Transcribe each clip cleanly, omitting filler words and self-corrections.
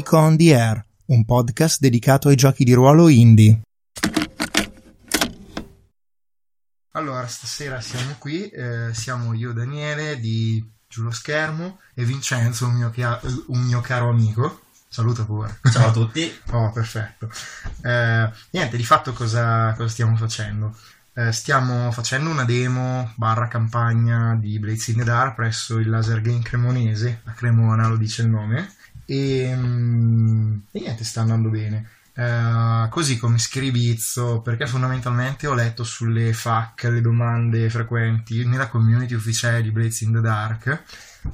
Nico on the Air, un podcast dedicato ai giochi di ruolo indie. Allora, stasera siamo qui, siamo io Daniele di Giù lo Schermo e Vincenzo, un mio caro amico. Saluta pure. Ciao a tutti. Oh, perfetto. Niente, di fatto cosa stiamo facendo? Stiamo facendo una demo / campagna di Blades in the Dark presso il Laser Game Cremonese, a Cremona lo dice il nome, e niente, sta andando bene. Così come schiribizzo, perché fondamentalmente ho letto sulle FAQ, le domande frequenti nella community ufficiale di Blades in the Dark,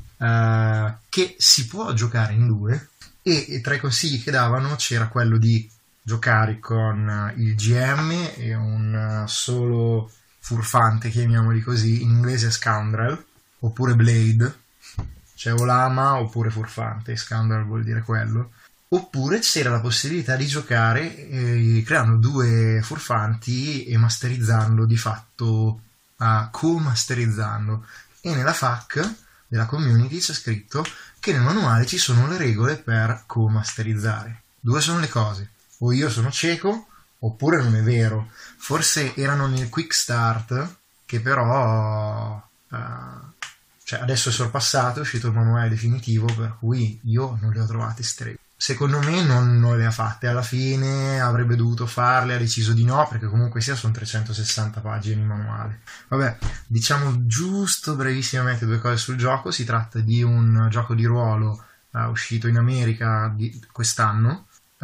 che si può giocare in due, e tra i consigli che davano c'era quello di giocare con il GM e un solo furfante, chiamiamoli così, in inglese Scoundrel, oppure Blade, cioè o lama oppure furfante, Scoundrel vuol dire quello, oppure c'era la possibilità di giocare creando due furfanti e masterizzando di fatto, co-masterizzando, e nella FAQ della community c'è scritto che nel manuale ci sono le regole per co-masterizzare. Due sono le cose: o io sono cieco oppure non è vero. Forse erano nel quick start, che però cioè adesso è sorpassato, è uscito il manuale definitivo, per cui io non le ho trovate streghe. Secondo me non le ha fatte alla fine, avrebbe dovuto farle, ha deciso di no, perché comunque sia sono 360 pagine di manuale. Vabbè, diciamo giusto brevissimamente due cose sul gioco. Si tratta di un gioco di ruolo uscito in America quest'anno,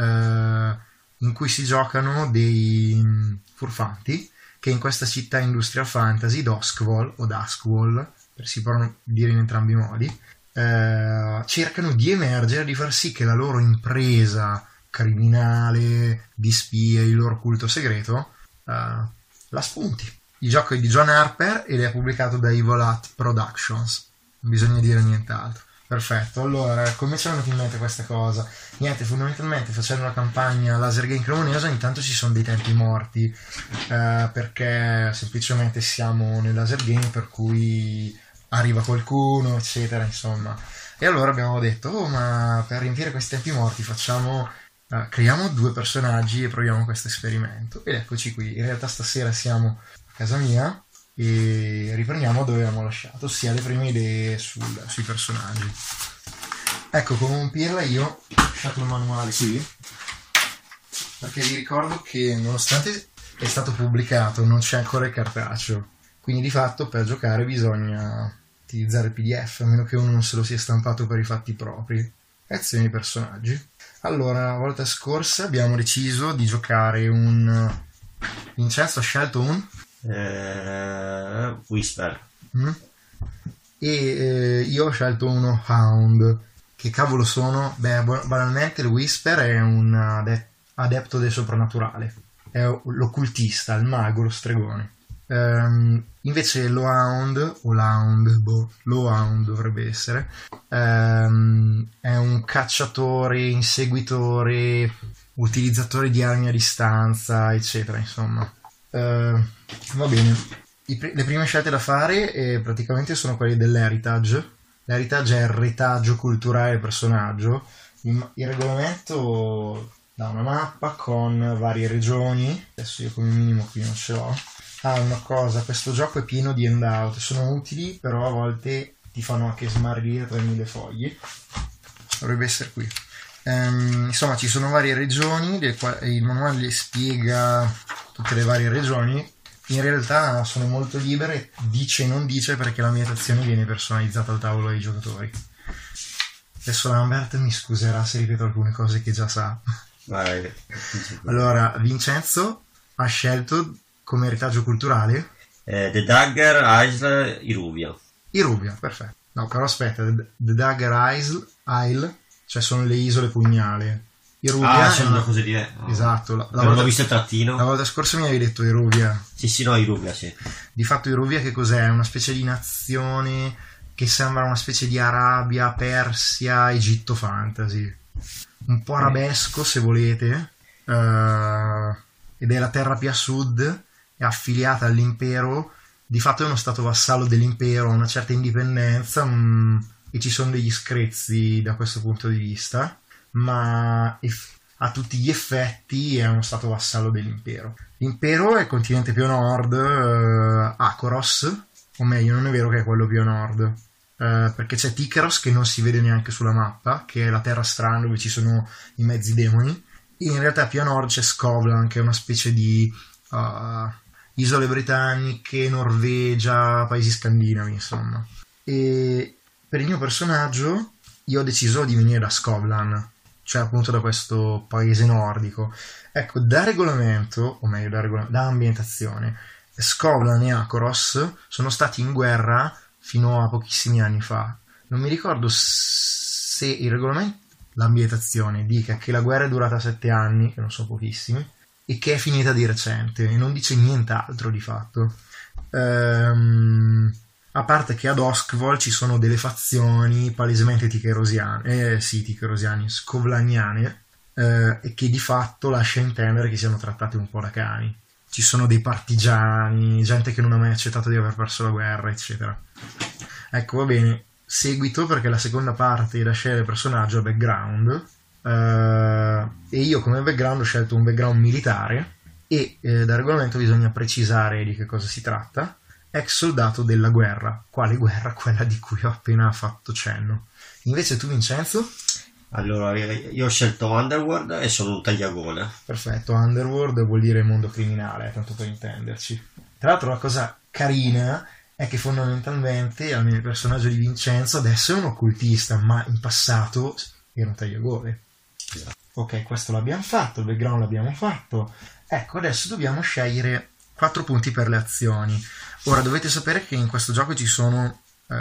in cui si giocano dei furfanti che in questa città industrial fantasy, Duskwall o Duskwall, si possono dire in entrambi i modi, cercano di emergere, di far sì che la loro impresa criminale di spie, il loro culto segreto, la spunti. Il gioco è di John Harper ed è pubblicato da Evil Hat Productions, non bisogna dire nient'altro. Perfetto, allora, come ci è venuta in mente questa cosa? Niente, fondamentalmente facendo la campagna Laser Game Cremonese intanto ci sono dei tempi morti, perché semplicemente siamo nel Laser Game, per cui arriva qualcuno, eccetera, insomma. E allora abbiamo detto, ma per riempire questi tempi morti creiamo due personaggi e proviamo questo esperimento. Ed eccoci qui, in realtà stasera siamo a casa mia e riprendiamo dove abbiamo lasciato, ossia le prime idee sui personaggi. Ecco, come un pirla io ho lasciato il manuale qui, perché vi ricordo che nonostante è stato pubblicato non c'è ancora il cartaceo, quindi di fatto per giocare bisogna utilizzare il PDF, a meno che uno non se lo sia stampato per i fatti propri. Azioni personaggi. Allora, la volta scorsa abbiamo deciso di giocare Vincenzo ha scelto un Whisper. E io ho scelto uno Hound. Che cavolo sono? Beh, banalmente il Whisper è un adepto del soprannaturale, è l'occultista, il mago, lo stregone. Invece lo Hound, o lo Hound dovrebbe essere, è un cacciatore, inseguitore, utilizzatore di armi a distanza, eccetera, insomma. Va bene, le prime scelte da fare praticamente sono quelle dell'heritage. L'heritage è il retaggio culturale del personaggio. Il regolamento dà una mappa con varie regioni. Adesso io come minimo qui non ce l'ho. Una cosa, questo gioco è pieno di handout, sono utili, però a volte ti fanno anche smarrire tra mille fogli. Dovrebbe essere qui. Insomma, ci sono varie regioni, il manuale spiega tutte le varie regioni. In realtà sono molto libere, dice e non dice, perché l'ambientazione viene personalizzata al tavolo dei giocatori. Adesso Lambert mi scuserà se ripeto alcune cose che già sa. Vai. Allora, Vincenzo ha scelto come retaggio culturale The Dagger Isle Iruvia. Iruvia, perfetto. No, però aspetta, The Dagger Isle, cioè sono le isole pugnale. Iruvia sono una cosa di... Esatto. Non ho visto il trattino. La volta scorsa mi avevi detto Iruvia. Sì, no, Iruvia, sì. Di fatto Iruvia che cos'è? È una specie di nazione che sembra una specie di Arabia, Persia, Egitto fantasy. Un po' arabesco, se volete. Ed è la terra più a sud, è affiliata all'impero, di fatto è uno stato vassallo dell'impero, ha una certa indipendenza, e ci sono degli screzi da questo punto di vista. ma a tutti gli effetti è uno stato vassallo dell'impero. L'impero è il continente più a nord, Akoros, o meglio, non è vero che è quello più a nord, perché c'è Tikeros che non si vede neanche sulla mappa, che è la terra strana dove ci sono i mezzi demoni, e in realtà più a nord c'è Skovlan, che è una specie di isole britanniche, Norvegia, paesi scandinavi, insomma. E per il mio personaggio io ho deciso di venire da Skovlan, cioè appunto da questo paese nordico. Ecco, da regolamento, o meglio da ambientazione, Skovlan e Akoros sono stati in guerra fino a pochissimi anni fa. Non mi ricordo se il regolamento, l'ambientazione, dica che la guerra è durata 7 anni, che non sono pochissimi, e che è finita di recente, e non dice nient'altro di fatto. A parte che ad Oskvol ci sono delle fazioni palesemente ticherosiane, scovlaniane, e che di fatto lascia intendere che siano trattate un po' da cani. Ci sono dei partigiani, gente che non ha mai accettato di aver perso la guerra, eccetera. Ecco, va bene, seguito, perché la seconda parte da scegliere il personaggio è background, e io come background ho scelto un background militare, e da regolamento bisogna precisare di che cosa si tratta. Ex soldato della guerra. Quale guerra? Quella di cui ho appena fatto cenno. Invece tu, Vincenzo? Allora, io ho scelto Underworld e sono un tagliagola. Perfetto, Underworld vuol dire mondo criminale, tanto per intenderci. Tra l'altro la cosa carina è che fondamentalmente, almeno il personaggio di Vincenzo adesso è un occultista, ma in passato era un tagliagole. Esatto. Ok, questo l'abbiamo fatto, il background l'abbiamo fatto. Ecco, adesso dobbiamo scegliere 4 punti per le azioni. Ora dovete sapere che in questo gioco ci sono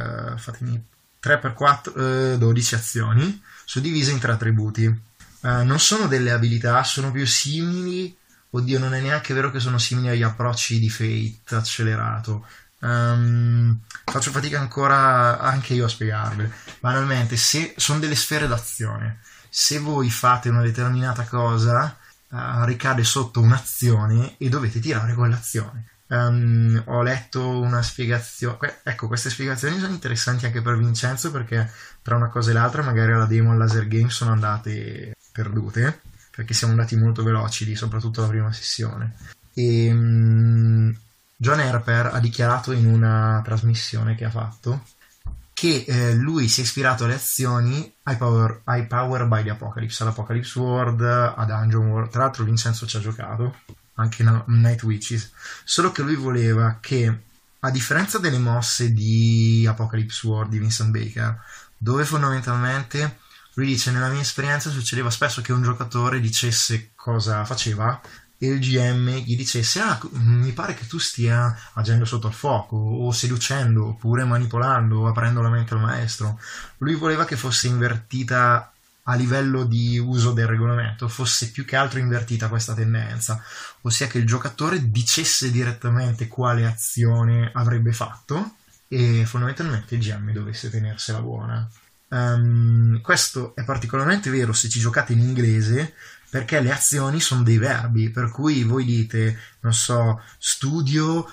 3x4, 12 azioni, suddivise in 3 attributi. Non sono delle abilità, sono più simili, oddio, non è neanche vero che sono simili agli approcci di Fate accelerato. Faccio fatica ancora anche io a spiegarvele. Banalmente, se sono delle sfere d'azione, se voi fate una determinata cosa, ricade sotto un'azione e dovete tirare quell'azione. Ho letto una spiegazione, ecco, queste spiegazioni sono interessanti anche per Vincenzo, perché tra una cosa e l'altra magari alla demo al Laser Game sono andate perdute, perché siamo andati molto veloci soprattutto la prima sessione. E John Harper ha dichiarato in una trasmissione che ha fatto che lui si è ispirato alle azioni High Power by the Apocalypse, all'Apocalypse World, a Dungeon World. Tra l'altro Vincenzo ci ha giocato anche in Night Witches, solo che lui voleva che, a differenza delle mosse di Apocalypse World di Vincent Baker, dove fondamentalmente lui dice: nella mia esperienza succedeva spesso che un giocatore dicesse cosa faceva e il GM gli dicesse: mi pare che tu stia agendo sotto il fuoco, o seducendo, oppure manipolando, o aprendo la mente al maestro. Lui voleva che fosse invertita a livello di uso del regolamento, fosse più che altro invertita questa tendenza, ossia che il giocatore dicesse direttamente quale azione avrebbe fatto e fondamentalmente il GM dovesse tenersela buona. Questo è particolarmente vero se ci giocate in inglese, perché le azioni sono dei verbi, per cui voi dite, non so, studio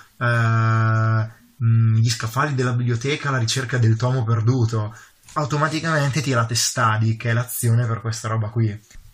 gli scaffali della biblioteca alla ricerca del tomo perduto, automaticamente tirate study, che è l'azione per questa roba qui.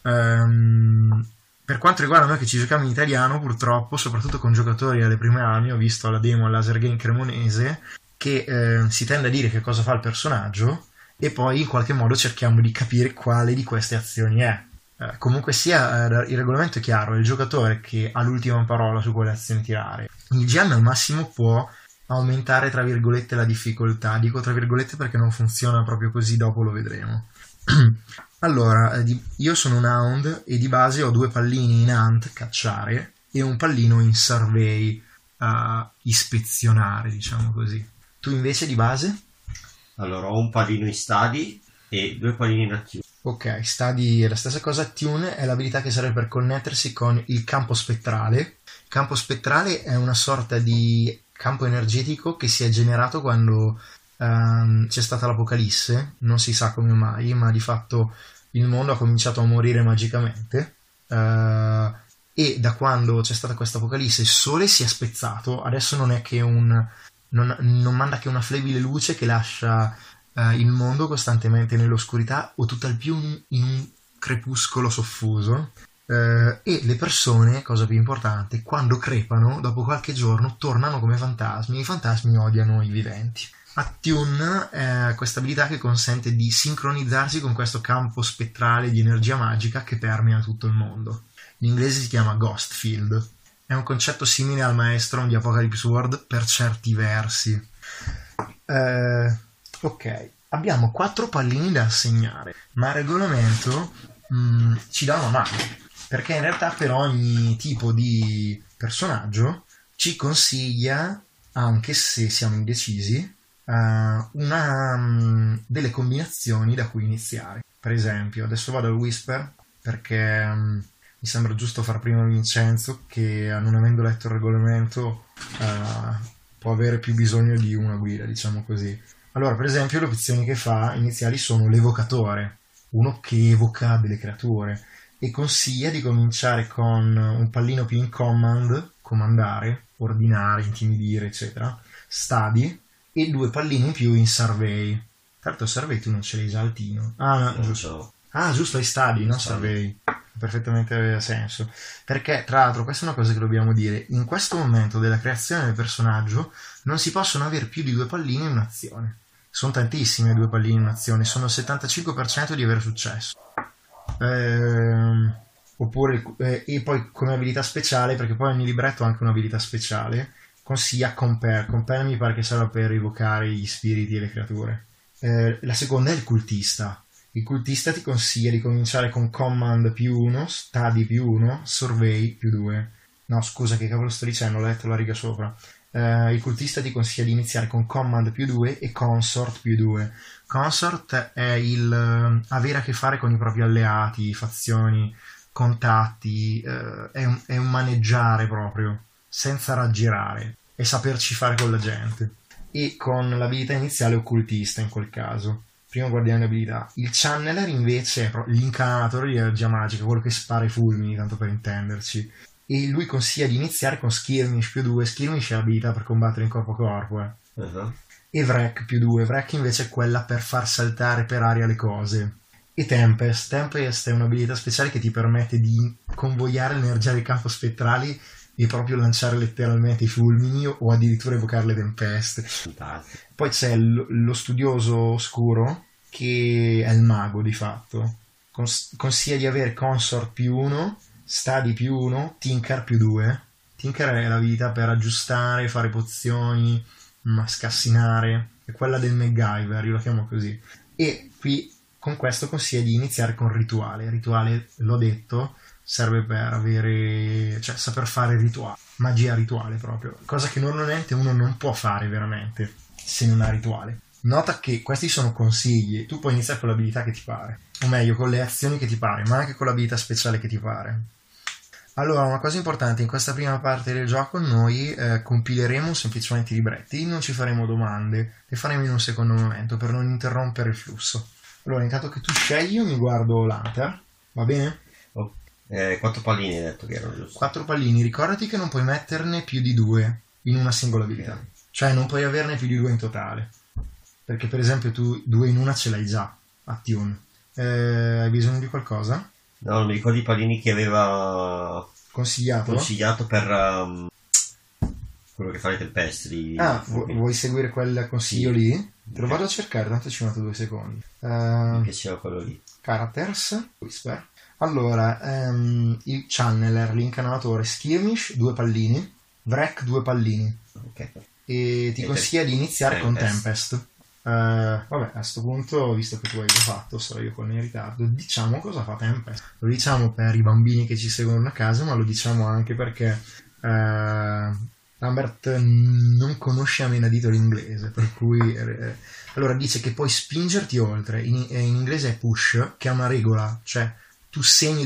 Per quanto riguarda noi che ci giochiamo in italiano, purtroppo, soprattutto con giocatori alle prime armi, ho visto alla demo al Laser Game Cremonese che si tende a dire che cosa fa il personaggio e poi in qualche modo cerchiamo di capire quale di queste azioni è. Comunque sia, il regolamento è chiaro, è il giocatore che ha l'ultima parola su quale azioni tirare. Il GM al massimo può aumentare tra virgolette la difficoltà, dico tra virgolette perché non funziona proprio così, dopo lo vedremo. Allora, io sono un Hound e di base ho 2 pallini in Hunt, cacciare, e un pallino in Survey, ispezionare, diciamo così. Tu invece di base? Allora, ho un pallino in Study e 2 pallini in Attune. Ok, Study è la stessa cosa. Attune è l'abilità che serve per connettersi con il campo spettrale. Il campo spettrale è una sorta di campo energetico che si è generato quando c'è stata l'Apocalisse, non si sa come mai, ma di fatto il mondo ha cominciato a morire magicamente, e da quando c'è stata questa Apocalisse il sole si è spezzato, adesso non è che non manda che una flebile luce che lascia il mondo costantemente nell'oscurità, o tutt'al più in un crepuscolo soffuso. E le persone, cosa più importante, quando crepano, dopo qualche giorno, tornano come fantasmi. I fantasmi odiano i viventi. Attune è questa abilità che consente di sincronizzarsi con questo campo spettrale di energia magica che permea tutto il mondo. In inglese si chiama Ghost Field. È un concetto simile al Maelstrom di Apocalypse World per certi versi. Ok, abbiamo 4 pallini da assegnare, ma il regolamento ci dà una mano, perché in realtà per ogni tipo di personaggio ci consiglia, anche se siamo indecisi, delle combinazioni da cui iniziare. Per esempio, adesso vado al Whisper perché mi sembra giusto far prima Vincenzo, che non avendo letto il regolamento può avere più bisogno di una guida, diciamo così. Allora, per esempio, le opzioni che fa iniziali sono l'evocatore, uno che evoca delle creature, e consiglia di cominciare con un pallino più in command, comandare, ordinare, intimidire, eccetera, study, e 2 pallini in più in survey. Tra l'altro survey tu non ce l'hai già altino. No, giusto. Giusto, hai study, non survey. Perfettamente senso. Perché, tra l'altro, questa è una cosa che dobbiamo dire. In questo momento della creazione del personaggio non si possono avere più di 2 pallini in un'azione. Sono tantissime 2 pallini in un'azione, sono il 75% di avere successo. Oppure, e poi come abilità speciale, perché poi ogni libretto ha anche un'abilità speciale, consiglia Compare. Compare mi pare che serva per evocare gli spiriti e le creature. La seconda è il cultista. Il cultista ti consiglia di cominciare con Command più 1, Study più 1, Survey più 2. No, scusa, che cavolo sto dicendo? Ho letto la riga sopra. Il cultista ti consiglia di iniziare con Command più 2 e Consort più 2. Consort è il avere a che fare con i propri alleati, fazioni, contatti, è un maneggiare proprio, senza raggirare, e saperci fare con la gente. E con l'abilità iniziale occultista in quel caso. Prima guardiamo le abilità. Il channeler invece è l'incanatore di energia magica, quello che spara i fulmini, tanto per intenderci. E lui consiglia di iniziare con Skirmish più 2. Skirmish è l'abilità per combattere in corpo a corpo. Uh-huh. E Wreck più 2. Wreck invece è quella per far saltare per aria le cose. E Tempest. Tempest è un'abilità speciale che ti permette di convogliare l'energia del campo spettrali e proprio lanciare letteralmente i fulmini o addirittura evocare le tempeste. Poi c'è lo studioso oscuro, che è il mago di fatto. Consiglia di avere Consort più 1, Study più 1, Tinker più 2. Tinker è l'abilità per aggiustare, fare pozioni, scassinare. È quella del MacGyver, io la chiamo così. E qui con questo consiglia di iniziare con Rituale. Rituale, l'ho detto, serve per avere, cioè saper fare rituale, magia rituale proprio, cosa che normalmente uno non può fare veramente se non ha rituale. Nota che questi sono consigli, tu puoi iniziare con l'abilità che ti pare, o meglio con le azioni che ti pare, ma anche con l'abilità speciale che ti pare. Allora, una cosa importante, in questa prima parte del gioco noi compileremo semplicemente i libretti, non ci faremo domande, le faremo in un secondo momento per non interrompere il flusso. Allora, intanto che tu scegli, io mi guardo l'Hunter, va bene? 4 pallini hai detto che erano giusto. 4 pallini, ricordati che non puoi metterne più di 2 in una singola abilità, cioè non puoi averne più di 2 in totale, perché per esempio tu 2 in una ce l'hai già a Tune. Hai bisogno di qualcosa? No, non mi ricordo i pallini che aveva consigliato per quello che fa le tempeste di... vuoi seguire quel consiglio lì? Te lo vado a cercare, tanto ci metto 2 secondi. Mi piaceva quello lì. Characters, Whisper. Allora, il channeler, l'incanatore, Skirmish, 2 pallini, Wreck, 2 pallini. Ok. E ti consiglia di iniziare con Tempest. Vabbè, a sto punto, visto che tu hai già fatto, sarò io con in ritardo, diciamo cosa fa Tempest. Lo diciamo per i bambini che ci seguono a casa, ma lo diciamo anche perché Lambert non conosce a menadito l'inglese, per cui allora dice che puoi spingerti oltre. In inglese è push, che è una regola, cioè tu segni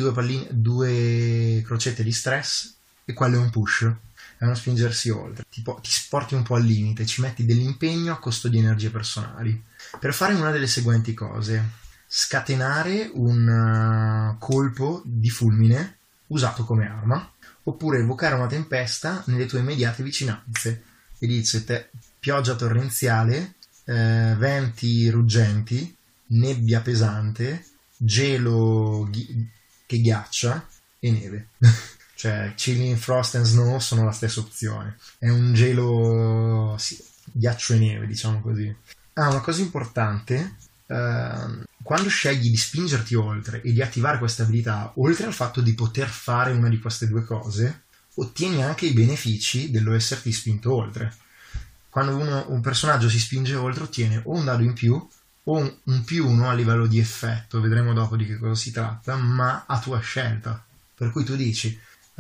2 crocette di stress e quello è un push, è uno spingersi oltre, ti sporti un po' al limite, ci metti dell'impegno a costo di energie personali per fare una delle seguenti cose: scatenare un colpo di fulmine usato come arma, oppure evocare una tempesta nelle tue immediate vicinanze. E dice pioggia torrenziale, venti ruggenti, nebbia pesante, gelo che ghiaccia e neve. Cioè Chilling Frost and Snow sono la stessa opzione, è un gelo, sì, ghiaccio e neve, diciamo così. Una cosa importante, quando scegli di spingerti oltre e di attivare questa abilità, oltre al fatto di poter fare una di queste due cose, ottieni anche i benefici dello esserti spinto oltre. Quando un personaggio si spinge oltre, ottiene o un dado in più o un +1 a livello di effetto, vedremo dopo di che cosa si tratta, ma a tua scelta. Per cui tu dici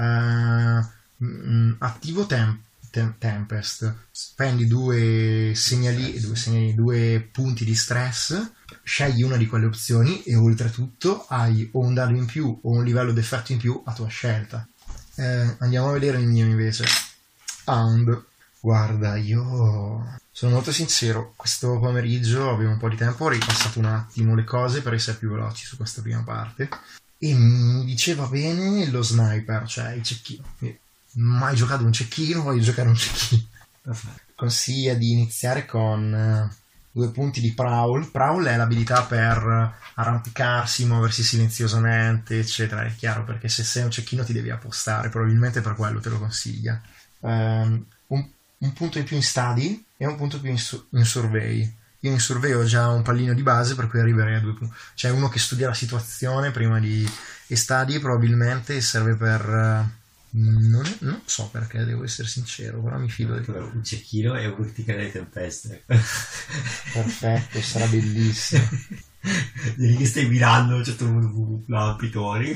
attivo Tempest, spendi due punti di stress, scegli una di quelle opzioni e oltretutto hai o un dado in più o un livello d'effetto in più a tua scelta. Andiamo a vedere il mio invece. Hound. Guarda, io sono molto sincero, questo pomeriggio avevo un po' di tempo, ho ripassato un attimo le cose per essere più veloci su questa prima parte e mi diceva bene lo sniper, cioè il cecchino. Mai giocato un cecchino, voglio giocare un cecchino. Consiglia di iniziare con 2 punti di Prowl. Prowl è l'abilità per arrampicarsi, muoversi silenziosamente, eccetera. È chiaro, perché se sei un cecchino ti devi appostare, probabilmente per quello te lo consiglia. Un punto in più in study e un punto più in survey. Io in survey ho già un pallino di base, per cui arriverei a 2 punti. C'è uno che studia la situazione prima di... E study probabilmente serve per... Non so perché, devo essere sincero, però mi fido di quello. Un cecchino e un urticane delle tempeste. Perfetto, sarà bellissimo. Lì che stai mirando a un certo punto lampitori.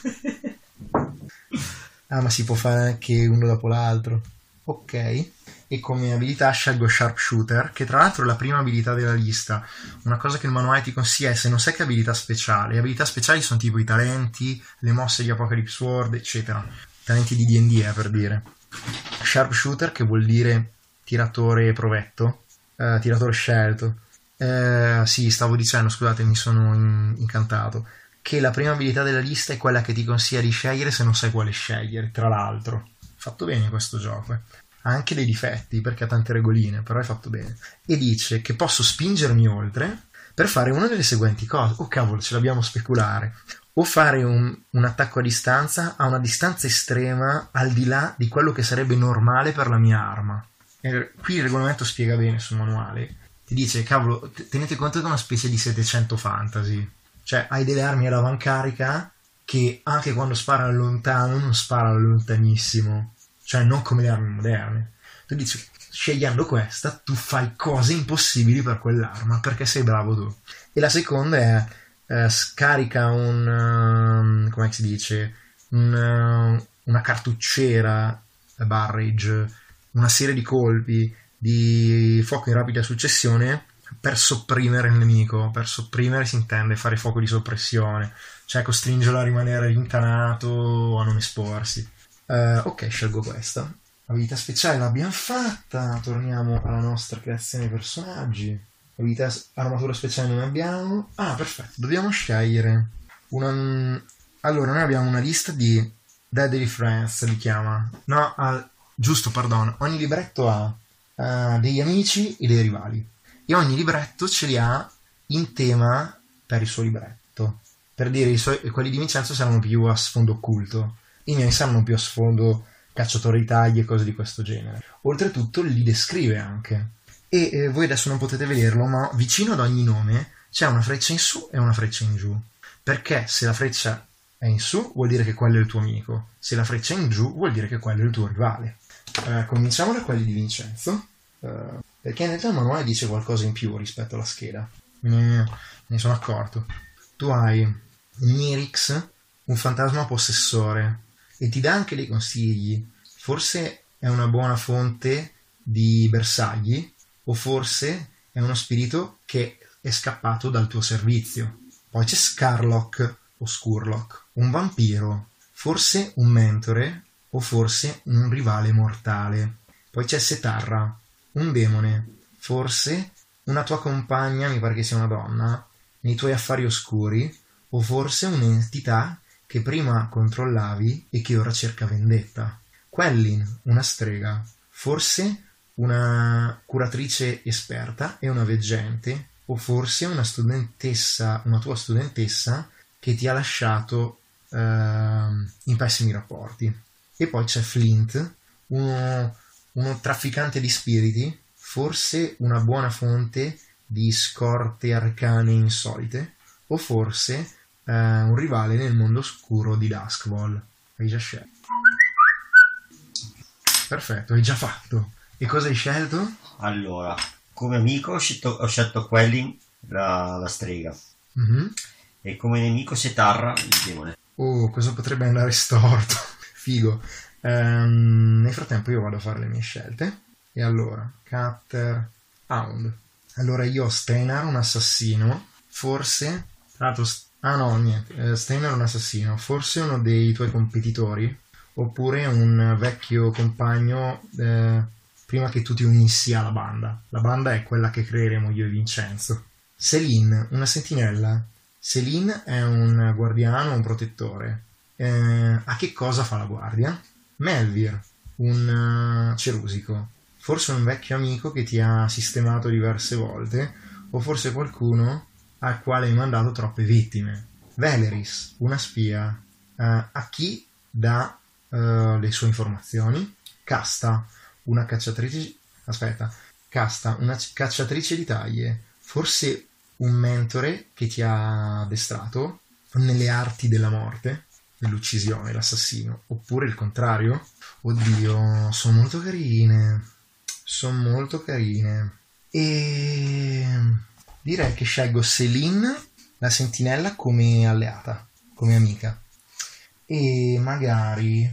Ma si può fare anche uno dopo l'altro. Ok. E come abilità scelgo Sharpshooter, che tra l'altro è la prima abilità della lista. Una cosa che il manuale ti consiglia è, se non sai che abilità speciale, le abilità speciali sono tipo i talenti, le mosse di Apocalypse Sword, eccetera. Talenti di D&D, per dire. Sharpshooter, che vuol dire tiratore provetto, tiratore scelto. Sì, stavo dicendo, scusate, mi sono incantato, che la prima abilità della lista è quella che ti consiglia di scegliere se non sai quale scegliere, tra l'altro. Fatto bene questo gioco, ha anche dei difetti perché ha tante regoline, però è fatto bene. E dice che posso spingermi oltre per fare una delle seguenti cose. Oh cavolo, ce l'abbiamo a speculare. O fare un attacco a distanza, a una distanza estrema, al di là di quello che sarebbe normale per la mia arma. E qui il regolamento spiega bene sul manuale. Ti dice, cavolo, tenete conto che è una specie di 700 fantasy. Cioè, hai delle armi all'avancarica che anche quando sparano lontano non sparano lontanissimo. Cioè, non come le armi moderne. Tu dici, scegliendo questa, tu fai cose impossibili per quell'arma, perché sei bravo tu. E la seconda è... scarica come si dice, una cartucciera barrage, una serie di colpi di fuoco in rapida successione per sopprimere il nemico. Per sopprimere si intende fare fuoco di soppressione, cioè costringerlo a rimanere rintanato o a non esporsi. Ok, scelgo questa abilità speciale, l'abbiamo fatta. Torniamo alla nostra creazione dei personaggi. Abilità armatura speciale non abbiamo. Perfetto, dobbiamo scegliere allora noi abbiamo una lista di Deadly Friends, li chiama, giusto, perdono, ogni libretto ha degli amici e dei rivali e ogni libretto ce li ha in tema per il suo libretto. Per dire, quelli di Vincenzo saranno più a sfondo occulto, i miei saranno più a sfondo cacciatore di taglie e cose di questo genere. Oltretutto li descrive anche. E voi adesso non potete vederlo, ma vicino ad ogni nome c'è una freccia in su e una freccia in giù, perché se la freccia è in su vuol dire che quello è il tuo amico, se la freccia è in giù vuol dire che quello è il tuo rivale. Cominciamo da quelli di Vincenzo, perché in realtà il manuale dice qualcosa in più rispetto alla scheda, me ne sono accorto. Tu hai un Mirix, un fantasma possessore, e ti dà anche dei consigli. Forse è una buona fonte di bersagli, o forse è uno spirito che è scappato dal tuo servizio. Poi c'è Scarlock o Scurlock, un vampiro, forse un mentore o forse un rivale mortale. Poi c'è Setarra, un demone, forse una tua compagna, mi pare che sia una donna, nei tuoi affari oscuri, o forse un'entità che prima controllavi e che ora cerca vendetta. Quellin, una strega, forse una curatrice esperta e una veggente, o forse una tua studentessa che ti ha lasciato in pessimi rapporti. E poi c'è Flint, uno trafficante di spiriti, forse una buona fonte di scorte arcane insolite, o forse un rivale nel mondo oscuro di Duskwall. Hai già scelto. Perfetto, hai già fatto. E cosa hai scelto? Allora, come amico ho scelto Quelling, la strega. Mm-hmm. E come nemico Setarra, il demone. Oh, cosa potrebbe andare storto? Figo. Nel frattempo io vado a fare le mie scelte. E allora, Cutter, Hound. Allora io ho Steinar, un assassino. Forse, tra l'altro, Steinar è un assassino. Forse uno dei tuoi competitori. Oppure un vecchio compagno prima che tu ti unissi alla banda. La banda è quella che creeremo io e Vincenzo. Selin, una sentinella. Selin è un guardiano, un protettore. A che cosa fa la guardia? Melvir, un cerusico. Forse un vecchio amico che ti ha sistemato diverse volte, o forse qualcuno al quale hai mandato troppe vittime. Valeris, una spia. A chi dà le sue informazioni? Casta, una cacciatrice. Casta, una cacciatrice di taglie. Forse un mentore che ti ha addestrato nelle arti della morte, dell'uccisione, l'assassino, oppure il contrario. Oddio, sono molto carine. E direi che scelgo Selin, la sentinella, come alleata, come amica. E magari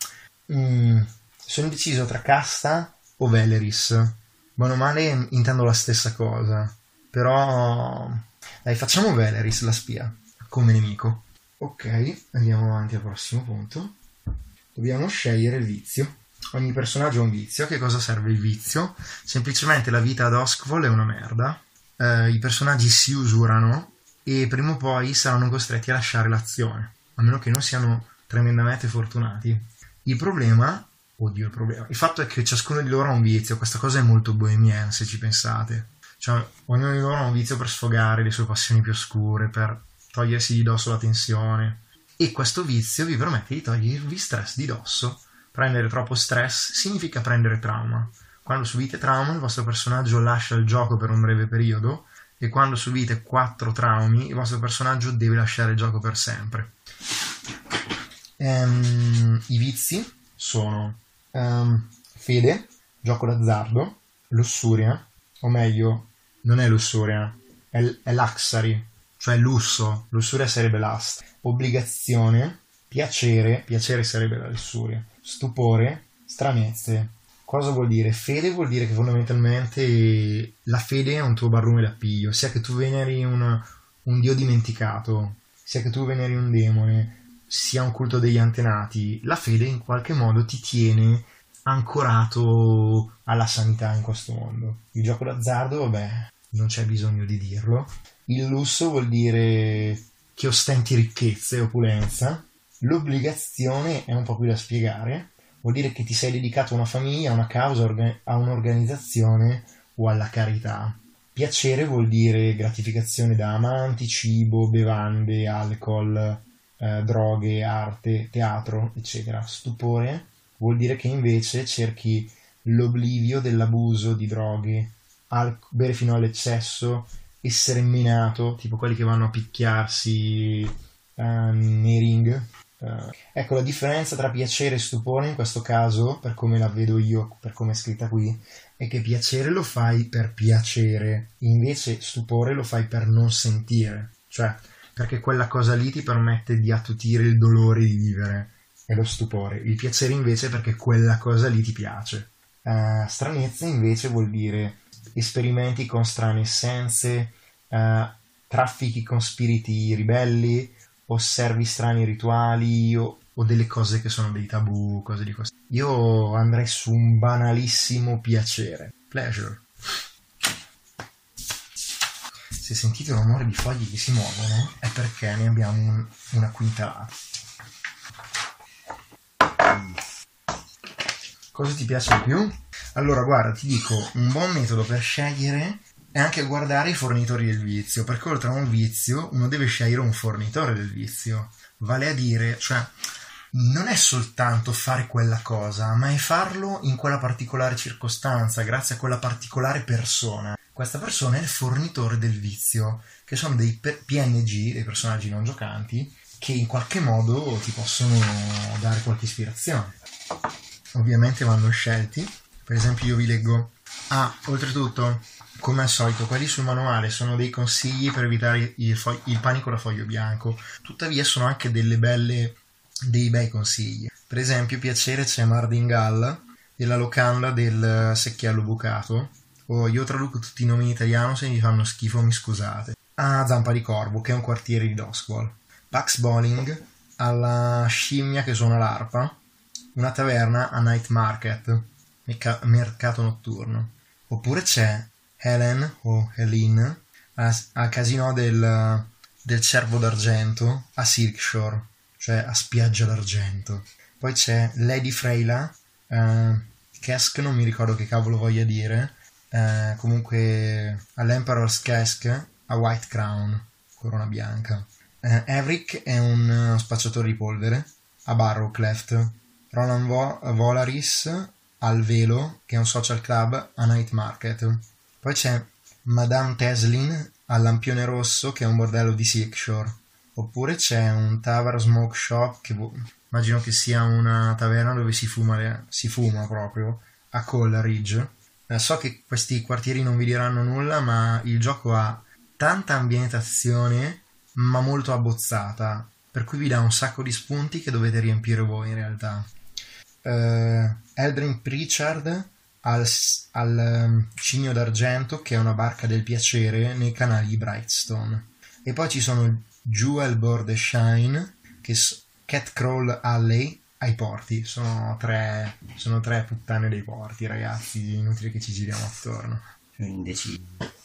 sono indeciso tra Casta o Valeris. Buono o male intendo la stessa cosa, però dai, facciamo Valeris, la spia, come nemico. Ok, andiamo avanti al prossimo punto. Dobbiamo scegliere il vizio. Ogni personaggio ha un vizio. A che cosa serve il vizio? Semplicemente la vita ad Duskwall è una merda. I personaggi si usurano e prima o poi saranno costretti a lasciare l'azione, a meno che non siano tremendamente fortunati. Il fatto è che ciascuno di loro ha un vizio. Questa cosa è molto bohemian, se ci pensate. Cioè, ognuno di loro ha un vizio per sfogare le sue passioni più oscure, per togliersi di dosso la tensione. E questo vizio vi permette di togliervi stress di dosso. Prendere troppo stress significa prendere trauma. Quando subite trauma, il vostro personaggio lascia il gioco per un breve periodo, e quando subite 4 traumi, il vostro personaggio deve lasciare il gioco per sempre. I vizi sono fede, gioco d'azzardo, lussuria, o meglio, non è lussuria, è luxury, cioè lusso. Lussuria sarebbe lust. Obbligazione, piacere sarebbe la lussuria. Stupore, stranezze. Cosa vuol dire? Fede vuol dire che fondamentalmente la fede è un tuo barlume d'appiglio, sia che tu veneri un dio dimenticato, sia che tu veneri un demone, sia un culto degli antenati. La fede in qualche modo ti tiene ancorato alla sanità in questo mondo. Il gioco d'azzardo, vabbè, non c'è bisogno di dirlo. Il lusso vuol dire che ostenti ricchezza e opulenza. L'obbligazione è un po' più da spiegare. Vuol dire che ti sei dedicato a una famiglia, a una causa, a un'organizzazione o alla carità. Piacere vuol dire gratificazione da amanti, cibo, bevande, alcol, droghe, arte, teatro, eccetera. Stupore vuol dire che invece cerchi l'oblivio dell'abuso di droghe, bere fino all'eccesso, essere menato, tipo quelli che vanno a picchiarsi nei ring. Ecco, la differenza tra piacere e stupore in questo caso, per come la vedo io, per come è scritta qui, è che piacere lo fai per piacere, invece stupore lo fai per non sentire, cioè perché quella cosa lì ti permette di attutire il dolore di vivere, è lo stupore. Il piacere invece è perché quella cosa lì ti piace. Stranezza invece vuol dire esperimenti con strane essenze, traffichi con spiriti ribelli, osservi strani rituali o delle cose che sono dei tabù, cose di questo. Io andrei su un banalissimo piacere. Pleasure. Se sentite un rumore di fogli che si muovono è perché ne abbiamo una quintalata. Cosa ti piace di più? Allora guarda, ti dico, un buon metodo per scegliere è anche guardare i fornitori del vizio, perché oltre a un vizio uno deve scegliere un fornitore del vizio, vale a dire, cioè non è soltanto fare quella cosa, ma è farlo in quella particolare circostanza, grazie a quella particolare persona. Questa persona è il fornitore del vizio, che sono dei PNG, dei personaggi non giocanti, che in qualche modo ti possono dare qualche ispirazione. Ovviamente vanno scelti. Per esempio io vi leggo... oltretutto, come al solito, quelli sul manuale sono dei consigli per evitare il panico da foglio bianco. Tuttavia sono anche dei bei consigli. Per esempio, piacere c'è Mardingal e la locanda del secchiello bucato. Io traduco tutti i nomi in italiano, se mi fanno schifo mi scusate. Zampa di Corvo, che è un quartiere di Doskwall. Pax Bowling, alla scimmia che suona l'arpa. Una taverna a Night Market, mercato notturno. Oppure c'è Helen o Helene al casino del Cervo d'Argento a Silkshore, cioè a Spiaggia d'Argento. Poi c'è Lady Freyla, Kesk, non mi ricordo che cavolo voglia dire, comunque all'Emperor's Kesk a White Crown, Corona Bianca. Everick è un spacciatore di polvere a Barrowcleft. Roland Volaris al Velo, che è un social club a Night Market. Poi c'è Madame Teslin al Lampione Rosso, che è un bordello di Silkshore. Oppure c'è un Tower Smoke Shop, che immagino che sia una taverna dove si fuma proprio, a Coleridge. So che questi quartieri non vi diranno nulla, ma il gioco ha tanta ambientazione, ma molto abbozzata, per cui vi dà un sacco di spunti che dovete riempire voi in realtà. Eldrin Pritchard al Cigno d'Argento, che è una barca del piacere nei canali di Brightstone. E poi ci sono Jewel Board e Shine, Cat Crawl Alley ai porti. Sono tre puttane dei porti, ragazzi, inutile che ci giriamo attorno. Indeciso.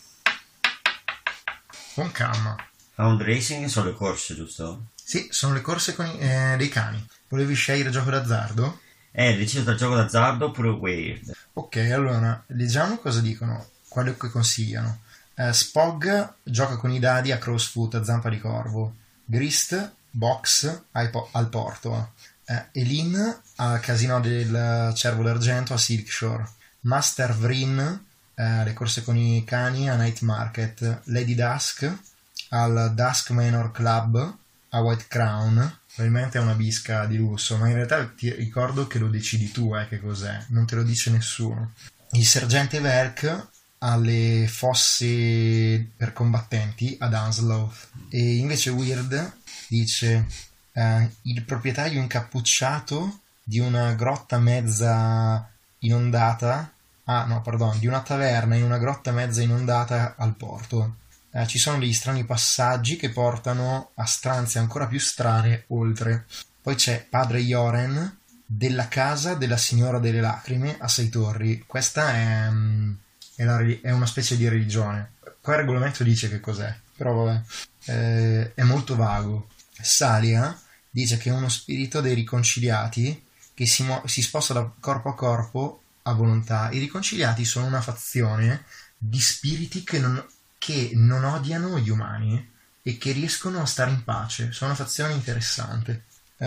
Con calma. Hound Racing sono le corse, giusto? Sì, sono le corse con dei cani. Volevi scegliere gioco d'azzardo? Deciso tra il gioco d'azzardo oppure Weird. Ok, allora, leggiamo cosa dicono, quello che consigliano. Spog gioca con i dadi a Crowsfoot, a Zampa di Corvo. Grist, box al porto. Elin al casino del Cervo d'Argento a Silkshore. Master Vrin, le corse con i cani a Night Market. Lady Dusk al Dusk Manor Club a White Crown. Probabilmente è una bisca di lusso, ma in realtà ti ricordo che lo decidi tu, che cos'è, non te lo dice nessuno. Il sergente Verk alle fosse per combattenti ad Anslow. E invece Weird dice il proprietario incappucciato di una grotta mezza inondata, di una taverna in una grotta mezza inondata al porto. Ci sono degli strani passaggi che portano a stranze ancora più strane oltre. Poi c'è Padre Joren della casa della Signora delle Lacrime a Sei Torri. Questa è una specie di religione. Qua il regolamento dice che cos'è, però vabbè, è molto vago. Salia dice che è uno spirito dei riconciliati che si sposta da corpo a corpo a volontà. I riconciliati sono una fazione di spiriti che non odiano gli umani e che riescono a stare in pace. Sono una fazione interessante.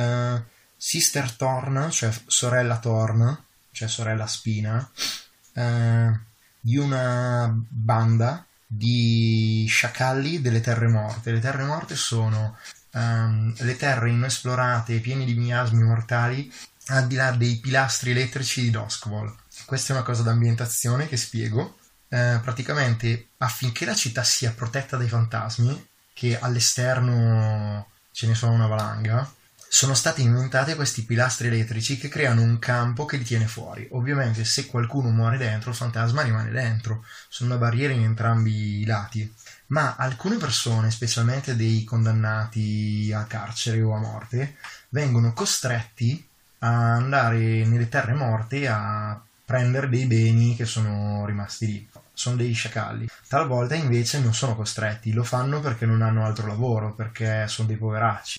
Sister Thorn, cioè sorella Thorn, cioè sorella spina, di una banda di sciacalli delle terre morte. Le terre morte sono le terre inesplorate e piene di miasmi mortali al di là dei pilastri elettrici di Doskwall. Questa è una cosa d'ambientazione che spiego. Praticamente affinché la città sia protetta dai fantasmi, che all'esterno ce ne sono una valanga, sono stati inventati questi pilastri elettrici che creano un campo che li tiene fuori. Ovviamente se qualcuno muore dentro, il fantasma rimane dentro. Sono una barriera in entrambi i lati. Ma alcune persone, specialmente dei condannati a carcere o a morte, vengono costretti a andare nelle terre morte a prendere dei beni che sono rimasti lì. Sono dei sciacalli. Talvolta invece non sono costretti, lo fanno perché non hanno altro lavoro, perché sono dei poveracci.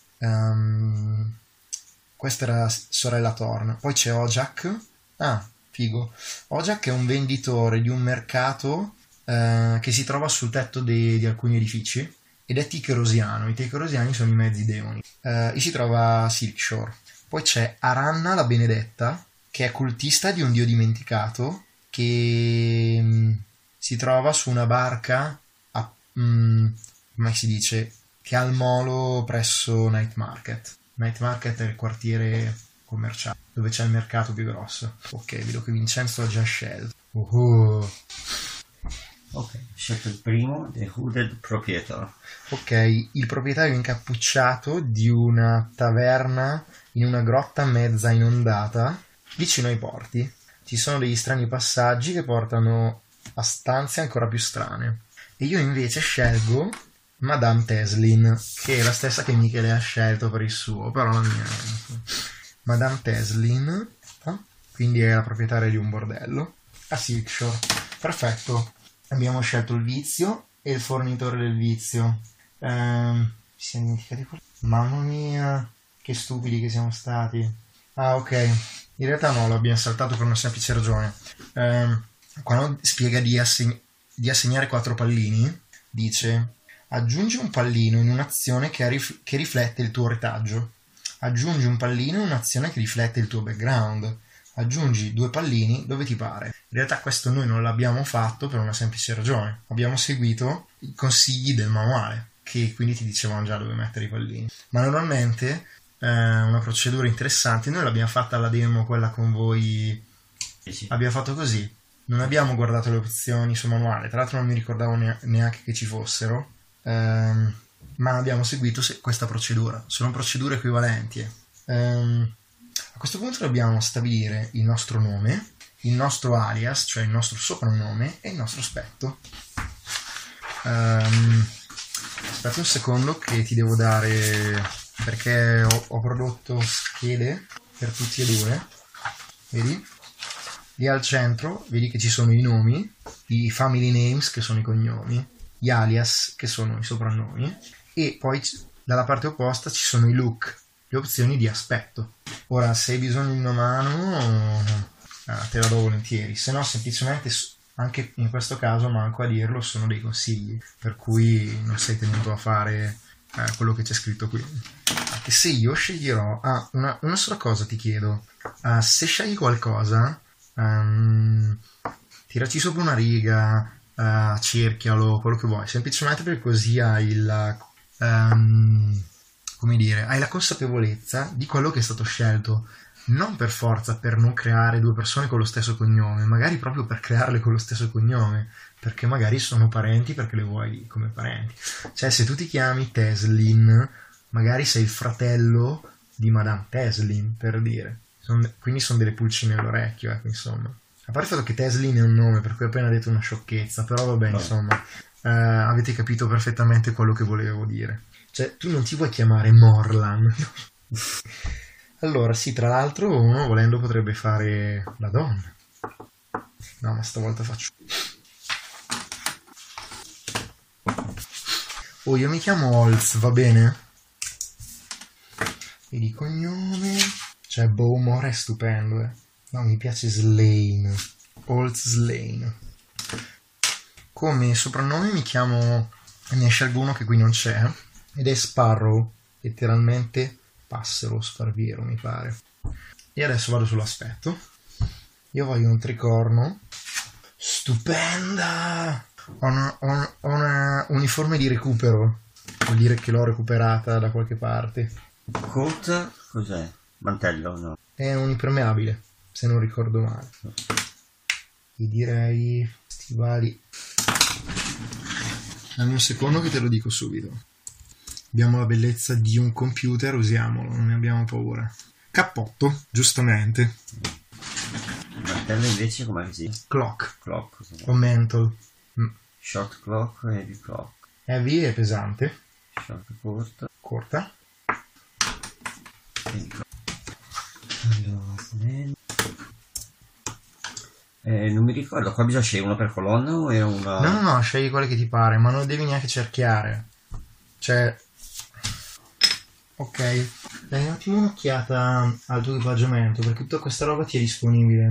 Questa era sorella Thorn. Poi c'è Ojak. Figo. Ojak è un venditore di un mercato che si trova sul tetto di alcuni edifici ed è Ticherosiano. I Ticherosiani sono i mezzi demoni. E si trova a Silkshore. Poi c'è Aranna la Benedetta, che è cultista di un dio dimenticato, che si trova su una barca come si dice, che ha il molo presso Night Market. Night Market è il quartiere commerciale dove c'è il mercato più grosso. Ok, vedo che Vincenzo ha già scelto. Ok, scelto il primo, The Hooded Proprietor. Ok, il proprietario incappucciato di una taverna in una grotta mezza inondata vicino ai porti. Ci sono degli strani passaggi che portano a stanze ancora più strane. E io invece scelgo Madame Teslin, che è la stessa che Michele ha scelto per il suo, però la mia Madame Teslin, quindi è la proprietaria di un bordello a Silkshore. Perfetto, abbiamo scelto il vizio e il fornitore del vizio. Ci siamo dimenticati quello. Mamma mia, che stupidi che siamo stati. Ah, ok, in realtà no, l'abbiamo saltato per una semplice ragione. Quando spiega di assegnare 4 pallini, dice: aggiungi un pallino in un'azione che riflette il tuo retaggio. Aggiungi un pallino in un'azione che riflette il tuo background. Aggiungi 2 pallini dove ti pare. In realtà questo noi non l'abbiamo fatto per una semplice ragione. Abbiamo seguito i consigli del manuale, che quindi ti dicevano già dove mettere i pallini. Ma normalmente una procedura interessante, noi l'abbiamo fatta alla demo, quella con voi. Sì. Abbiamo fatto così. Non abbiamo guardato le opzioni sul manuale, tra l'altro non mi ricordavo neanche che ci fossero, ma abbiamo seguito questa procedura. Sono procedure equivalenti. A questo punto dobbiamo stabilire il nostro nome, il nostro alias, cioè il nostro soprannome, e il nostro aspetto. Aspetta un secondo che ti devo dare, perché ho prodotto schede per tutti e due, vedi? Lì al centro vedi che ci sono i nomi, i family names che sono i cognomi, gli alias che sono i soprannomi, e poi dalla parte opposta ci sono i look, le opzioni di aspetto. Ora, se hai bisogno di una mano te la do volentieri, se no semplicemente anche in questo caso, manco a dirlo, sono dei consigli, per cui non sei tenuto a fare quello che c'è scritto qui. Anche se io sceglierò una sola cosa, ti chiedo, se scegli qualcosa, tiraci sopra una riga, cerchialo, quello che vuoi, semplicemente perché così hai come dire, hai la consapevolezza di quello che è stato scelto, non per forza per non creare 2 persone con lo stesso cognome, magari proprio per crearle con lo stesso cognome, perché magari sono parenti, perché le vuoi come parenti. Cioè, se tu ti chiami Teslin, magari sei il fratello di Madame Teslin, per dire. Quindi sono delle pulcine all'orecchio, ecco, insomma. A parte il fatto che Teslin è un nome, per cui ho appena detto una sciocchezza, però vabbè, insomma, avete capito perfettamente quello che volevo dire. Cioè, tu non ti vuoi chiamare Morlan. Allora, sì, tra l'altro uno volendo potrebbe fare la donna. No, ma stavolta faccio... Oh, io mi chiamo Holz, va bene? Vedi cognome... Cioè, Bowmore è stupendo, No, mi piace Slane. Holz Slane. Come soprannome mi chiamo... Ne scelgo uno che qui non c'è. Ed è Sparrow, letteralmente... Passero Sparviero, mi pare. E adesso vado sull'aspetto. Io voglio un tricorno. Stupenda! Ho una uniforme di recupero. Vuol dire che l'ho recuperata da qualche parte. Coat, cos'è? Mantello, no? È un impermeabile, se non ricordo male. Io direi stivali. Dammi un secondo che te lo dico subito. Abbiamo la bellezza di un computer, usiamolo, non ne abbiamo paura. Cappotto, giustamente. Il martello invece com'è che si dice? Clock. Clock. O mantle. Short clock, heavy clock. Heavy è pesante. Short corta. Corta. Heavy clock. Allora, non mi ricordo, qua bisogna scegliere una per colonna o era una... No, scegli quelle che ti pare, ma non devi neanche cerchiare. Cioè... Ok, dai un attimo un'occhiata al tuo equipaggiamento, perché tutta questa roba ti è disponibile.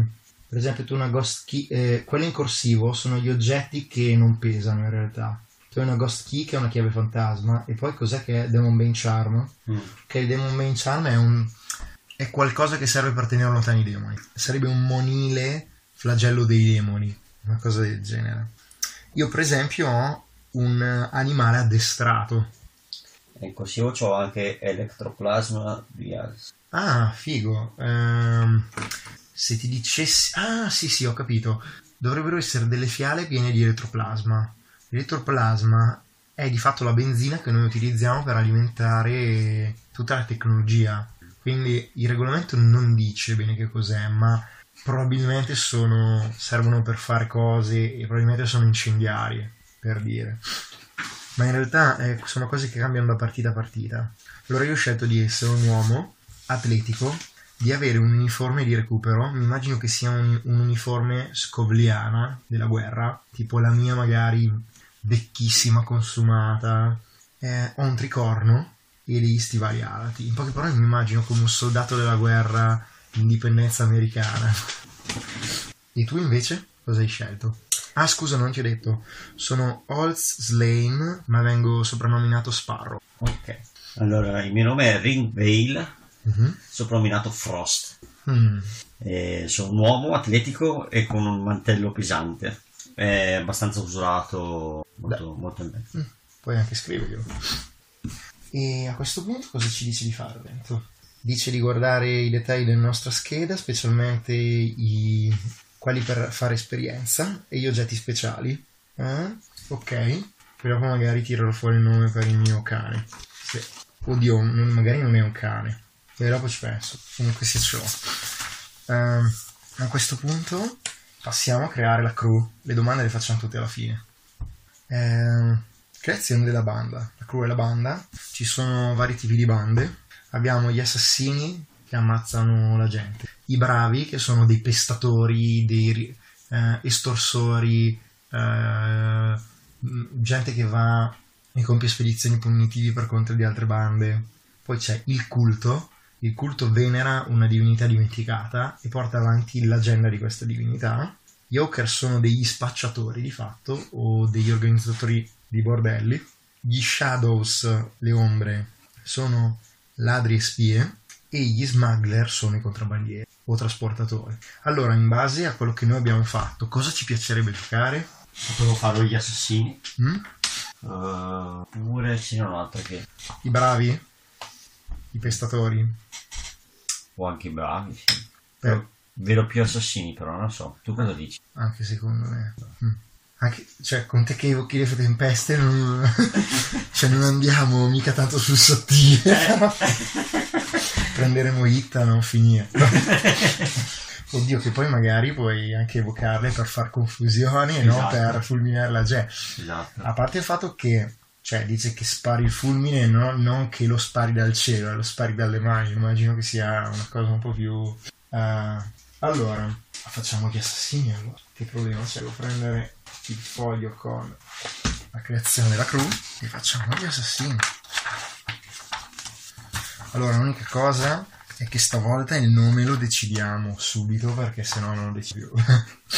Per esempio tu una ghost key, quello in corsivo sono gli oggetti che non pesano in realtà. Tu hai una ghost key che è una chiave fantasma, e poi cos'è che è Demon Bane Charm? Che il Demon Bane Charm è qualcosa che serve per tenere lontani i demoni. Sarebbe un monile flagello dei demoni, una cosa del genere. Io per esempio ho un animale addestrato. In corsivo c'ho anche Electroplasma Vials. Ah, figo. Se ti dicessi... Ah, sì, ho capito. Dovrebbero essere delle fiale piene di elettroplasma. L'elettroplasma è di fatto la benzina che noi utilizziamo per alimentare tutta la tecnologia. Quindi il regolamento non dice bene che cos'è, ma probabilmente servono per fare cose e probabilmente sono incendiarie, per dire. Ma in realtà sono cose che cambiano da partita a partita. Allora io ho scelto di essere un uomo atletico, di avere un uniforme di recupero. Mi immagino che sia un uniforme scovliana della guerra, tipo la mia magari vecchissima, consumata. Ho un tricorno e degli stivali alati. In poche parole mi immagino come un soldato della guerra d'indipendenza americana. E tu invece cosa hai scelto? Ah, scusa, non ti ho detto. Sono Holtz Slane, ma vengo soprannominato Sparrow. Ok. Allora, il mio nome è Ringvale, soprannominato Frost. Sono un uomo atletico e con un mantello pesante. È abbastanza usurato, molto bello. Puoi anche scriverlo. E a questo punto cosa ci dice di fare, Vento? Dice di guardare i dettagli della nostra scheda, specialmente quelli per fare esperienza e gli oggetti speciali. Ok, poi dopo magari tirerò fuori il nome per il mio cane. Sì. Oddio, magari non è un cane, e dopo ci penso. Comunque sia ciò. A questo punto passiamo a creare la crew. Le domande le facciamo tutte alla fine. Creazione della banda. La crew è la banda. Ci sono vari tipi di bande. Abbiamo gli assassini che ammazzano la gente, i bravi che sono dei pestatori, dei estorsori, gente che va e compie spedizioni punitive per conto di altre bande. Poi c'è il culto venera una divinità dimenticata e porta avanti l'agenda di questa divinità. Gli Hawker sono degli spacciatori di fatto o degli organizzatori di bordelli. Gli Shadows, le ombre, sono ladri e spie, e gli smuggler sono i contrabbandieri o trasportatori. Allora, in base a quello che noi abbiamo fatto, cosa ci piacerebbe giocare? Potevo farlo gli assassini. Oppure ce n'è un altro che... I bravi? I pestatori? O anche i bravi, sì. Vedo più assassini, però non so. Tu cosa dici? Anche secondo me. Anche, cioè, con te che evochi le tempeste non andiamo mica tanto sul sottile. Prenderemo Itta, non finire. Oddio, che poi magari puoi anche evocarle per far confusione e non per fulminare la gente. Esatto. A parte il fatto che, cioè, dice che spari il fulmine, no? Non che lo spari dal cielo, lo spari dalle mani. Immagino che sia una cosa un po' più... Allora, facciamo gli assassini allora. Che problema c'è? Devo prendere il foglio con la creazione della crew e facciamo gli assassini. Allora, l'unica cosa è che stavolta il nome lo decidiamo subito, perché sennò non lo decido più.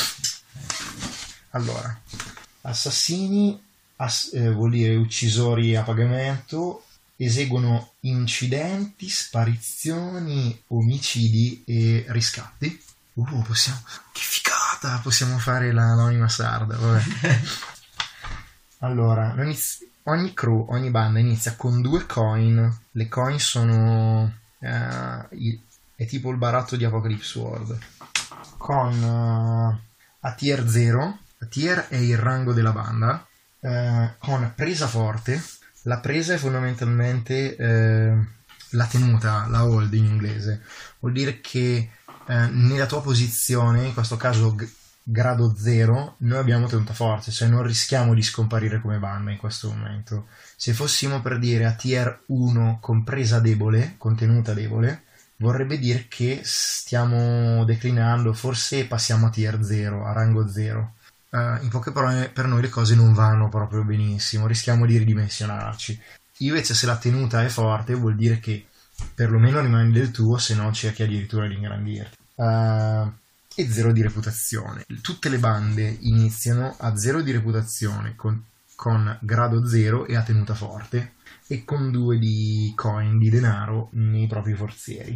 Allora, assassini vuol dire uccisori a pagamento, eseguono incidenti, sparizioni, omicidi e riscatti. Possiamo... Che figata! Possiamo fare l'anonima sarda, vabbè. Allora, ogni crew, ogni banda inizia con 2 coin. Le coin sono... è tipo il baratto di Apocalypse World. Con a tier 0. A tier è il rango della banda. Con presa forte. La presa è fondamentalmente la tenuta, la hold in inglese. Vuol dire che nella tua posizione, in questo caso grado 0, noi abbiamo tenuta forte, cioè non rischiamo di scomparire come banda in questo momento. Se fossimo per dire a tier 1 con presa debole, con tenuta debole, vorrebbe dire che stiamo declinando, forse passiamo a tier 0, a rango 0. In poche parole, per noi le cose non vanno proprio benissimo, rischiamo di ridimensionarci. Invece se la tenuta è forte vuol dire che perlomeno rimani del tuo, se no cerchi addirittura di ingrandirti. e 0 di reputazione. Tutte le bande iniziano a 0 di reputazione con grado 0 e a tenuta forte, e con 2 di coin, di denaro, nei propri forzieri.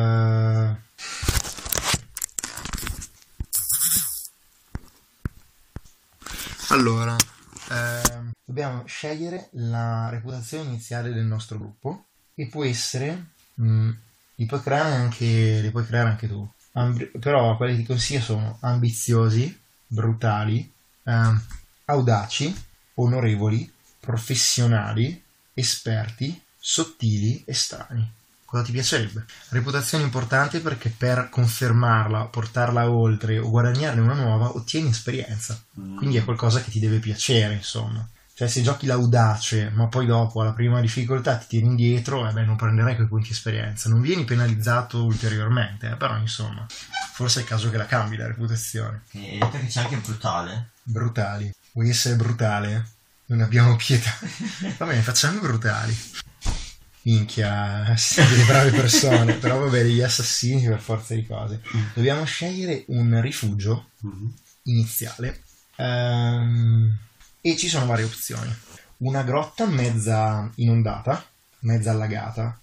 Allora, dobbiamo scegliere la reputazione iniziale del nostro gruppo, e può essere, li puoi creare anche tu, però quelli che ti consiglio sono ambiziosi, brutali, audaci, onorevoli, professionali, esperti, sottili e strani. Cosa ti piacerebbe? Reputazione importante perché per confermarla, portarla oltre o guadagnarne una nuova ottieni esperienza. Quindi è qualcosa che ti deve piacere, insomma. Cioè, se giochi l'audace ma poi dopo alla prima difficoltà ti tiri indietro, non prenderai quei punti esperienza. Non vieni penalizzato ulteriormente, però insomma, forse è il caso che la cambi la reputazione. E perché c'è anche brutale. Brutali. Vuoi essere brutale? Non abbiamo pietà. Va bene, facciamo brutali. Minchia, siete delle brave persone, però vabbè, degli assassini per forza di cose. Dobbiamo scegliere un rifugio iniziale, e ci sono varie opzioni. Una grotta mezza inondata, mezza allagata,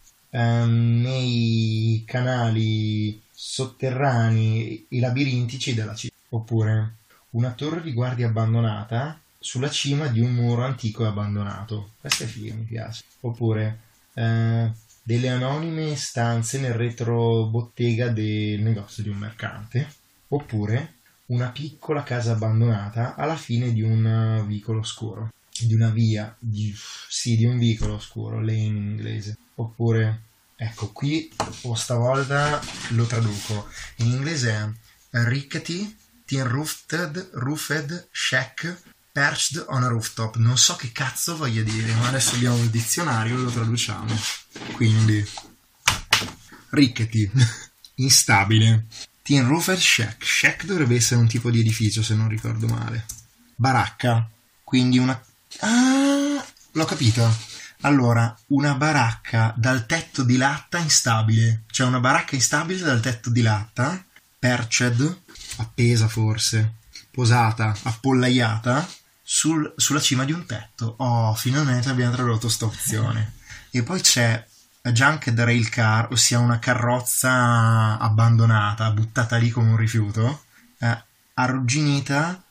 nei canali sotterranei e labirintici della città. Oppure una torre di guardia abbandonata sulla cima di un muro antico e abbandonato. Questa è figa, mi piace. Oppure delle anonime stanze nel retro bottega del negozio di un mercante. Oppure una piccola casa abbandonata alla fine di un vicolo oscuro, di una via, di un vicolo oscuro, lane in inglese. Oppure, ecco, qui stavolta lo traduco, in inglese è rickety, tin roofed shack perched on a rooftop. Non so che cazzo voglia dire, ma adesso abbiamo il dizionario e lo traduciamo. Quindi rickety, instabile. Tin roofed shack. Shack dovrebbe essere un tipo di edificio, se non ricordo male. Baracca, quindi una... Ah, l'ho capito. Allora, una baracca dal tetto di latta instabile. Cioè una baracca instabile dal tetto di latta, perched, appesa forse, posata, appollaiata sulla cima di un tetto. Oh, finalmente abbiamo tradotto sta opzione. E poi c'è a junked rail car, ossia una carrozza abbandonata, buttata lì come un rifiuto, arrugginita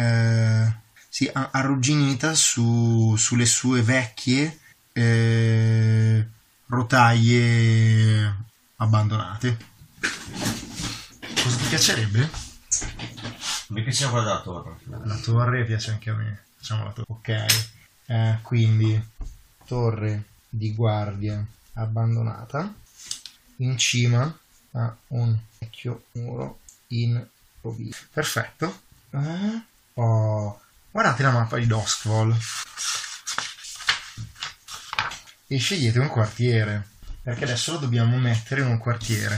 sulle sue vecchie rotaie abbandonate. Cosa ti piacerebbe? Mi piace quella della torre. La torre piace anche a me. Facciamo la torre. Ok. Quindi torre di guardia abbandonata in cima a un vecchio muro in rovina. Perfetto. Guardate la mappa di Duskfall e scegliete un quartiere, perché adesso lo dobbiamo mettere in un quartiere.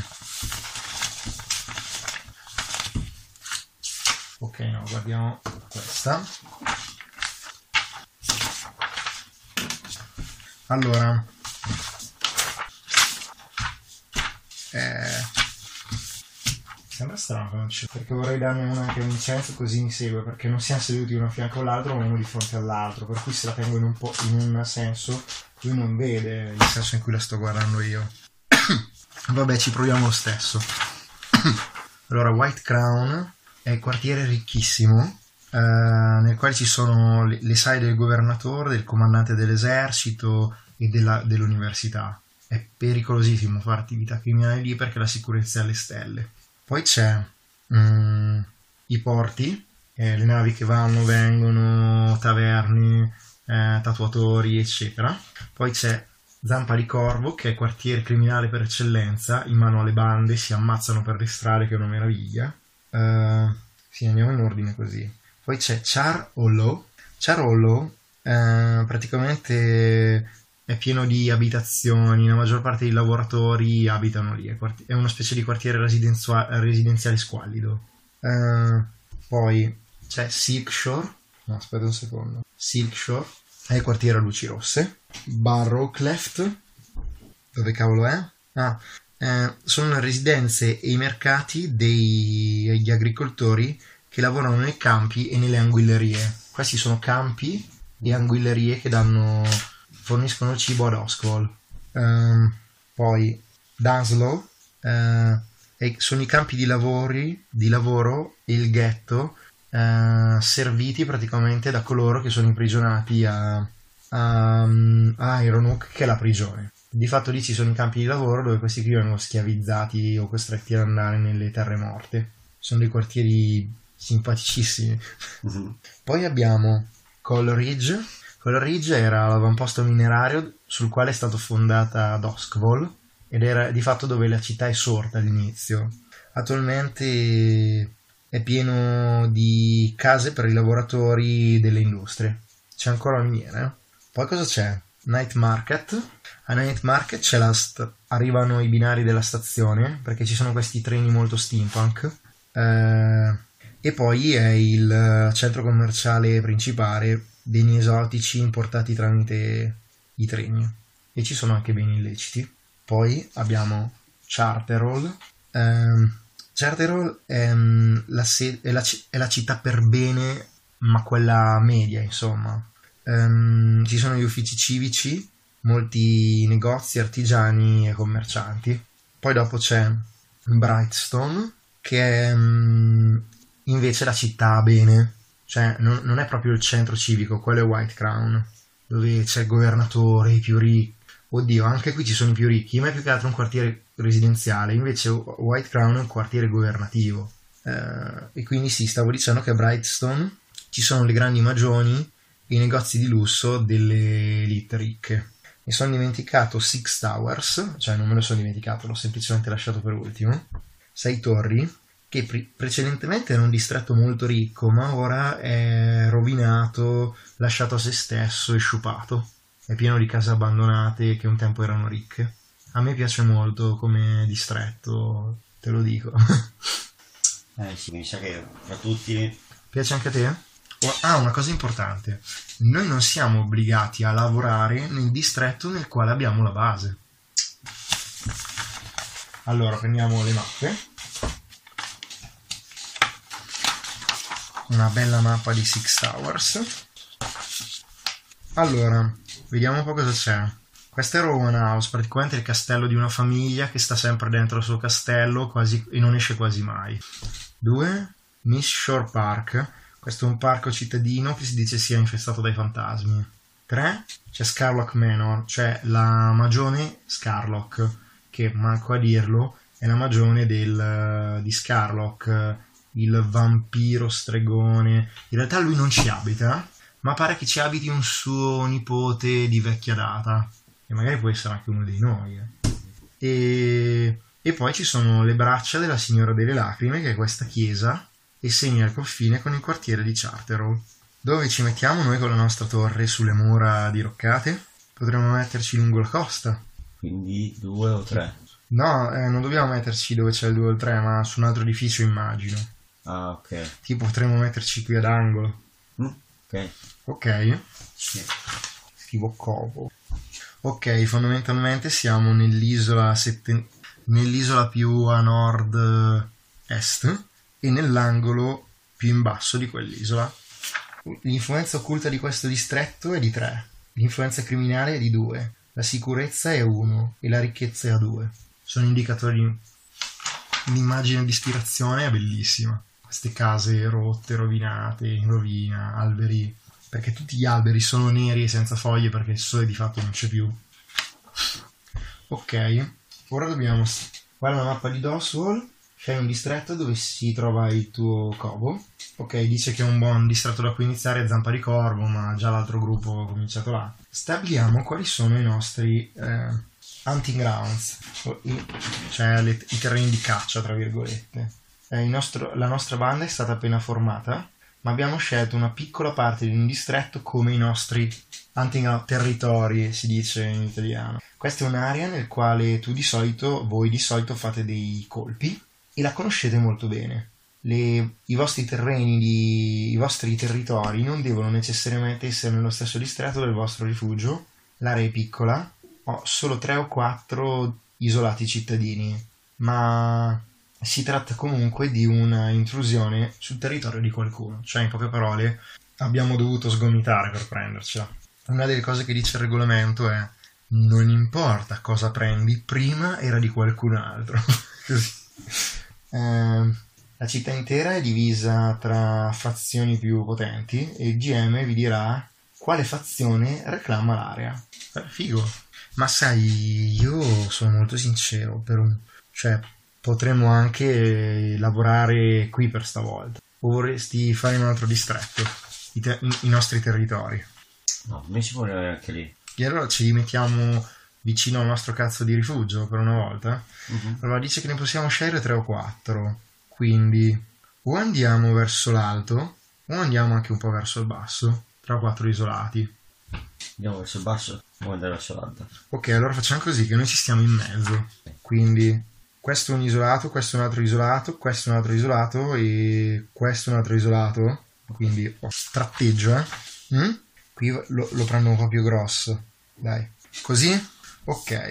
Ok, no, guardiamo questa. Allora, sembra strano, perché vorrei darne una anche a Vincenzo, così mi segue, perché non siamo seduti uno a fianco all'altro ma uno di fronte all'altro, per cui se la tengo in un senso, lui non vede il senso in cui la sto guardando io. Vabbè, ci proviamo lo stesso. Allora, White Crown è il quartiere ricchissimo, nel quale ci sono le sale del governatore, del comandante dell'esercito e dell'università. È pericolosissimo fare attività criminali lì perché la sicurezza è alle stelle. Poi c'è i porti, le navi che vanno, vengono, taverne, tatuatori, eccetera. Poi c'è Zampa di Corvo, che è quartiere criminale per eccellenza, in mano alle bande, si ammazzano per le strade, che è una meraviglia. Sì, andiamo in ordine così. Poi c'è Char Hollow. Char Hollow praticamente è pieno di abitazioni, la maggior parte dei lavoratori abitano lì, è una specie di quartiere residenziale squallido. Poi c'è Silkshore, no, aspetta un secondo, Silkshore è il quartiere a luci rosse. Barrow Cleft, dove cavolo è? sono le residenze e i mercati degli agricoltori che lavorano nei campi e nelle anguillerie. Questi sono campi e anguillerie che forniscono cibo ad Oswald. Poi Dunslow sono i campi di lavoro e il ghetto serviti praticamente da coloro che sono imprigionati a Ironhook, che è la prigione. Di fatto lì ci sono i campi di lavoro dove questi qui vengono schiavizzati o costretti ad andare nelle terre morte. Sono dei quartieri simpaticissimi. Poi abbiamo Coleridge. Coleridge era l'avamposto minerario sul quale è stato fondata Doskvol ed era di fatto dove la città è sorta all'inizio. Attualmente è pieno di case per i lavoratori delle industrie. C'è ancora la miniera. Poi cosa c'è? Night Market. A Night Market arrivano i binari della stazione, perché ci sono questi treni molto steampunk, e poi è il centro commerciale principale, beni esotici importati tramite i treni, e ci sono anche beni illeciti. Poi abbiamo Charterhall. Charterhall è la città per bene, ma quella media, insomma. Ci sono gli uffici civici, molti negozi, artigiani e commercianti. Poi dopo c'è Brightstone, che è invece la città bene, cioè non è proprio il centro civico, quello è White Crown, dove c'è il governatore, i più ricchi. Oddio, anche qui ci sono i più ricchi, ma è più che altro un quartiere residenziale, invece White Crown è un quartiere governativo. E quindi sì, stavo dicendo che a Brightstone ci sono le grandi magioni e i negozi di lusso delle elite ricche. Mi sono dimenticato Six Towers, cioè non me lo sono dimenticato, l'ho semplicemente lasciato per ultimo. 6 torri, che precedentemente era un distretto molto ricco, ma ora è rovinato, lasciato a se stesso e sciupato. È pieno di case abbandonate che un tempo erano ricche. A me piace molto come distretto, te lo dico. Sì, mi sa che fra tutti... Piace anche a te? Una cosa importante. Noi non siamo obbligati a lavorare nel distretto nel quale abbiamo la base. Allora, prendiamo le mappe. Una bella mappa di Six Towers. Allora, vediamo un po' cosa c'è. Questo è Rowan House, praticamente il castello di una famiglia che sta sempre dentro il suo castello e non esce quasi mai. 2. Miss Shore Park. Questo è un parco cittadino che si dice sia infestato dai fantasmi. 3. C'è Scarlock Manor, cioè la magione Scarlock, che manco a dirlo è la magione di Scarlock, il vampiro stregone. In realtà lui non ci abita, ma pare che ci abiti un suo nipote di vecchia data, e magari può essere anche uno di noi. E poi ci sono le braccia della Signora delle Lacrime, che è questa chiesa, e segna il confine con il quartiere di Charterhall. Dove ci mettiamo noi con la nostra torre sulle mura diroccate? Potremmo metterci lungo la costa. Quindi 2 o 3? No, non dobbiamo metterci dove c'è il 2 o il 3, ma su un altro edificio, immagino. Ah, ok. Tipo potremmo metterci qui ad angolo. Ok. Ok? Sì. Scrivo Covo. Ok, fondamentalmente siamo nell'isola più a nord-est e nell'angolo più in basso di quell'isola. L'influenza occulta di questo distretto è di 3, l'influenza criminale è di 2, la sicurezza è 1 e la ricchezza è a 2. Sono indicatori. L'immagine di ispirazione è bellissima. Queste case rotte, rovinate, in rovina, alberi, perché tutti gli alberi sono neri e senza foglie perché il sole di fatto non c'è più. Ok, ora dobbiamo... Guarda la mappa di Doswell. C'è un distretto dove si trova il tuo covo. Ok, dice che è un buon distretto da cui iniziare è Zampa di Corvo, ma già l'altro gruppo ha cominciato là. Stabiliamo quali sono i nostri hunting grounds, cioè i terreni di caccia, tra virgolette. La nostra banda è stata appena formata, ma abbiamo scelto una piccola parte di un distretto come i nostri hunting territori, si dice in italiano. Questa è un'area nel quale voi di solito fate dei colpi e la conoscete molto bene. I vostri terreni, i vostri territori non devono necessariamente essere nello stesso distretto del vostro rifugio. L'area è piccola, ho solo 3 o 4 isolati cittadini, ma si tratta comunque di una intrusione sul territorio di qualcuno. Cioè, in poche parole, abbiamo dovuto sgomitare per prendercela. Una delle cose che dice il regolamento è: non importa cosa prendi, prima era di qualcun altro. Così. La città intera è divisa tra fazioni più potenti e il GM vi dirà quale fazione reclama l'area. Figo. Ma sai, io sono molto sincero, cioè potremmo anche lavorare qui per stavolta. O vorresti fare un altro distretto? I nostri territori. No, noi si può arrivare anche lì. E allora ci mettiamo vicino al nostro cazzo di rifugio per una volta? Allora dice che ne possiamo scegliere 3 o 4. Quindi o andiamo verso l'alto o andiamo anche un po' verso il basso. 3 o 4 isolati. Andiamo verso il basso o andare verso l'alto? Ok, allora facciamo così, che noi ci stiamo in mezzo. Quindi questo è un isolato, questo è un altro isolato, questo è un altro isolato e questo è un altro isolato. Quindi tratteggio, Qui lo prendo un po' più grosso. Dai, così? Ok.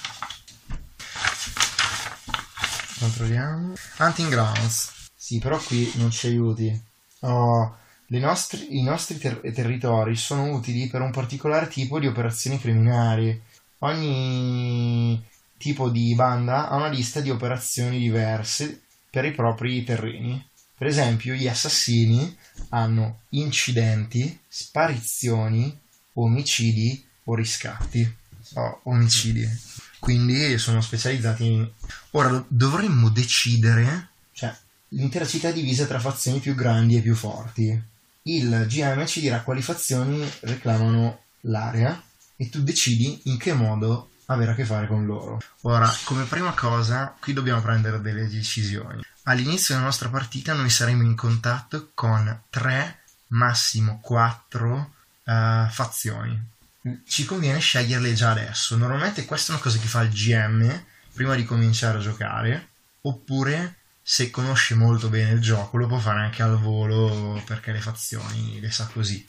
Controlliamo. Hunting grounds. Sì, però qui non ci aiuti. I nostri territori sono utili per un particolare tipo di operazioni criminali. Ogni tipo di banda ha una lista di operazioni diverse per i propri terreni. Per esempio, gli assassini hanno incidenti, sparizioni, omicidi o riscatti. Omicidi. Quindi sono specializzati in... Ora dovremmo decidere... Cioè, l'intera città è divisa tra fazioni più grandi e più forti. Il GM ci dirà quali fazioni reclamano l'area e tu decidi in che modo avere a che fare con loro. Ora, come prima cosa, qui dobbiamo prendere delle decisioni. All'inizio della nostra partita noi saremo in contatto con 3, massimo 4 fazioni. Ci conviene sceglierle già adesso. Normalmente questa è una cosa che fa il GM prima di cominciare a giocare, oppure se conosce molto bene il gioco lo può fare anche al volo perché le fazioni le sa così.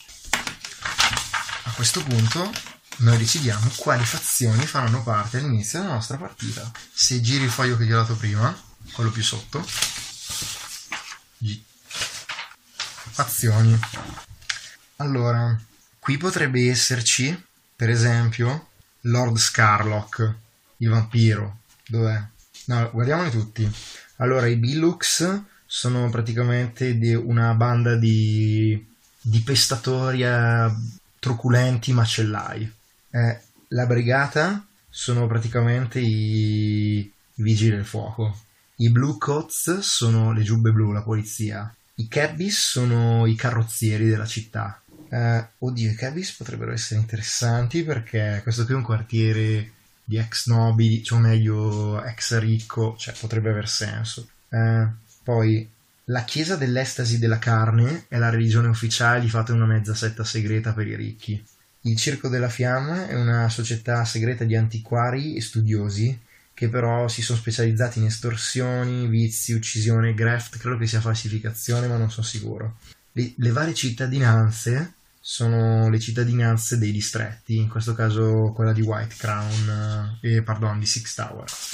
A questo punto noi decidiamo quali fazioni faranno parte all'inizio della nostra partita. Se giri il foglio che ti ho dato prima, quello più sotto, fazioni. Allora, qui potrebbe esserci, per esempio, Lord Scarlock, il vampiro. Dov'è? No, guardiamoli tutti. Allora, i Billux sono praticamente una banda di pestatori truculenti macellai. La brigata sono praticamente i vigili del fuoco. I Blue Coats sono le giubbe blu, la polizia. I Cabbies sono i carrozzieri della città. I Cabbies potrebbero essere interessanti perché questo qui è un quartiere di ex nobili, cioè meglio ex ricco, cioè potrebbe aver senso. Poi la chiesa dell'estasi della carne è la religione ufficiale di fatto una mezza setta segreta per i ricchi. Il Circo della Fiamma è una società segreta di antiquari e studiosi che però si sono specializzati in estorsioni, vizi, uccisione, graft, credo che sia falsificazione ma non sono sicuro. Le varie cittadinanze sono le cittadinanze dei distretti, in questo caso quella di White Crown, di Six Towers.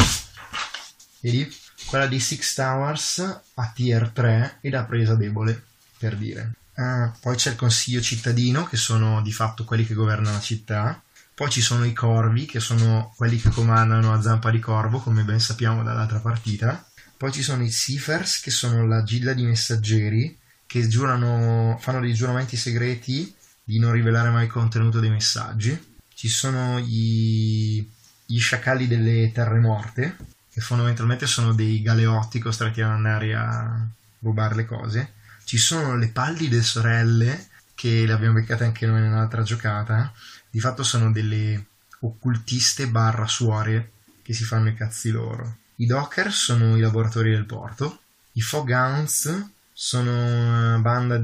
Vedi? Quella di Six Towers a tier 3 e da presa debole, per dire. Poi c'è il consiglio cittadino, che sono di fatto quelli che governano la città. Poi ci sono i corvi, che sono quelli che comandano a zampa di corvo, come ben sappiamo dall'altra partita. Poi ci sono i Seafers, che sono la gilda di messaggeri, che fanno dei giuramenti segreti di non rivelare mai il contenuto dei messaggi. Ci sono gli sciacalli delle terre morte, che fondamentalmente sono dei galeotti costretti ad andare a rubare le cose. Ci sono le pallide sorelle, che le abbiamo beccate anche noi nell'altra giocata. Di fatto sono delle occultiste / suore che si fanno i cazzi loro. I Docker sono i laboratori del porto. I Foghounds sono una banda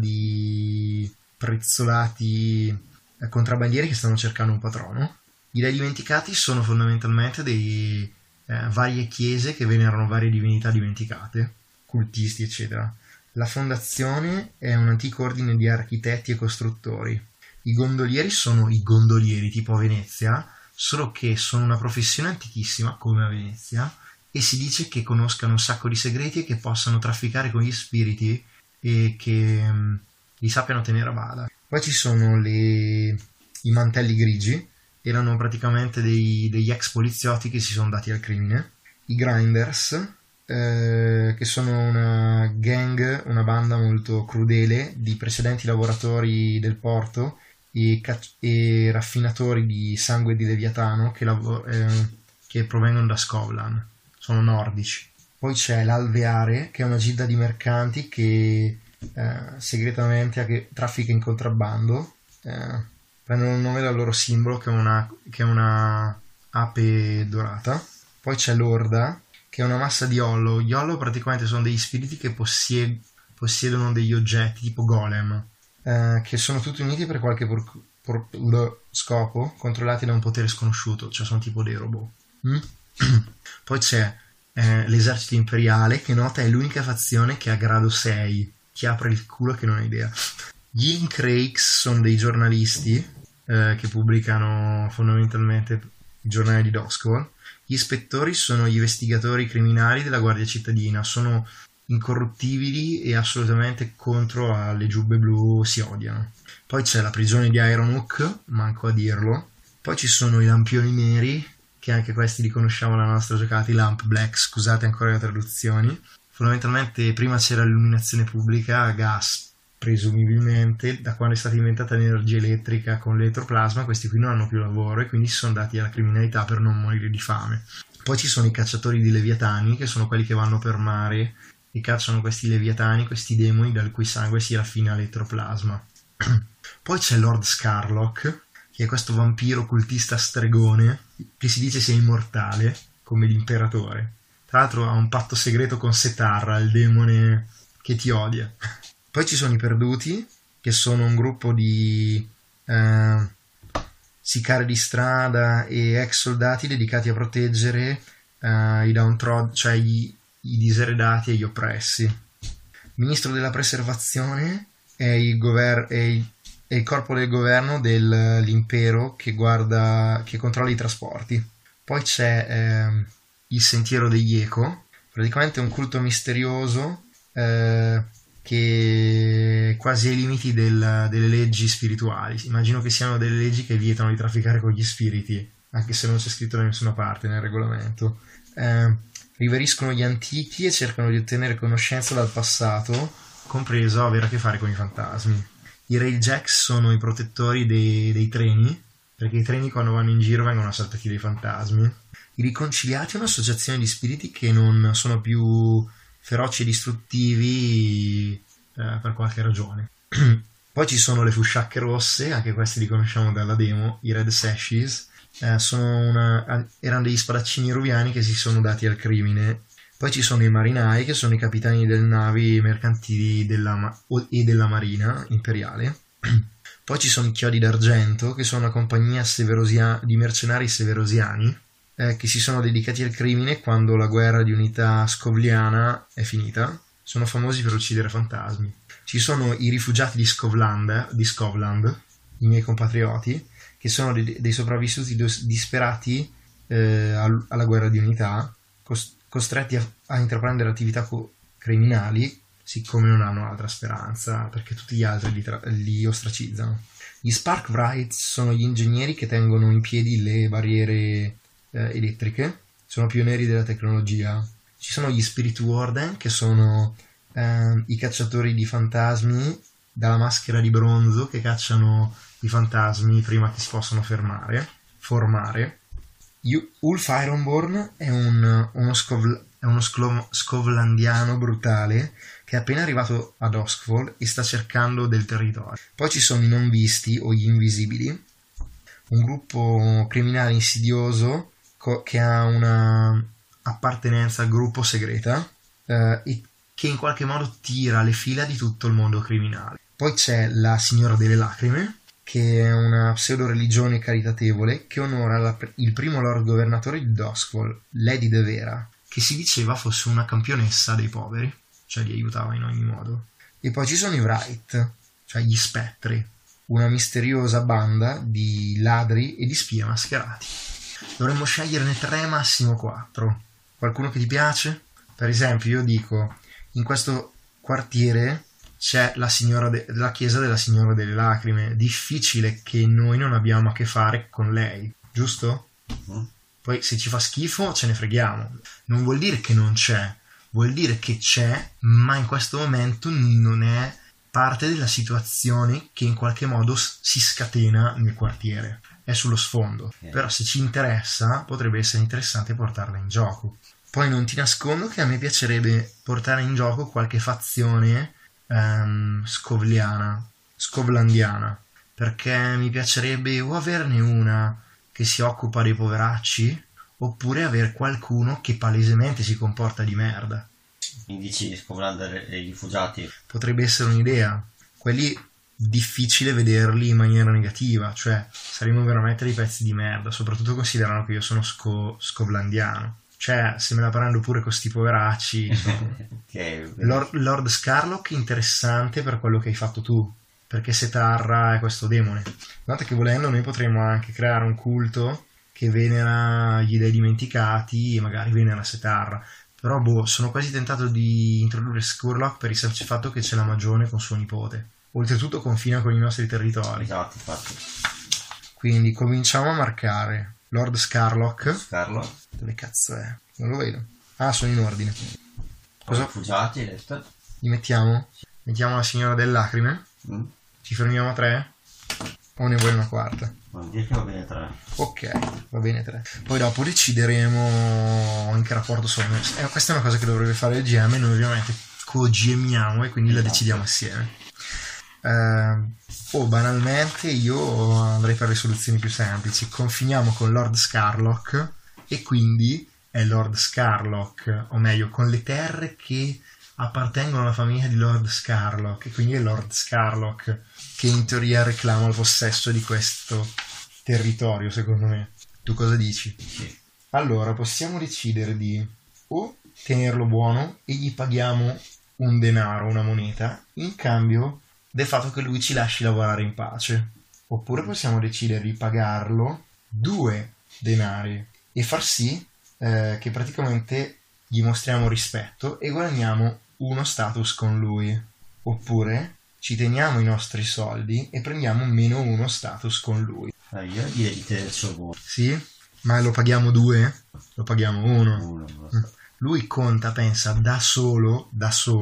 di prezzolati contrabbandieri che stanno cercando un patrono. I Dei Dimenticati sono fondamentalmente dei varie chiese che venerano varie divinità dimenticate, cultisti eccetera. La fondazione è un antico ordine di architetti e costruttori. I gondolieri sono i gondolieri tipo a Venezia, solo che sono una professione antichissima, come a Venezia, e si dice che conoscano un sacco di segreti e che possano trafficare con gli spiriti e che li sappiano tenere a bada. Poi ci sono i mantelli grigi, erano praticamente degli ex poliziotti che si sono dati al crimine. I Grinders, che sono una gang, una banda molto crudele di precedenti lavoratori del porto e raffinatori di sangue di Leviatano che provengono da Skavlan, sono nordici. Poi c'è l'Alveare, che è una gilda di mercanti che segretamente traffica in contrabbando, prendono il nome dal loro simbolo che è una ape dorata. Poi c'è l'Orda, che è una massa di Hollow. Gli Hollow praticamente sono degli spiriti che possiedono degli oggetti tipo golem, che sono tutti uniti per qualche scopo, controllati da un potere sconosciuto, cioè sono tipo dei robot. Poi c'è l'esercito imperiale, che nota è l'unica fazione che ha grado 6, ti apre il culo che non hai idea. Gli Inkrakes sono dei giornalisti che pubblicano fondamentalmente i giornali di Doskvol. Gli ispettori sono gli investigatori criminali della Guardia Cittadina, sono incorruttibili e assolutamente contro alle giubbe blu, si odiano. Poi c'è la prigione di Ironhook, manco a dirlo. Poi ci sono i lampioni neri, che anche questi li conosciamo nella nostra giocata, i Lamp Black, scusate ancora le traduzioni. Fondamentalmente prima c'era l'illuminazione pubblica a gas, presumibilmente da quando è stata inventata l'energia elettrica con l'elettroplasma, questi qui non hanno più lavoro e quindi si sono dati alla criminalità per non morire di fame. Poi ci sono i cacciatori di leviatani, che sono quelli che vanno per mare e cacciano questi leviatani, questi demoni dal cui sangue si raffina l'elettroplasma. Poi c'è Lord Scarlock, che è questo vampiro cultista stregone che si dice sia immortale come l'imperatore. Tra l'altro ha un patto segreto con Setarra, il demone che ti odia. Poi ci sono i Perduti, che sono un gruppo di sicari di strada e ex soldati dedicati a proteggere i downtrodden, cioè i diseredati e gli oppressi. Il ministro della preservazione è il corpo del governo dell'impero che controlla i trasporti. Poi c'è il sentiero degli Eco, praticamente un culto misterioso che è quasi ai limiti delle leggi spirituali. Immagino che siano delle leggi che vietano di trafficare con gli spiriti, anche se non c'è scritto da nessuna parte nel regolamento. Riveriscono gli antichi e cercano di ottenere conoscenza dal passato, compreso avere a che fare con i fantasmi. I Railjacks sono i protettori dei treni, perché i treni quando vanno in giro vengono assaltati dai fantasmi. I Riconciliati è un'associazione di spiriti che non sono più feroci e distruttivi per qualche ragione. Poi ci sono le Fusciacche Rosse, anche questi li conosciamo dalla demo, i Red Sashes. Erano degli spadaccini ruviani che si sono dati al crimine. Poi ci sono i Marinai, che sono i capitani delle navi mercantili e della marina imperiale. Poi ci sono i Chiodi d'Argento, che sono una compagnia di mercenari severosiani che si sono dedicati al crimine quando la guerra di unità scovliana è finita. Sono famosi per uccidere fantasmi. Ci sono i rifugiati di Skavland, i miei compatrioti, che sono dei sopravvissuti disperati alla guerra di unità, costretti a intraprendere attività criminali, siccome non hanno altra speranza, perché tutti gli altri li ostracizzano. Gli Spark Wrights sono gli ingegneri che tengono in piedi le barriere elettriche, sono pionieri della tecnologia. Ci sono gli Spirit Warden, che sono i cacciatori di fantasmi dalla maschera di bronzo, che cacciano i fantasmi prima che si possano formare. Ulf Ironborn è uno scovlandiano brutale che è appena arrivato ad Doskvol e sta cercando del territorio. Poi ci sono i non visti o gli invisibili, un gruppo criminale insidioso che ha una appartenenza al gruppo segreta e che in qualche modo tira le fila di tutto il mondo criminale. Poi c'è la Signora delle Lacrime, che è una pseudo-religione caritatevole che onora il primo Lord Governatore di Doskvol, Lady De Vera, che si diceva fosse una campionessa dei poveri, cioè li aiutava in ogni modo. E poi ci sono i Wright, cioè gli Spettri, una misteriosa banda di ladri e di spie mascherati. Dovremmo sceglierne 3, massimo 4. Qualcuno che ti piace? Per esempio, io dico, in questo quartiere c'è la chiesa della Signora delle Lacrime. Difficile che noi non abbiamo a che fare con lei, giusto? Poi se ci fa schifo ce ne freghiamo. Non vuol dire che non c'è, vuol dire che c'è, ma in questo momento non è parte della situazione che in qualche modo si scatena nel quartiere. È sullo sfondo. Però se ci interessa, potrebbe essere interessante portarla in gioco. Poi non ti nascondo che a me piacerebbe portare in gioco qualche fazione scovlandiana, perché mi piacerebbe o averne una che si occupa dei poveracci, oppure avere qualcuno che palesemente si comporta di merda. Quindi dici Scovlanda e i rifugiati? Potrebbe essere un'idea. Quelli difficile vederli in maniera negativa, cioè saremmo veramente dei pezzi di merda, soprattutto considerando che io sono scovlandiano. Cioè, se me la prendo pure con sti poveracci. Okay. Lord Scarlock, interessante per quello che hai fatto tu, perché Setarra è questo demone. Guardate che volendo noi potremmo anche creare un culto che venera gli dei dimenticati e magari venera Setarra. Però sono quasi tentato di introdurre Skurlock per il semplice fatto che c'è la magione con suo nipote. Oltretutto confina con i nostri territori. Esatto, infatti. Quindi cominciamo a marcare Lord Scarlock. Dove cazzo è? Non lo vedo. Ah, sono in ordine. Cosa? Rifugiati, hai detto? Li mettiamo? Mettiamo la Signora delle Lacrime? Ci fermiamo a 3? O ne vuoi una quarta? Non dire che va bene 3. Ok, va bene 3. Poi dopo decideremo in che rapporto sono. Questa è una cosa che dovrebbe fare il GM. Noi ovviamente co-GMiamo e quindi la decidiamo assieme. Banalmente io andrei per le soluzioni più semplici. Confiniamo con Lord Scarlock e quindi è Lord Scarlock, o meglio con le terre che appartengono alla famiglia di Lord Scarlock, e quindi è Lord Scarlock che in teoria reclama il possesso di questo territorio, secondo me. Tu cosa dici? Sì. Allora possiamo decidere di o tenerlo buono e gli paghiamo un denaro, una moneta, in cambio del fatto che lui ci lasci lavorare in pace, oppure possiamo decidere di pagarlo 2 denari e far sì che praticamente gli mostriamo rispetto e guadagniamo uno status con lui, oppure ci teniamo i nostri soldi e prendiamo -1 status con lui. Io direi di tenerci buono. Sì? Ma lo paghiamo 2? Lo paghiamo 1? Lui conta, pensa, da solo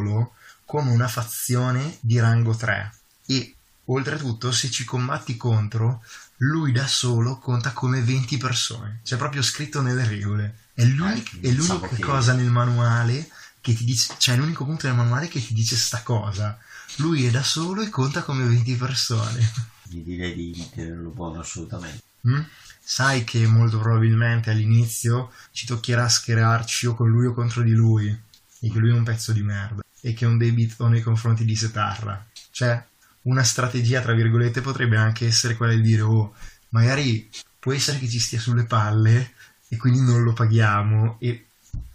come una fazione di rango 3 e oltretutto se ci combatti contro lui da solo conta come 20 persone, c'è proprio scritto nelle regole, è l'unica cosa nel manuale che ti dice, cioè l'unico punto nel manuale che ti dice sta cosa, lui è da solo e conta come 20 persone. Gli direi di tenerlo buono assolutamente. Sai che molto probabilmente all'inizio ci toccherà schierarci o con lui o contro di lui e che lui è un pezzo di merda e che è un debito nei confronti di Setarra. Cioè, una strategia, tra virgolette, potrebbe anche essere quella di dire magari può essere che ci stia sulle palle e quindi non lo paghiamo e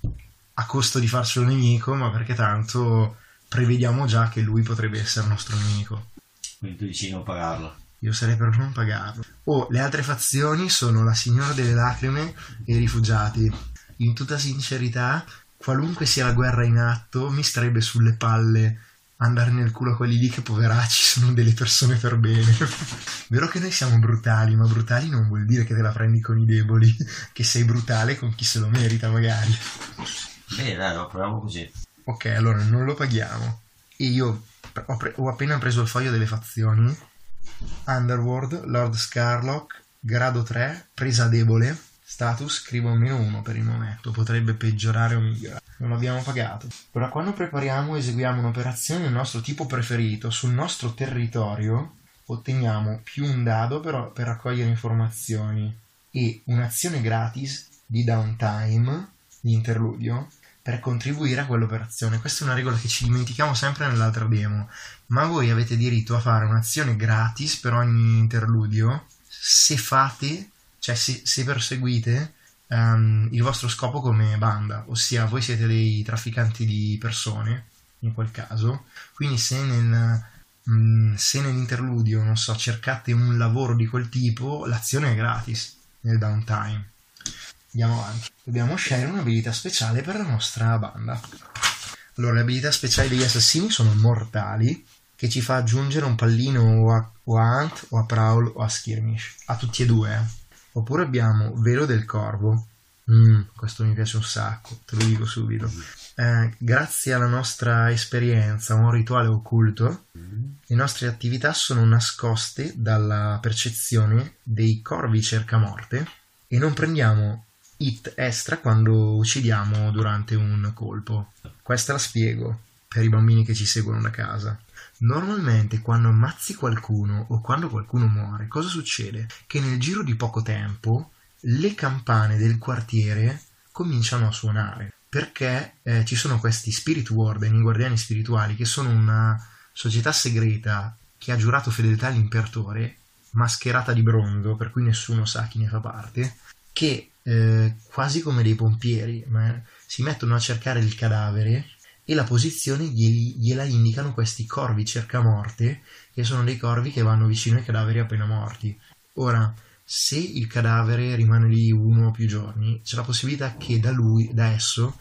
a costo di farcelo nemico, ma perché tanto prevediamo già che lui potrebbe essere nostro nemico. Quindi tu dici non pagarlo? Io sarei per non pagarlo. Le altre fazioni sono la Signora delle Lacrime e i rifugiati. In tutta sincerità, qualunque sia la guerra in atto, mi starebbe sulle palle andare nel culo a quelli lì che poveracci sono delle persone per bene. Vero che noi siamo brutali, ma brutali non vuol dire che te la prendi con i deboli, che sei brutale con chi se lo merita magari. Bene, dai, lo proviamo così. Ok, allora non lo paghiamo. E io ho appena preso il foglio delle fazioni. Underworld, Lord Scarlock, grado 3, presa debole, status scrivo -1 per il momento, potrebbe peggiorare o migliorare. Non l'abbiamo pagato. Ora quando prepariamo e eseguiamo un'operazione del nostro tipo preferito sul nostro territorio, otteniamo più un dado per raccogliere informazioni e un'azione gratis di downtime, di interludio, per contribuire a quell'operazione. Questa è una regola che ci dimentichiamo sempre nell'altra demo, ma voi avete diritto a fare un'azione gratis per ogni interludio se fate, cioè se perseguite il vostro scopo come banda, ossia voi siete dei trafficanti di persone in quel caso, quindi se nell'interludio, non so, cercate un lavoro di quel tipo, l'azione è gratis nel downtime. Andiamo avanti. Dobbiamo scegliere un'abilità speciale per la nostra banda. Allora, le abilità speciali degli assassini sono mortali, che ci fa aggiungere un pallino o a Hunt, o a Prowl, o a Skirmish. A tutti e due, Oppure abbiamo Velo del Corvo. Questo mi piace un sacco, te lo dico subito. Grazie alla nostra esperienza, un rituale occulto, le nostre attività sono nascoste dalla percezione dei corvi cercamorte e non prendiamo hit extra quando uccidiamo durante un colpo. Questa la spiego per i bambini che ci seguono da casa. Normalmente quando ammazzi qualcuno o quando qualcuno muore, cosa succede? Che nel giro di poco tempo le campane del quartiere cominciano a suonare, perché ci sono questi Spirit Warden, i guardiani spirituali, che sono una società segreta che ha giurato fedeltà all'imperatore, mascherata di bronzo, per cui nessuno sa chi ne fa parte, che quasi come dei pompieri si mettono a cercare il cadavere e la posizione gliela indicano questi corvi cercamorte, che sono dei corvi che vanno vicino ai cadaveri appena morti. Ora, se il cadavere rimane lì 1 o più giorni, c'è la possibilità che da esso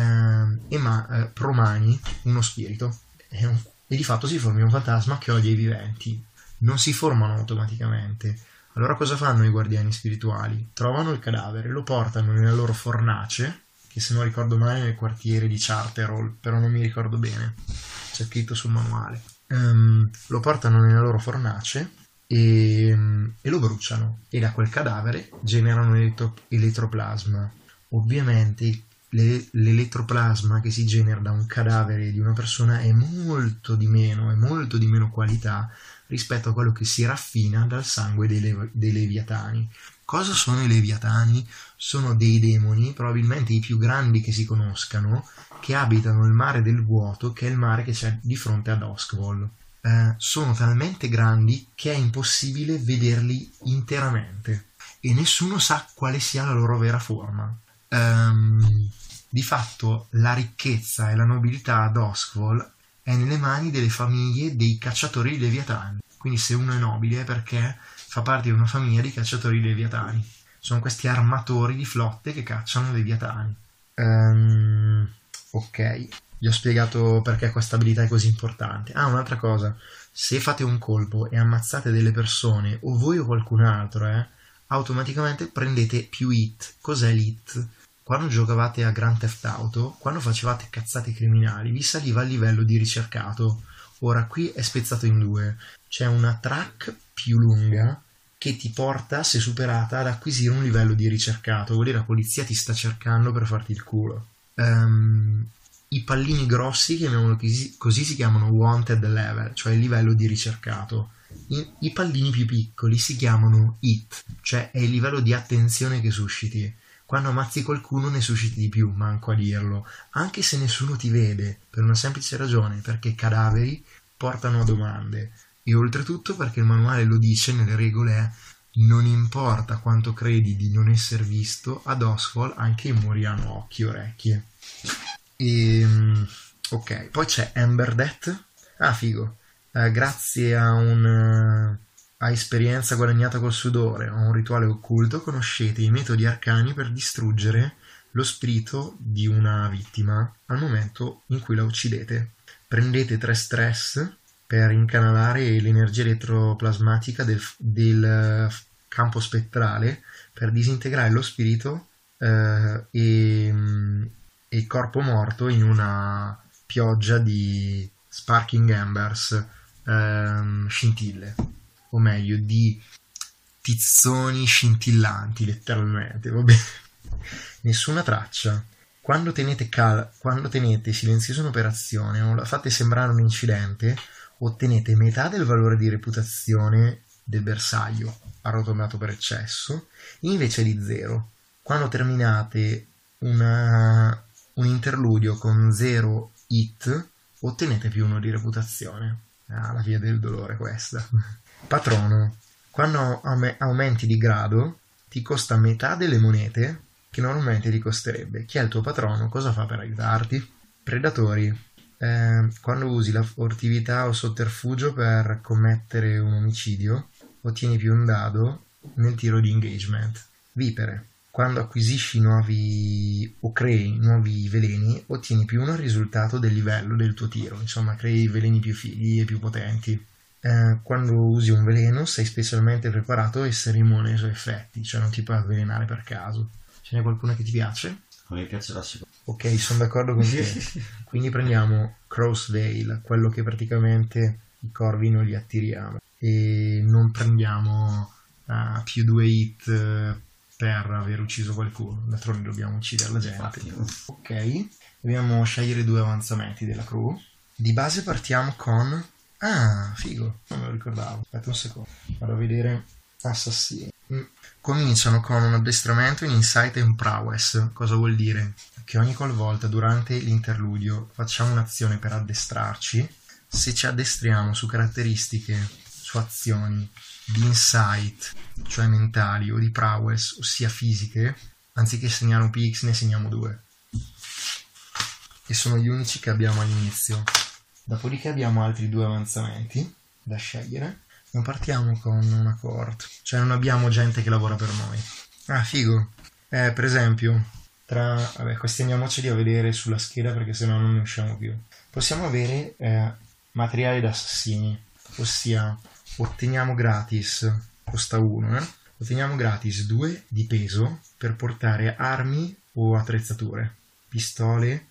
promani uno spirito e di fatto si formi un fantasma che odia i viventi. Non si formano automaticamente. Allora cosa fanno i guardiani spirituali? Trovano il cadavere, lo portano nella loro fornace, che se non ricordo male nel quartiere di Charterhall, però non mi ricordo bene, c'è scritto sul manuale. Lo portano nella loro fornace e lo bruciano, e da quel cadavere generano elettroplasma. Ovviamente l'elettroplasma che si genera da un cadavere di una persona è molto di meno qualità rispetto a quello che si raffina dal sangue dei leviatani. Cosa sono i leviatani? Sono dei demoni, probabilmente i più grandi che si conoscano, che abitano il mare del vuoto, che è il mare che c'è di fronte ad Oskwald. Sono talmente grandi che è impossibile vederli interamente e nessuno sa quale sia la loro vera forma. Di fatto la ricchezza e la nobiltà ad Oskwald è nelle mani delle famiglie dei cacciatori di leviatani. Quindi se uno è nobile è perché fa parte di una famiglia di cacciatori di leviatani. Sono questi armatori di flotte che cacciano leviatani. Ok, vi ho spiegato perché questa abilità è così importante. Un'altra cosa, se fate un colpo e ammazzate delle persone, o voi o qualcun altro, automaticamente prendete più hit. Cos'è l'hit? Quando giocavate a Grand Theft Auto, quando facevate cazzate criminali, vi saliva il livello di ricercato. Ora qui è spezzato in due. C'è una track più lunga che ti porta, se superata, ad acquisire un livello di ricercato. Vuol dire la polizia ti sta cercando per farti il culo. I pallini grossi, chiamiamolo così, si chiamano wanted level, cioè il livello di ricercato. I pallini più piccoli si chiamano hit, cioè è il livello di attenzione che susciti. Quando ammazzi qualcuno ne susciti di più, manco a dirlo, anche se nessuno ti vede, per una semplice ragione, perché cadaveri portano a domande. E oltretutto perché il manuale lo dice nelle regole, non importa quanto credi di non essere visto, ad Oswald anche i muri hanno occhi e orecchie. Ok, poi c'è Ember Death. Figo. Grazie a esperienza guadagnata col sudore o un rituale occulto, conoscete i metodi arcani per distruggere lo spirito di una vittima al momento in cui la uccidete. Prendete 3 stress per incanalare l'energia elettroplasmatica del campo spettrale per disintegrare lo spirito e il corpo morto in una pioggia di sparking embers, scintille, o meglio di tizzoni scintillanti, letteralmente. Vabbè. Nessuna traccia. Quando tenete silenzioso un'operazione o la fate sembrare un incidente, ottenete metà del valore di reputazione del bersaglio arrotondato per eccesso invece di 0. Quando terminate un interludio con 0 hit, ottenete più 1 di reputazione. La via del dolore questa. Patrono. Quando aumenti di grado ti costa metà delle monete che normalmente ti costerebbe. Chi è il tuo patrono? Cosa fa per aiutarti? Predatori. Quando usi la furtività o sotterfugio per commettere un omicidio, ottieni più un dado nel tiro di engagement. Vipere. quando acquisisci nuovi o crei nuovi veleni, ottieni più 1 il risultato del livello del tuo tiro, insomma crei veleni più fighi e più potenti. Quando usi un veleno sei specialmente preparato a essere immune ai suoi effetti, cioè non ti puoi avvelenare per caso. Ce n'è qualcuno che ti piace? A me piace la seconda. Ok, sono d'accordo con te. Quindi prendiamo Crossveil, quello che praticamente i corvi non li attiriamo, e non prendiamo più 2 hit per aver ucciso qualcuno, d'altronde dobbiamo uccidere la gente. Ok, dobbiamo scegliere 2 avanzamenti della crew. Di base partiamo con... Ah, figo, non me lo ricordavo. Aspetta un secondo, vado a vedere assassini. Cominciano con un addestramento in Insight e in Prowess. Cosa vuol dire? Che ogni qualvolta durante l'interludio facciamo un'azione per addestrarci, se ci addestriamo su caratteristiche, su azioni di Insight, cioè mentali, o di Prowess, ossia fisiche, anziché segnare un PX ne segniamo 2. E sono gli unici che abbiamo all'inizio. Dopodiché abbiamo altri 2 avanzamenti da scegliere. Non partiamo con una cohort, cioè non abbiamo gente che lavora per noi. Ah, figo. Per esempio, questi andiamoceli a vedere sulla scheda perché sennò non ne usciamo più. Possiamo avere materiali da assassini, ossia otteniamo gratis, costa 1, otteniamo gratis 2 di peso per portare armi o attrezzature, pistole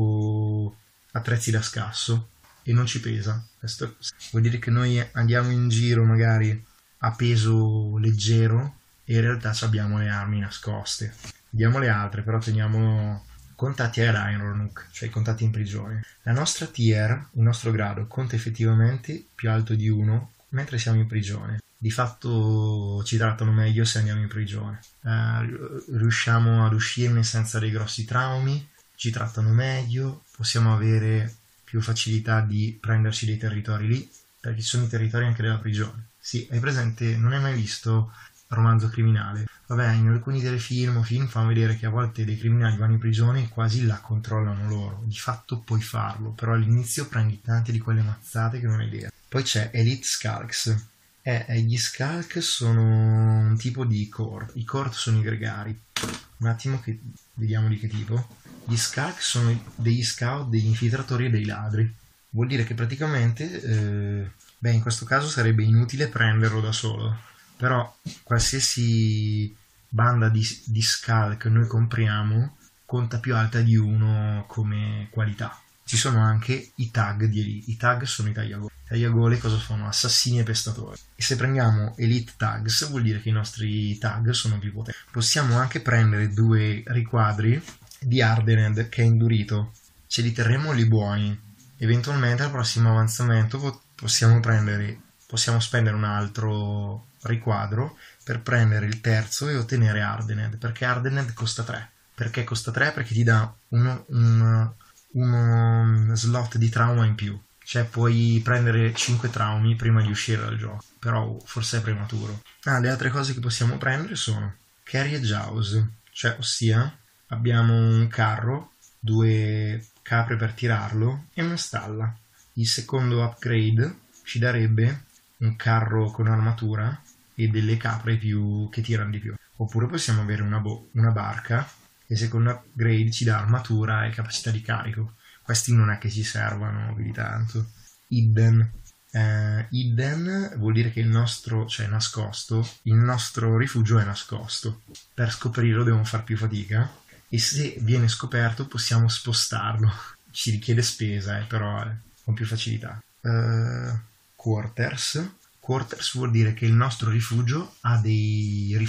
o attrezzi da scasso. E non ci pesa. Questo vuol dire che noi andiamo in giro magari a peso leggero e in realtà abbiamo le armi nascoste. Diamo le altre, però teniamo contatti ad Ironhook, cioè i contatti in prigione. La nostra tier, il nostro grado, conta effettivamente più alto di 1 mentre siamo in prigione. Di fatto ci trattano meglio se andiamo in prigione. Riusciamo ad uscirne senza dei grossi traumi, ci trattano meglio, possiamo avere più facilità di prenderci dei territori lì, perché ci sono i territori anche della prigione. Sì, hai presente, non hai mai visto Romanzo Criminale? Vabbè, in alcuni telefilm fanno vedere che a volte dei criminali vanno in prigione e quasi la controllano loro. Di fatto puoi farlo, però all'inizio prendi tante di quelle mazzate che non hai idea. Poi c'è Elite Skulks. Gli Skulk sono un tipo di cohort. I cohort sono i gregari. Un attimo che vediamo di che tipo. Gli Skulk sono degli scout, degli infiltratori e dei ladri. Vuol dire che praticamente, in questo caso sarebbe inutile prenderlo da solo, però qualsiasi banda di Skulk noi compriamo conta più alta di 1 come qualità. Ci sono anche i tag di Elite. I tag sono i tagliagole. I tagliagole cosa sono? Assassini e pestatori. E se prendiamo Elite Tags vuol dire che i nostri tag sono più potenti. Possiamo anche prendere 2 riquadri di Hardened che è indurito, ce li terremo lì buoni. Eventualmente al prossimo avanzamento possiamo spendere un altro riquadro per prendere il terzo e ottenere Hardened, perché Hardened costa 3. Perché costa 3? Perché ti dà uno slot di trauma in più, cioè puoi prendere 5 traumi prima di uscire dal gioco, però forse è prematuro. Le altre cose che possiamo prendere sono Carriage House, cioè ossia abbiamo un carro, 2 capre per tirarlo e una stalla. Il secondo upgrade ci darebbe un carro con armatura e delle capre che tirano di più. Oppure possiamo avere una barca e il secondo upgrade ci dà armatura e capacità di carico. Questi non è che ci servano più di tanto. Hidden vuol dire che il nostro rifugio è nascosto. Per scoprirlo dobbiamo far più fatica. E se viene scoperto possiamo spostarlo. Ci richiede spesa, però con più facilità. Quarters vuol dire che il nostro rifugio ha il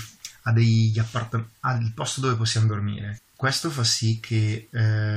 posto dove possiamo dormire. Questo fa sì che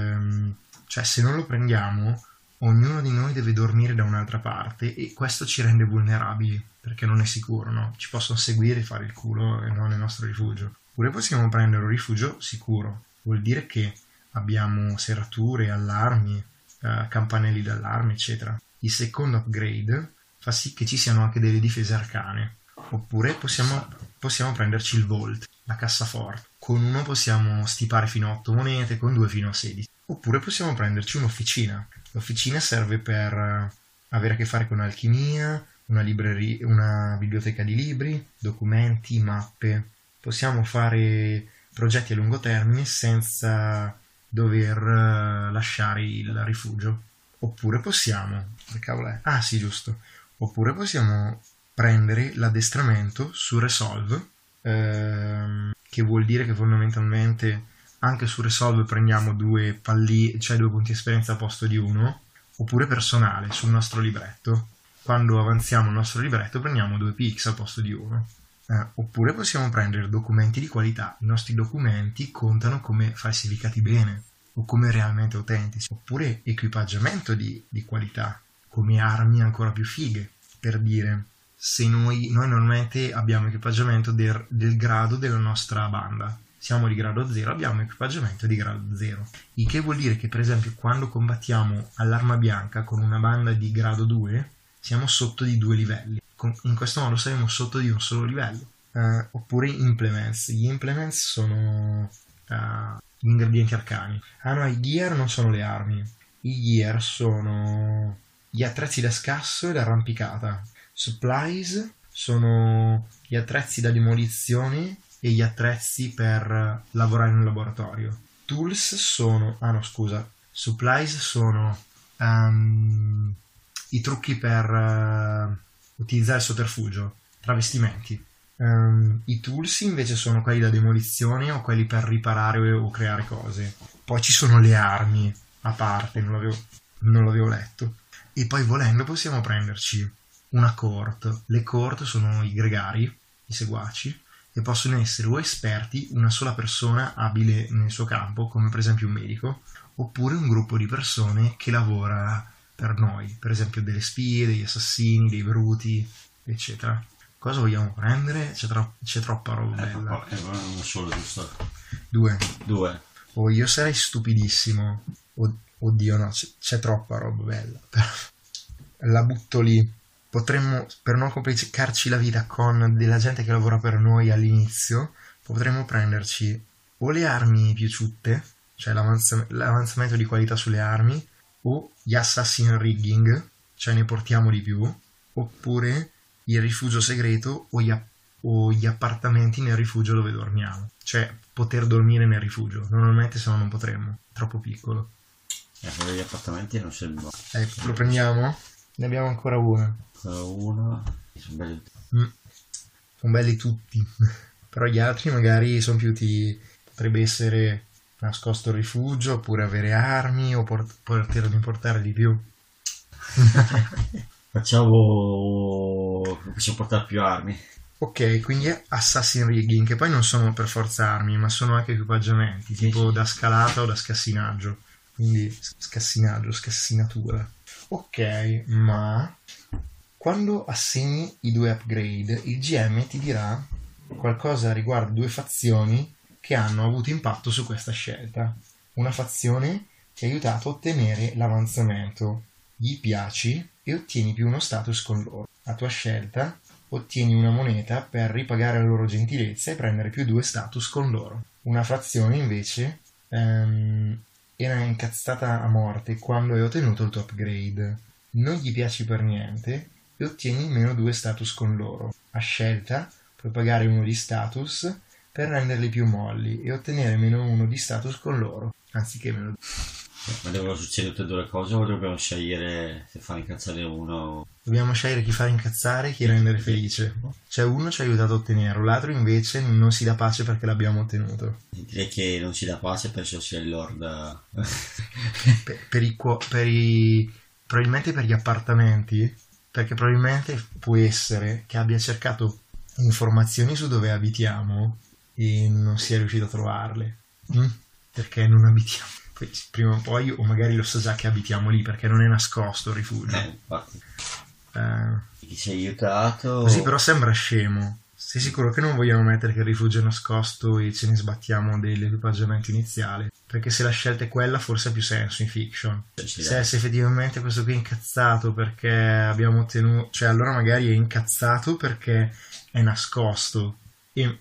se non lo prendiamo ognuno di noi deve dormire da un'altra parte e questo ci rende vulnerabili perché non è sicuro, no? Ci possono seguire e fare il culo e non nel nostro rifugio. Oppure possiamo prendere un rifugio sicuro. Vuol dire che abbiamo serrature, allarmi, campanelli d'allarme, eccetera. Il secondo upgrade fa sì che ci siano anche delle difese arcane. Oppure possiamo prenderci il Vault, la cassaforte. Con uno possiamo stipare fino a 8 monete, con 2 fino a 16. Oppure possiamo prenderci un'officina. L'officina serve per avere a che fare con alchimia, una biblioteca di libri, documenti, mappe. Possiamo fare progetti a lungo termine senza dover lasciare il rifugio. Oppure possiamo, che cavolo è? Ah sì, giusto. Oppure possiamo prendere l'addestramento su Resolve, che vuol dire che fondamentalmente anche su Resolve prendiamo 2 cioè 2 punti esperienza a posto di 1, oppure personale sul nostro libretto. Quando avanziamo il nostro libretto prendiamo 2 pix al posto di 1. Oppure possiamo prendere documenti di qualità. I nostri documenti contano come falsificati bene o come realmente autentici. Oppure equipaggiamento di qualità, come armi ancora più fighe. Per dire, se noi normalmente abbiamo equipaggiamento del grado della nostra banda, siamo di grado 0, abbiamo equipaggiamento di grado 0, il che vuol dire che per esempio quando combattiamo all'arma bianca con una banda di grado 2 siamo sotto di 2 livelli. In questo modo saremo sotto di un solo livello. Oppure implements. Gli implements sono gli ingredienti arcani. No, i gear non sono le armi. I gear sono gli attrezzi da scasso e l'arrampicata. Supplies sono gli attrezzi da demolizione e gli attrezzi per lavorare in un laboratorio. Tools sono... Supplies sono i trucchi per utilizzare il sotterfugio, travestimenti. I tools invece sono quelli da demolizione o quelli per riparare o creare cose. Poi ci sono le armi a parte, non l'avevo letto. E poi volendo possiamo prenderci una court. Le court sono i gregari, i seguaci, e possono essere o esperti, una sola persona abile nel suo campo, come per esempio un medico, oppure un gruppo di persone che lavora per noi, per esempio delle spie, degli assassini, dei bruti, eccetera. Cosa vogliamo prendere? C'è troppa roba bella. Non solo, giusto? 2. Io sarei stupidissimo. Oddio, no, c'è troppa roba bella. La butto lì. Potremmo, per non complicarci la vita con della gente che lavora per noi all'inizio, potremmo prenderci o le armi piaciute, cioè l'avanzamento di qualità sulle armi, o gli assassin rigging, cioè ne portiamo di più, oppure il rifugio segreto o gli appartamenti nel rifugio dove dormiamo, cioè poter dormire nel rifugio. Normalmente se no non potremmo, troppo piccolo. Quello degli appartamenti non sembra. Lo prendiamo? Ne abbiamo ancora una. Sono belli. Sono belli tutti. Però gli altri magari sono più potrebbe essere nascosto il rifugio, oppure avere armi, o poterne portare di più. Possiamo portare più armi. Ok, quindi assassin rigging, che poi non sono per forza armi, ma sono anche equipaggiamenti, tipo da scalata o da scassinaggio. Quindi scassinatura. Ok, ma quando assegni i 2 upgrade, il GM ti dirà qualcosa riguardo 2 fazioni che hanno avuto impatto su questa scelta. Una fazione ti ha aiutato a ottenere l'avanzamento. Gli piaci e ottieni più uno status con loro. A tua scelta ottieni una moneta per ripagare la loro gentilezza e prendere più 2 status con loro. Una fazione invece era incazzata a morte quando hai ottenuto il tuo upgrade. Non gli piaci per niente e ottieni meno 2 status con loro. A scelta puoi pagare 1 di status per renderli più molli e ottenere meno 1 di status con loro, anziché meno 2. Ma devono succedere tutte e 2 le cose o dobbiamo scegliere se fare incazzare uno? Dobbiamo scegliere chi fare incazzare e chi rendere felice. Cioè uno ci ha aiutato a ottenerlo, l'altro invece non si dà pace perché l'abbiamo ottenuto. Direi che non ci dà pace, penso sia il Lord. Probabilmente per gli appartamenti, perché probabilmente può essere che abbia cercato informazioni su dove abitiamo e non sia riuscito a trovarle. Perché non abitiamo. Prima o poi, o magari lo sa già che abitiamo lì, perché non è nascosto il rifugio. Infatti. Chi ci ha aiutato? Così però sembra scemo. Sei sicuro che non vogliamo mettere che il rifugio è nascosto e ce ne sbattiamo dell'equipaggiamento iniziale? Perché se la scelta è quella, forse ha più senso in fiction. Se effettivamente questo qui è incazzato perché abbiamo ottenuto... Cioè, allora magari è incazzato perché è nascosto e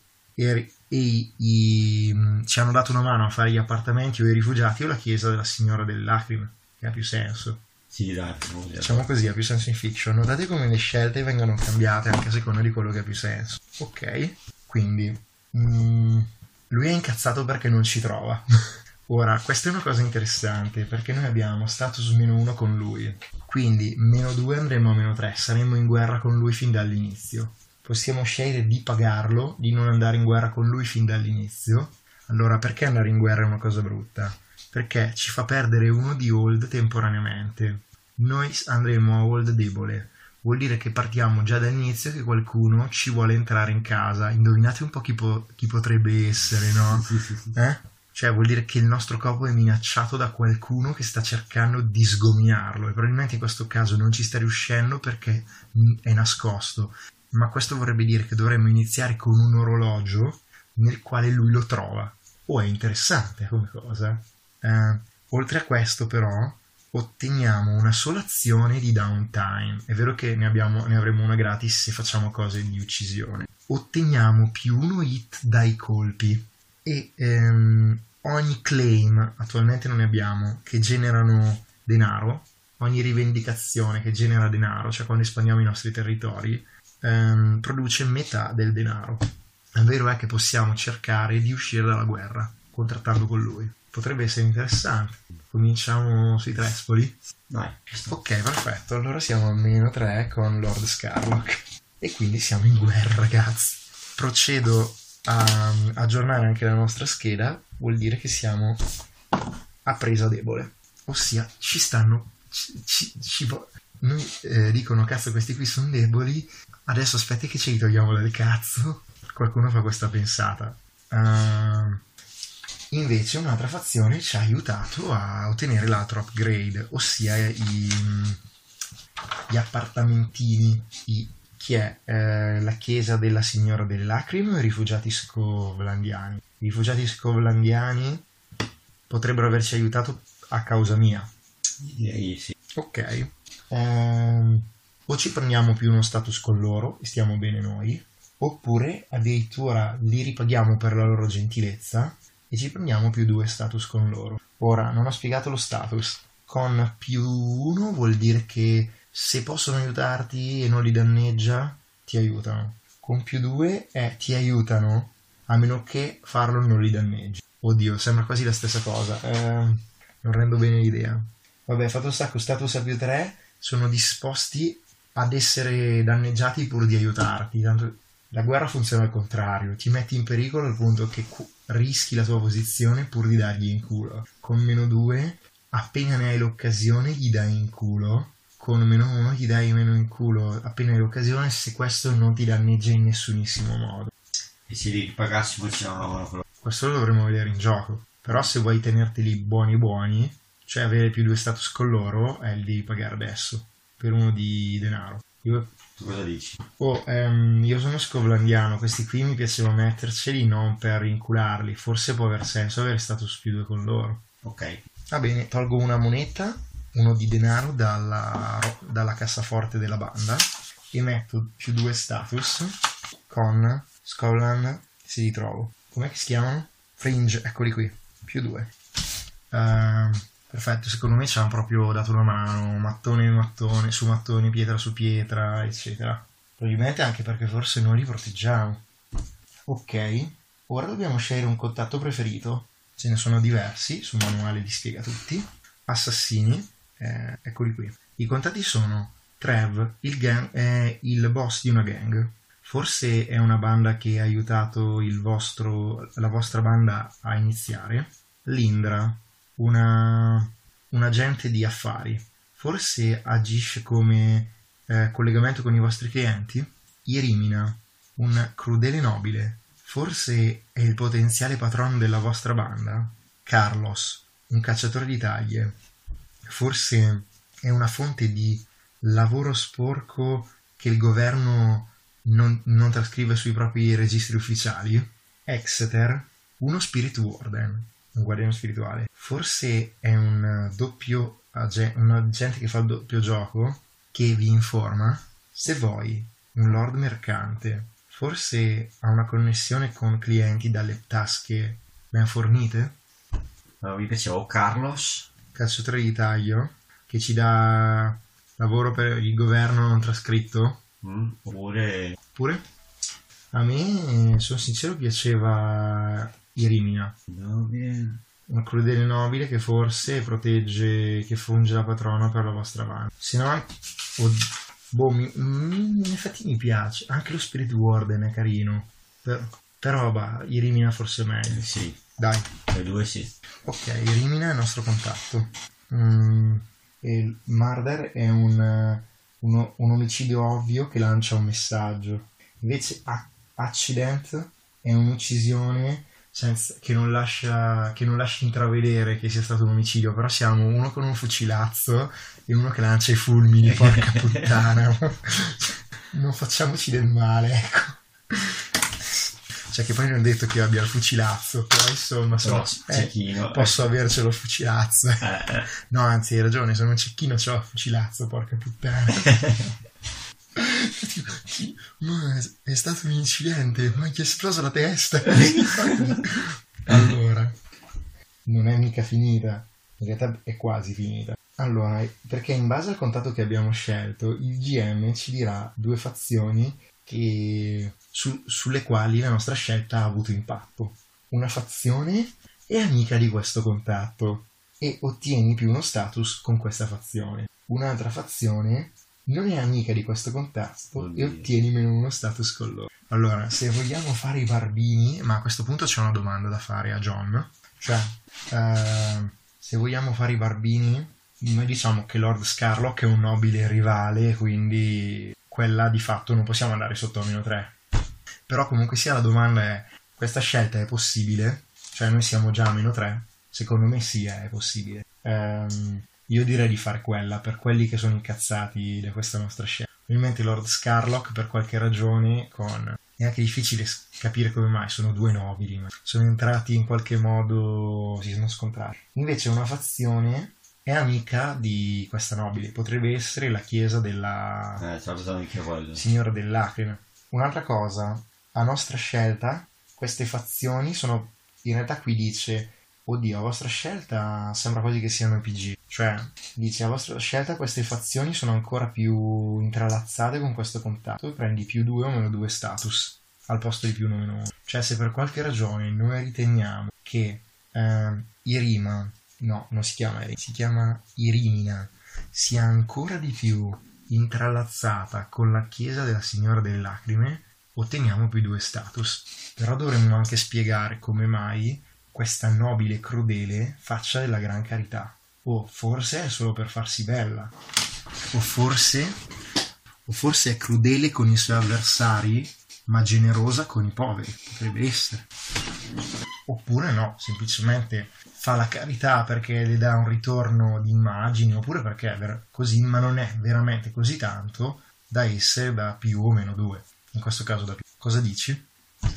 ci hanno dato una mano a fare gli appartamenti o i rifugiati o la chiesa della Signora delle Lacrime, che ha più senso. Sì, dai, diciamo così, ha più senso in fiction. Notate come le scelte vengono cambiate anche a seconda di quello che ha più senso. Ok, quindi lui è incazzato perché non ci trova. Ora, questa è una cosa interessante, perché noi abbiamo status -1 con lui, quindi -2 andremo a -3, saremo in guerra con lui fin dall'inizio. Possiamo scegliere di pagarlo, di non andare in guerra con lui fin dall'inizio. Allora, perché andare in guerra è una cosa brutta? Perché ci fa perdere 1 di hold temporaneamente. Noi andremo a hold debole. Vuol dire che partiamo già dall'inizio che qualcuno ci vuole entrare in casa. Indovinate un po' chi potrebbe essere, no? Cioè vuol dire che il nostro capo è minacciato da qualcuno che sta cercando di sgominarlo, e probabilmente in questo caso non ci sta riuscendo perché è nascosto. Ma questo vorrebbe dire che dovremmo iniziare con un orologio nel quale lui lo trova. È interessante come cosa. Oltre a questo però otteniamo una sola azione di downtime. È vero che ne avremo una gratis se facciamo cose di uccisione. Otteniamo +1 hit dai colpi e ogni claim, attualmente non ne abbiamo, che generano denaro, ogni rivendicazione che genera denaro, cioè quando espandiamo i nostri territori, produce metà del denaro. È vero è che possiamo cercare di uscire dalla guerra contrattando con lui. Potrebbe essere interessante. Cominciamo sui Trespoli? Dai. Ok, perfetto. Allora siamo a -3 con Lord Scarlock. E quindi siamo in guerra, ragazzi. Procedo a aggiornare anche la nostra scheda. Vuol dire che siamo a presa debole. Ossia, ci stanno... Noi dicono, cazzo, questi qui sono deboli. Adesso aspetti che ce li togliamo dal cazzo. Qualcuno fa questa pensata. Invece un'altra fazione ci ha aiutato a ottenere l'altro upgrade, ossia gli appartamentini, che è la chiesa della Signora delle Lacrime o i rifugiati scovlandiani. I rifugiati scovlandiani potrebbero averci aiutato a causa mia. Direi sì. Ok. O ci prendiamo +1 status con loro e stiamo bene noi, oppure addirittura li ripaghiamo per la loro gentilezza e ci prendiamo +2 status con loro. Ora, non ho spiegato lo status. Con +1 vuol dire che se possono aiutarti e non li danneggia, ti aiutano. Con +2 ti aiutano a meno che farlo non li danneggi. Oddio, sembra quasi la stessa cosa. Non rendo bene l'idea. Vabbè, fatto sta che status a +3 sono disposti ad essere danneggiati pur di aiutarti. Tanto la guerra funziona al contrario, ti metti in pericolo al punto che rischi la tua posizione pur di dargli in culo. Con -2, appena ne hai l'occasione, gli dai in culo. Con -1 gli dai meno in culo appena hai l'occasione, se questo non ti danneggia in nessunissimo modo. E se li ripagassimo ci davano questo lo dovremo vedere in gioco. Però se vuoi tenerteli buoni, cioè avere +2 status con loro, li devi pagare adesso per 1 di denaro. Tu cosa dici? Io sono scovlandiano, questi qui mi piaceva metterceli non per incularli, forse può aver senso avere status +2 con loro. Ok. Va bene, tolgo una moneta, 1 di denaro dalla cassaforte della banda e metto +2 status con Scotland, se li trovo. Com'è che si chiamano? Fringe, eccoli qui, +2. Perfetto, secondo me ci hanno proprio dato una mano, mattone su mattone, pietra su pietra, eccetera. Probabilmente anche perché forse noi li proteggiamo. Ok, ora dobbiamo scegliere un contatto preferito. Ce ne sono diversi, sul manuale li spiega tutti. Assassini, eccoli qui. I contatti sono Trev, il boss di una gang. Forse è una banda che ha aiutato la vostra banda a iniziare. Lindra, un agente di affari, forse agisce come collegamento con i vostri clienti. Irimina, un crudele nobile, forse è il potenziale patrono della vostra banda. Carlos, un cacciatore di taglie, forse è una fonte di lavoro sporco che il governo non trascrive sui propri registri ufficiali. Exeter, uno spirit warden, un guardiano spirituale, forse è un agente che fa il doppio gioco, che vi informa. Se vuoi, un lord mercante, forse ha una connessione con clienti dalle tasche ben fornite. Mi piaceva Carlos, cacciatore di taglio, che ci dà lavoro per il governo non trascritto. Oppure a me, sono sincero, piaceva Irimina. Una crudele nobile che forse protegge, che funge da patrona per la vostra avanti. Se no, in effetti mi piace. Anche lo Spirit Warden è carino. Però Irimina forse è meglio. Sì. Dai. Per 2 sì. Ok, Irimina è il nostro contatto. E il Murder è un omicidio ovvio che lancia un messaggio. Invece Accident è un'uccisione che non lascia intravedere che sia stato un omicidio, però siamo uno con un fucilazzo e uno che lancia i fulmini, porca puttana. Non facciamoci del male, ecco. Cioè, che poi non ho detto che io abbia il fucilazzo, però insomma posso avercelo il fucilazzo. No, anzi, hai ragione, sono un cecchino, c'ho il fucilazzo, porca puttana. Ma è stato un incidente, ma gli è esplosa la testa. Allora, non è mica finita, in realtà è quasi finita. Allora, perché in base al contatto che abbiamo scelto, il GM ci dirà 2 fazioni sulle quali la nostra scelta ha avuto impatto. Una fazione è amica di questo contatto e ottieni più uno status con questa fazione. Un'altra fazione non è amica di questo contatto e ottieni meno uno status con loro. Allora, se vogliamo fare i barbini, ma a questo punto c'è una domanda da fare a John, cioè se vogliamo fare i barbini, noi diciamo che Lord Scarlock è un nobile rivale, quindi quella di fatto non possiamo andare sotto a -3. Però comunque sia, la domanda è: questa scelta è possibile? Cioè noi siamo già a -3? Secondo me sì, è possibile. Io direi di fare quella per quelli che sono incazzati da questa nostra scelta. Ovviamente Lord Scarlock, per qualche ragione, è anche difficile capire come mai, sono 2 nobili, ma sono entrati in qualche modo, si sono scontrati. Invece una fazione è amica di questa nobile, potrebbe essere la chiesa della Signora dell'Acrime. Un'altra cosa, a nostra scelta, queste fazioni sono, in realtà qui dice, oddio, a vostra scelta sembra quasi che siano PG, cioè dice a vostra scelta queste fazioni sono ancora più intralazzate con questo contatto e prendi +2 o -2 status al posto di +1 o -1. Cioè, se per qualche ragione noi riteniamo che Irima, no, non si chiama Irima, si chiama Irimina, sia ancora di più intralazzata con la chiesa della Signora delle Lacrime, otteniamo +2 status. Però dovremmo anche spiegare come mai questa nobile crudele faccia della gran carità. O forse è solo per farsi bella. O forse è crudele con i suoi avversari, ma generosa con i poveri. Potrebbe essere. Oppure no, semplicemente fa la carità perché le dà un ritorno di immagine, oppure perché è così, ma non è veramente così tanto da essere da +1 o -2. In questo caso da più. Cosa dici?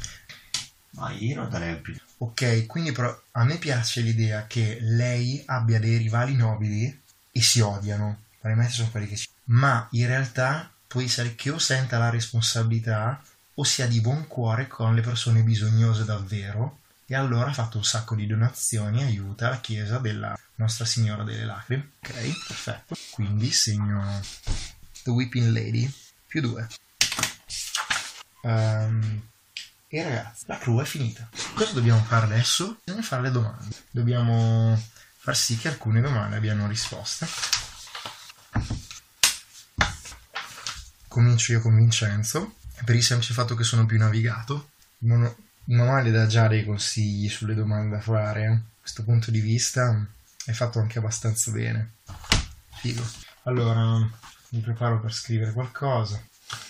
Ma io non darei più. Ok, quindi però a me piace l'idea che lei abbia dei rivali nobili e si odiano, probabilmente sono quelli che ma in realtà può essere che o senta la responsabilità o sia di buon cuore con le persone bisognose davvero, e allora ha fatto un sacco di donazioni e aiuta la chiesa della Nostra Signora delle Lacrime. Ok, perfetto. Quindi segno The Weeping Lady +2. E ragazzi, la crew è finita. Cosa dobbiamo fare adesso? Bisogna fare le domande. Dobbiamo far sì che alcune domande abbiano risposta. Comincio io con Vincenzo, per il semplice fatto che sono più navigato. Il manuale dà già dei consigli sulle domande da fare. Da questo punto di vista è fatto anche abbastanza bene. Figo. Allora, mi preparo per scrivere qualcosa.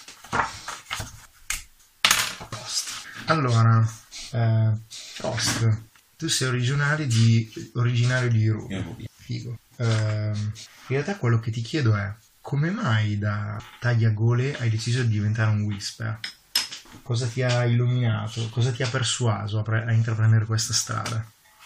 Allora, Frost, tu sei originario di Iruvia. Figo. In realtà quello che ti chiedo è: come mai da tagliagole hai deciso di diventare un Whisper? Cosa ti ha illuminato? Cosa ti ha persuaso a intraprendere questa strada?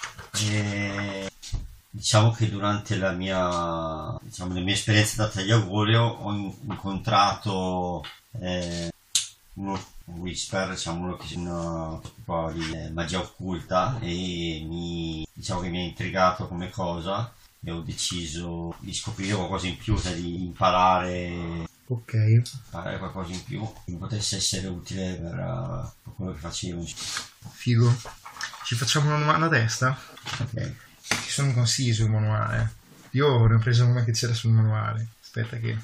Diciamo che durante le mie esperienze da tagliagole ho incontrato un Whisper, uno che si occupa di magia occulta, e mi ha intrigato come cosa, e ho deciso di scoprire qualcosa in più, cioè di imparare qualcosa in più che potesse essere utile per quello che facevo. Figo. Ci facciamo una domanda a testa? Ok. Ci sono consigli sul manuale. Io ne ho preso una che c'era sul manuale. Aspetta che...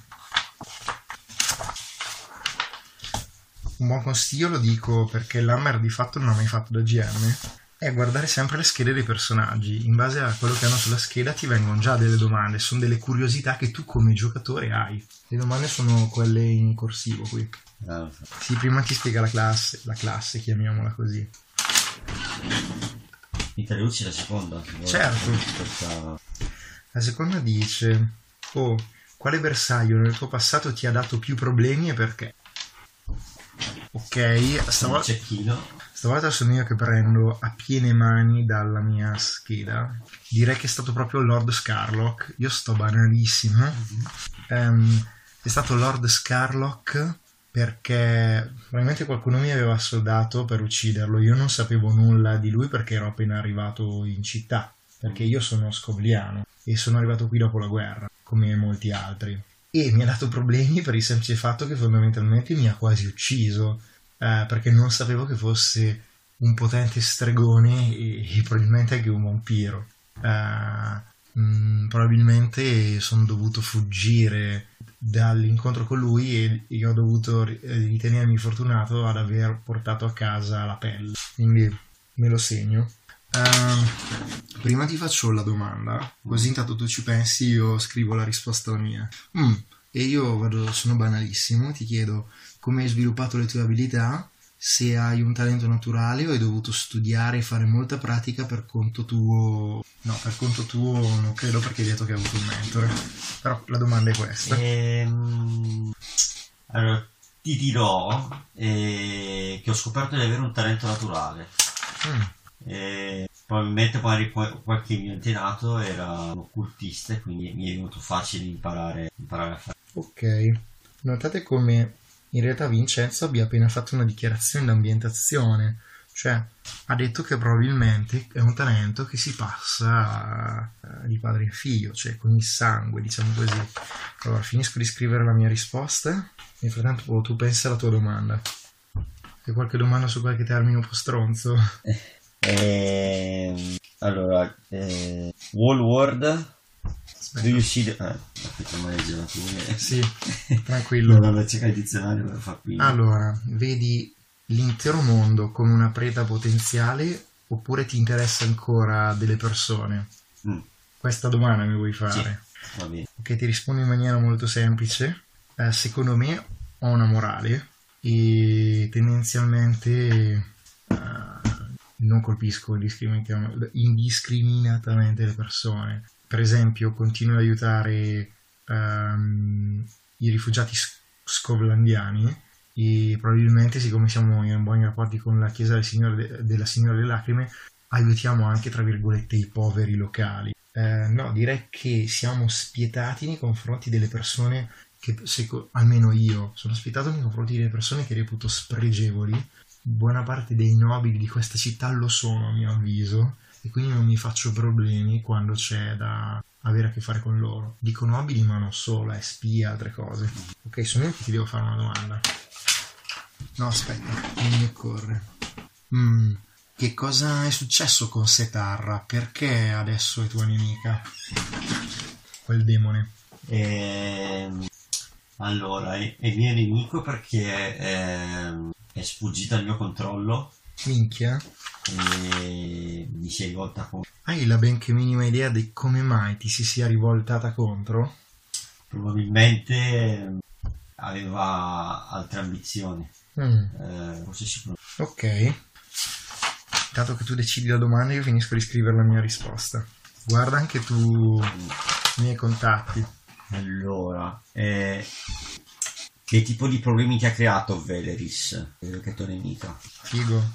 Un buon consiglio, lo dico perché l'Hammer di fatto non ha mai fatto da GM, è guardare sempre le schede dei personaggi. In base a quello che hanno sulla scheda ti vengono già delle domande, sono delle curiosità che tu come giocatore hai. Le domande sono quelle in corsivo qui. Sì, prima ti spiega la classe, chiamiamola così. Interluci la seconda. Certo. La seconda dice: oh, quale bersaglio nel tuo passato ti ha dato più problemi e perché? Ok, stavolta sono io che prendo a piene mani dalla mia scheda. Direi che è stato proprio Lord Scarlock. Io sto banalissimo. È stato Lord Scarlock perché probabilmente qualcuno mi aveva soldato per ucciderlo. Io non sapevo nulla di lui perché ero appena arrivato in città, perché io sono scobliano e sono arrivato qui dopo la guerra, come molti altri. E mi ha dato problemi per il semplice fatto che fondamentalmente mi ha quasi ucciso, perché non sapevo che fosse un potente stregone e probabilmente anche un vampiro. Probabilmente sono dovuto fuggire dall'incontro con lui e io ho dovuto ritenermi fortunato ad aver portato a casa la pelle, quindi me lo segno. Prima ti faccio la domanda, così intanto tu ci pensi, io scrivo la risposta alla mia. E io sono banalissimo, ti chiedo come hai sviluppato le tue abilità, se hai un talento naturale o hai dovuto studiare e fare molta pratica per conto tuo. No, per conto tuo non credo, perché hai detto che hai avuto un mentore, però la domanda è questa. Allora, ti dirò che ho scoperto di avere un talento naturale. Probabilmente magari qualche mio antenato era un occultista e quindi mi è venuto facile imparare a fare. Ok, notate come in realtà Vincenzo abbia appena fatto una dichiarazione d'ambientazione, cioè ha detto che probabilmente è un talento che si passa di padre in figlio, cioè con il sangue, diciamo così. Allora, finisco di scrivere la mia risposta. Nel frattempo tu pensa alla tua domanda. Hai qualche domanda su qualche termine un po' stronzo? Allora, Wall World. Do you see the... Sì, tranquillo. Non cercare il dizionario per far qui. Allora, vedi l'intero mondo come una preda potenziale oppure ti interessa ancora delle persone? Questa domanda mi vuoi fare? Sì, va bene. Ok, ti rispondo in maniera molto semplice. Secondo me ho una morale e tendenzialmente non colpisco indiscriminatamente le persone. Per esempio, continuo ad aiutare i rifugiati scovlandiani e probabilmente, siccome siamo in buoni rapporti con la chiesa della Signora delle Lacrime, aiutiamo anche, tra virgolette, i poveri locali. No, direi che siamo spietati nei confronti delle persone che, almeno io, sono spietato nei confronti delle persone che reputo spregevoli. Buona parte dei nobili di questa città lo sono, a mio avviso, e quindi non mi faccio problemi quando c'è da avere a che fare con loro. Dico nobili, ma non solo, spie, altre cose. Ok, sono io che ti devo fare una domanda. No, aspetta, non mi occorre. Che cosa è successo con Setarra? Perché adesso è tua nemica? Quel demone. Allora, è mio nemico perché è sfuggito al mio controllo. Minchia. E mi si è rivolta contro. Hai la benché minima idea di come mai ti si sia rivoltata contro? Probabilmente aveva altre ambizioni. Forse sicuro. Ok. Dato che tu decidi la domanda, io finisco di scrivere la mia risposta. Guarda anche tu i miei contatti. Allora, che tipo di problemi ti ha creato Veleris, che è tua nemica? Figo.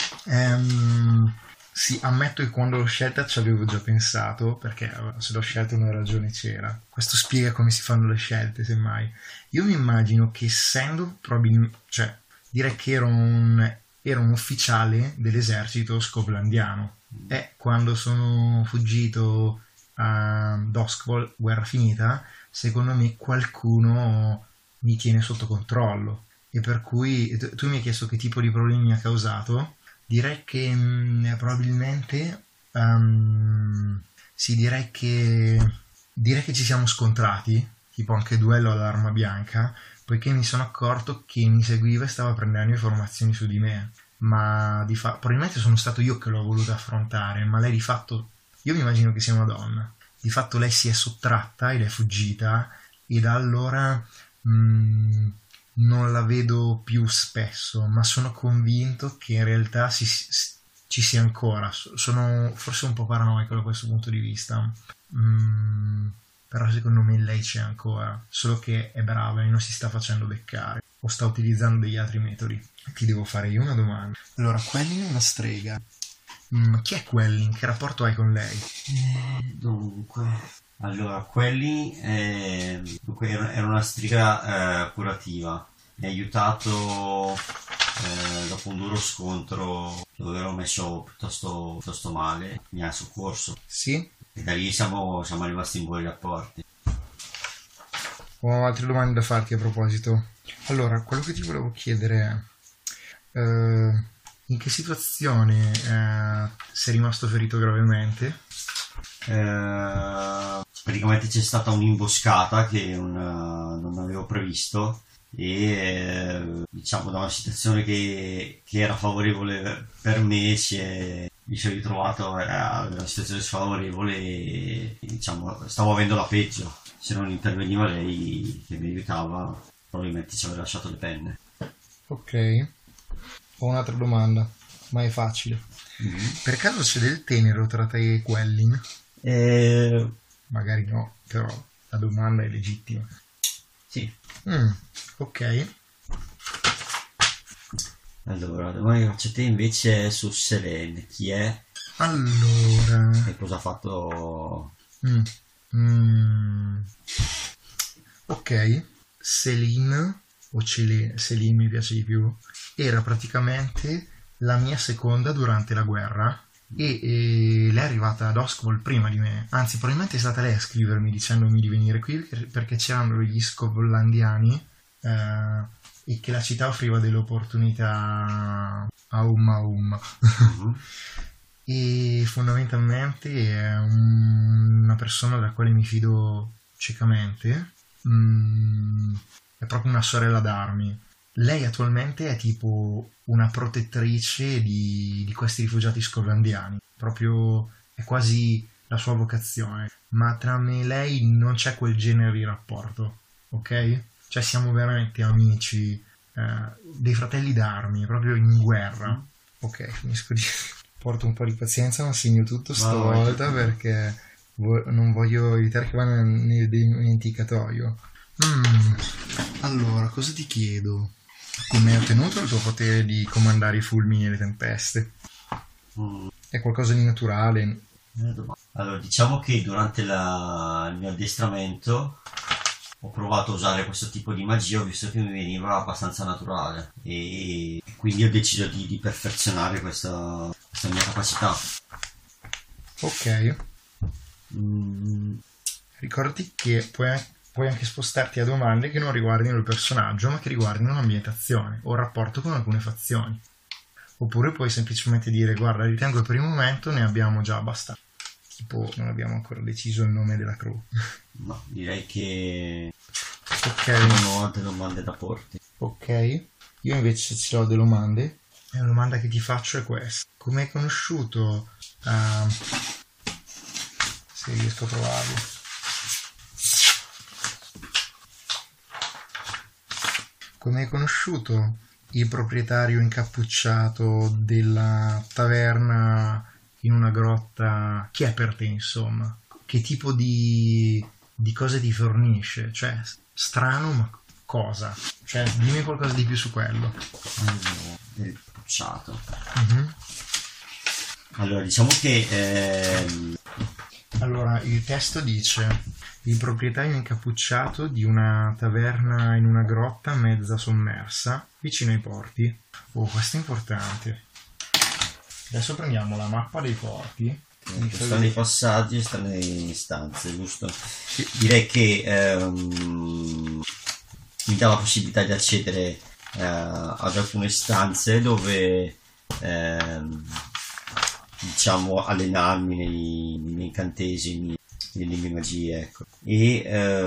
Sì, ammetto che quando l'ho scelta ci avevo già pensato, perché se l'ho scelta una ragione c'era. Questo spiega come si fanno le scelte, semmai. Io mi immagino che, essendo probabilmente, cioè, direi che ero un ufficiale dell'esercito scovlandiano, e quando sono fuggito a Doskvol, guerra finita, secondo me qualcuno mi tiene sotto controllo, e per cui tu mi hai chiesto che tipo di problemi mi ha causato. Direi che probabilmente sì, direi che ci siamo scontrati, tipo anche duello all'arma bianca, poiché mi sono accorto che mi seguiva e stava prendendo informazioni su di me, ma probabilmente sono stato io che l'ho voluto affrontare, ma lei di fatto, io mi immagino che sia una donna, di fatto lei si è sottratta ed è fuggita, e da allora non la vedo più spesso, ma sono convinto che in realtà ci sia ancora. Sono forse un po' paranoico da questo punto di vista, però secondo me lei c'è ancora, solo che è brava e non si sta facendo beccare o sta utilizzando degli altri metodi. Ti devo fare io una domanda. Allora, Quelling è una strega. Chi è Quelling? Che rapporto hai con lei? Dunque, allora, quelli era una strega curativa. Mi ha aiutato dopo un duro scontro dove ero messo piuttosto male. Mi ha soccorso. Sì? E da lì siamo rimasti in buoni rapporti. Ho altre domande da farti a proposito. Allora, quello che ti volevo chiedere è in che situazione sei rimasto ferito gravemente? Praticamente c'è stata un'imboscata che non avevo previsto e diciamo da una situazione che era favorevole per me mi sono ritrovato in una situazione sfavorevole e diciamo stavo avendo la peggio. Se non interveniva lei che mi aiutava probabilmente ci avrebbe lasciato le penne. Ok, ho un'altra domanda, ma è facile. Per caso c'è del tenero tra te e Quelling? Magari no, però la domanda è legittima. Sì. Ok. Allora, la domanda che faccio a te invece è su Selene. Chi è? Allora. E cosa ha fatto? Ok. Céline, o Céline mi piace di più, era praticamente la mia seconda durante la guerra. E lei è arrivata ad Oswald prima di me, anzi probabilmente è stata lei a scrivermi dicendomi di venire qui perché c'erano gli scovollandiani e che la città offriva delle opportunità a e fondamentalmente è una persona della quale mi fido ciecamente, è proprio una sorella d'armi. Lei attualmente è tipo una protettrice di questi rifugiati scotlandiani, proprio è quasi la sua vocazione, ma tra me e lei non c'è quel genere di rapporto, ok? Cioè siamo veramente amici, dei fratelli d'armi, proprio in guerra. Ok, finisco di... porto un po' di pazienza, ma segno tutto stavolta perché non voglio evitare che vada nel dimenticatoio. Allora, cosa ti chiedo? Come hai ottenuto il tuo potere di comandare i fulmini e le tempeste? È qualcosa di naturale? Allora, diciamo che durante il mio addestramento ho provato a usare questo tipo di magia, ho visto che mi veniva abbastanza naturale e quindi ho deciso di perfezionare questa mia capacità. Ok. Ricordati che puoi anche spostarti a domande che non riguardino il personaggio, ma che riguardino l'ambientazione o il rapporto con alcune fazioni. Oppure puoi semplicemente dire: guarda, ritengo che per il momento ne abbiamo già abbastanza. Tipo, non abbiamo ancora deciso il nome della crew. No, direi che non ho altre domande da porti. Ok, io invece ce l'ho delle domande. E la domanda che ti faccio è questa: come hai conosciuto se riesco a trovarlo? Come hai conosciuto il proprietario incappucciato della taverna in una grotta? Chi è per te, insomma? Che tipo di cose ti fornisce? Cioè, strano, ma cosa? Cioè, dimmi qualcosa di più su quello. Del incappucciato. Allora, diciamo che allora, il testo dice: il proprietario incappucciato di una taverna in una grotta mezza sommersa vicino ai porti. Oh, questo è importante. Adesso prendiamo la mappa dei porti. Sta nei passaggi e sta nelle stanze, giusto? Sì. Direi che mi dà la possibilità di accedere ad alcune stanze dove diciamo allenarmi nei miei incantesimi, nelle mie magie, ecco. E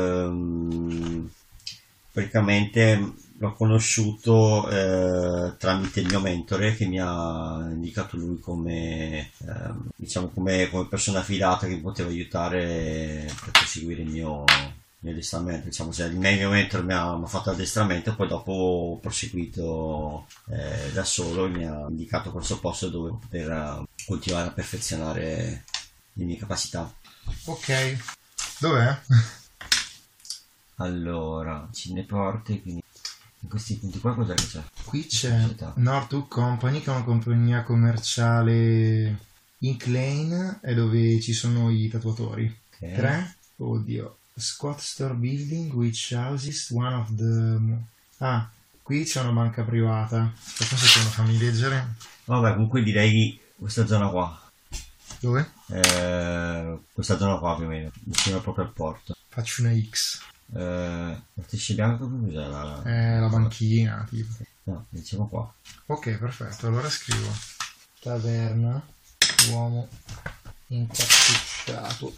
praticamente l'ho conosciuto tramite il mio mentore, che mi ha indicato lui come diciamo come persona affidata che mi poteva aiutare per proseguire il mio addestramento. Diciamo, cioè, il mio mentore mi ha fatto l'addestramento e poi dopo ho proseguito da solo e mi ha indicato questo posto dove poter continuare a perfezionare le mie capacità. Ok, dov'è? Allora, Cineporte, quindi in questi punti qua cos'è che c'è? Qui c'è Northwood Company, che è una compagnia commerciale in Klein, è dove ci sono i tatuatori. 3, oddio, Scott Store Building, which houses one of the... qui c'è una banca privata. Aspetta un secondo, fammi leggere. Vabbè, comunque direi questa zona qua. Dove? Questa zona qua più o meno, vicino proprio al porto. Faccio una X. La striscia bianca cos'è? La banchina, tipo. No, diciamo qua. Ok, perfetto, allora scrivo taverna uomo incappucciato.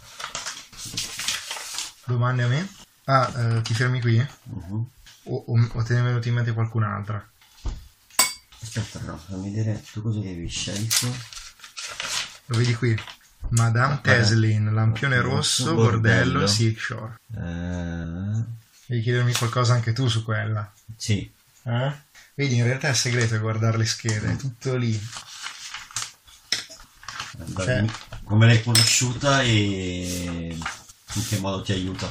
Domande a me? Ti fermi qui? Uh-huh. O te ne è venuto in mente qualcun'altra? Aspetta, no, fammi vedere tu cosa avevi scelto. Lo vedi qui? Madame Teslin, lampione rosso, bordello, Silk Shore. Devi chiedermi qualcosa anche tu su quella. Sì. Vedi, in realtà è segreto è guardare le schede, è tutto lì. Cioè, come l'hai conosciuta e in che modo ti aiuta?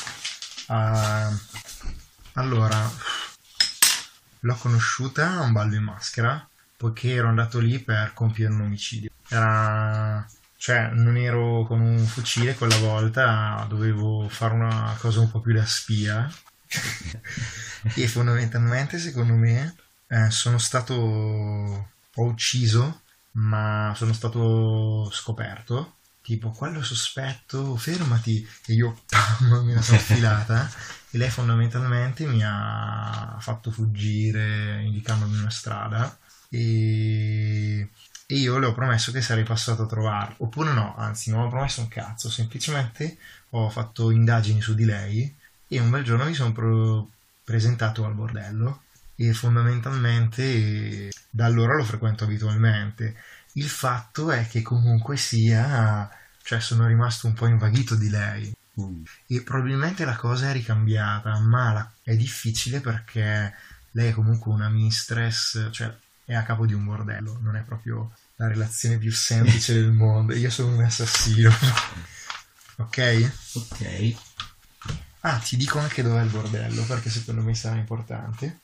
Allora, l'ho conosciuta a un ballo in maschera, poiché ero andato lì per compiere un omicidio. Cioè, non ero con un fucile quella volta, dovevo fare una cosa un po' più da spia. E fondamentalmente, secondo me, ho ucciso, ma sono stato scoperto. Tipo, quello sospetto, fermati. E io, me la sono affilata. E lei fondamentalmente mi ha fatto fuggire, indicandomi una strada. E io le ho promesso che sarei passato a trovarla. Oppure no, anzi, non ho promesso un cazzo. Semplicemente ho fatto indagini su di lei e un bel giorno mi sono presentato al bordello. E fondamentalmente da allora lo frequento abitualmente. Il fatto è che comunque sia, cioè sono rimasto un po' invaghito di lei e probabilmente la cosa è ricambiata, ma è difficile perché lei è comunque una mistress, cioè è a capo di un bordello, non è proprio la relazione più semplice del mondo. Io sono un assassino. Ok? Ok. Ti dico anche dov'è il bordello perché secondo me sarà importante.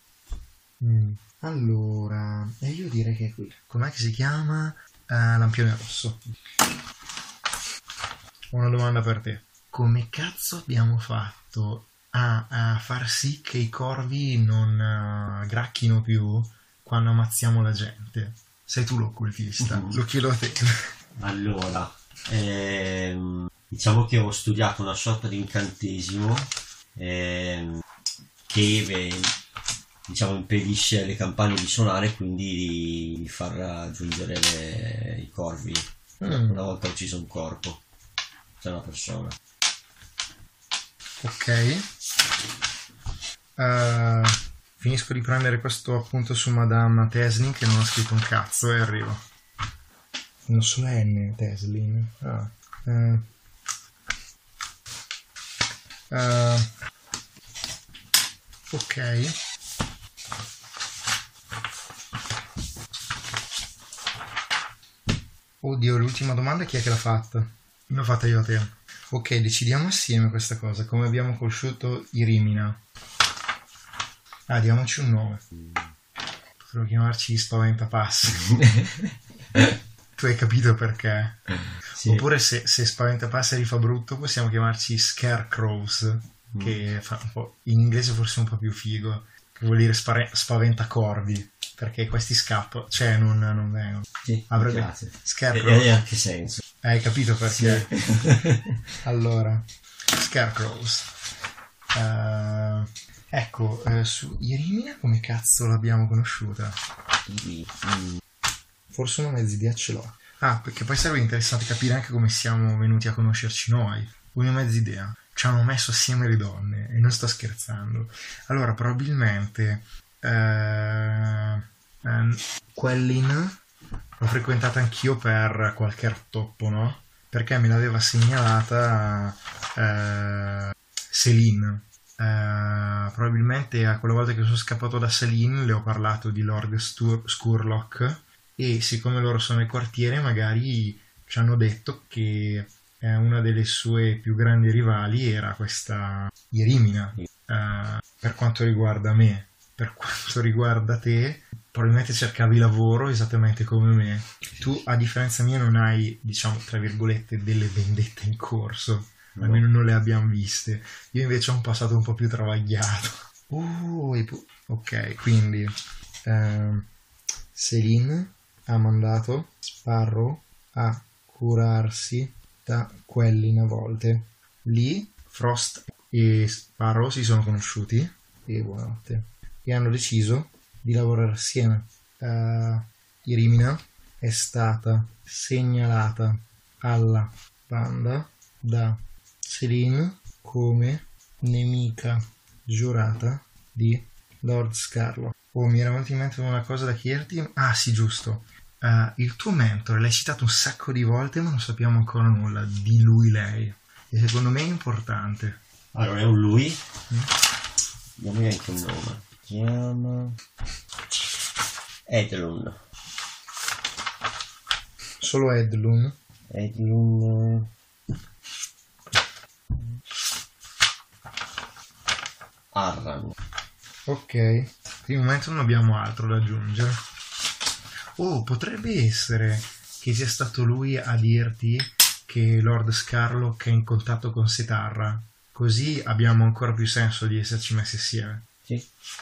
Allora, io direi che è qui. Com'è che si chiama? Lampione rosso. Ho una domanda per te. Come cazzo abbiamo fatto a far sì che i corvi non gracchino più quando ammazziamo la gente? Sei tu l'occultista, lo chiedo a te. Allora, diciamo che ho studiato una sorta di incantesimo che diciamo impedisce alle campane di suonare, quindi di far raggiungere i corvi. Una volta ucciso un corpo, c'è una persona. Ok. Finisco di prendere questo appunto su Madame Teslin che non ho scritto un cazzo e arrivo. Non solo N Teslin. Ok. Oddio, l'ultima domanda chi è che l'ha fatta? L'ho fatta io a te. Ok, decidiamo assieme questa cosa. Come abbiamo conosciuto Irimina? Diamoci un nome. Potremmo chiamarci Spaventapassi. Tu hai capito perché? Sì. Oppure se Spaventapasseri fa brutto possiamo chiamarci Scarecrows, che fa un po', in inglese forse un po' più figo, che vuol dire spaventacorvi, perché questi scappano, cioè non vengono. Sì, avrebbe Scarecrows. E anche senso. Hai capito perché? Sì. Allora, Scarecrows. Ecco, su Irimina come cazzo l'abbiamo conosciuta? Forse una mezz'idea ce l'ho. Ah, perché poi sarebbe interessante capire anche come siamo venuti a conoscerci noi. Una mezz'idea. Ci hanno messo assieme le donne, e non sto scherzando. Allora, probabilmente Quellin l'ho frequentata anch'io per qualche rattoppo, no? Perché me l'aveva segnalata Céline. Probabilmente a quella volta che sono scappato da Céline le ho parlato di Lord Scurlock, e siccome loro sono nel quartiere magari ci hanno detto che una delle sue più grandi rivali era questa Irimina. Per quanto riguarda me, per quanto riguarda te, probabilmente cercavi lavoro esattamente come me. Tu, a differenza mia, non hai, diciamo, tra virgolette, delle vendette in corso. No. Almeno non le abbiamo viste. Io invece ho un passato un po' più travagliato. Ok, quindi Céline ha mandato Sparrow a curarsi da Quellin a volte. Lì Frost e Sparrow si sono conosciuti, e buonanotte, e hanno deciso di lavorare assieme. Irimina è stata segnalata alla banda da Céline come nemica giurata di Lord Scarlock. Mi era venuta in mente una cosa da chiederti. Ah sì, giusto. Il tuo mentore l'hai citato un sacco di volte, ma non sappiamo ancora nulla di lui, lei. E secondo me è importante. Allora, è un lui. Diamo anche un nome. Chiama Edlund. Solo Edlund. Arran. Ok, per il momento non abbiamo altro da aggiungere. Potrebbe essere che sia stato lui a dirti che Lord Scarlock è in contatto con Setarra, così abbiamo ancora più senso di esserci messi assieme. Sì.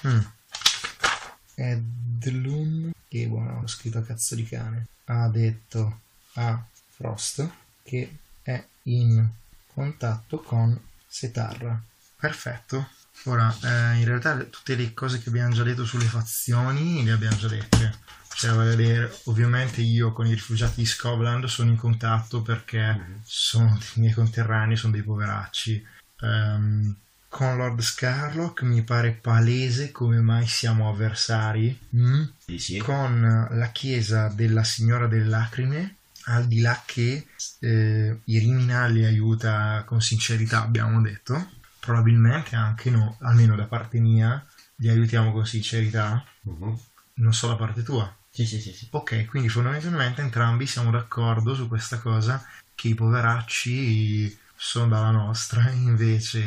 Edlund, che buono, ho scritto a cazzo di cane, ha detto a Frost che è in contatto con Setarra. Perfetto. Ora, in realtà tutte le cose che abbiamo già detto sulle fazioni le abbiamo già dette. Cioè, voglio vedere, ovviamente io con i rifugiati di Scotland sono in contatto perché sono dei miei conterranei, sono dei poveracci. Con Lord Scarlock mi pare palese come mai siamo avversari. Sì. Con la chiesa della Signora delle Lacrime, al di là che Irimina li aiuta con sincerità, abbiamo detto. Probabilmente anche no, almeno da parte mia, li aiutiamo con sincerità. Non so la parte tua. Sì. Ok, quindi fondamentalmente entrambi siamo d'accordo su questa cosa, che i poveracci sono dalla nostra, invece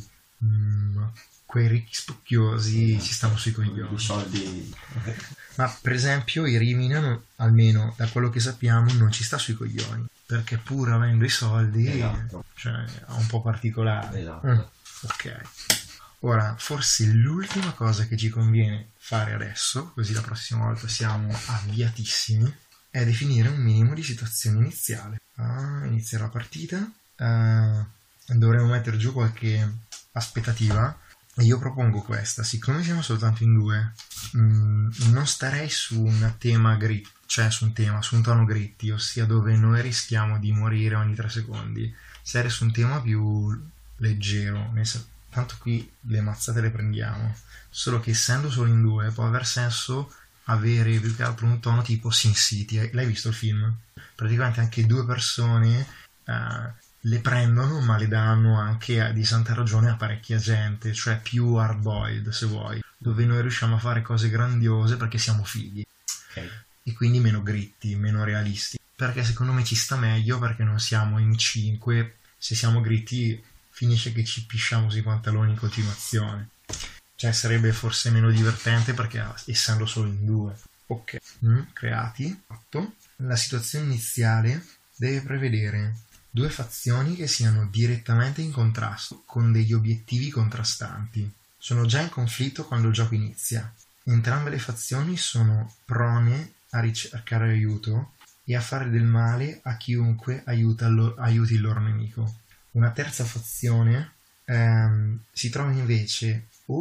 quei ricchi spocchiosi ci stanno sui coglioni. I soldi. Ma per esempio Irimina, almeno da quello che sappiamo, non ci sta sui coglioni, perché pur avendo i soldi, esatto, cioè, è un po' particolare. Esatto. Ok. Ora, forse l'ultima cosa che ci conviene fare adesso, così la prossima volta siamo avviatissimi, è definire un minimo di situazione iniziale. Inizia la partita, dovremmo mettere giù qualche aspettativa, e io propongo questa. Siccome siamo soltanto in due, non starei su un tema gritty, cioè su un tono gritty, ossia dove noi rischiamo di morire ogni 3 secondi. Sarei su un tema più leggero, tanto qui le mazzate le prendiamo, solo che essendo solo in due può aver senso avere più che altro un tono tipo Sin City. L'hai visto il film? Praticamente anche 2 persone le prendono, ma le danno anche di santa ragione a parecchia gente, cioè più hard-boiled se vuoi, dove noi riusciamo a fare cose grandiose perché siamo fighi. Okay. E quindi meno gritti, meno realisti, perché secondo me ci sta meglio, perché non siamo in 5. Se siamo gritti finisce che ci pisciamo sui pantaloni in continuazione, cioè sarebbe forse meno divertente perché essendo solo in 2. Ok, creati, fatto. La situazione iniziale deve prevedere 2 fazioni che siano direttamente in contrasto, con degli obiettivi contrastanti. Sono già in conflitto quando il gioco inizia. Entrambe le fazioni sono prone a ricercare aiuto e a fare del male a chiunque aiuti il loro nemico. Una terza fazione si trova invece o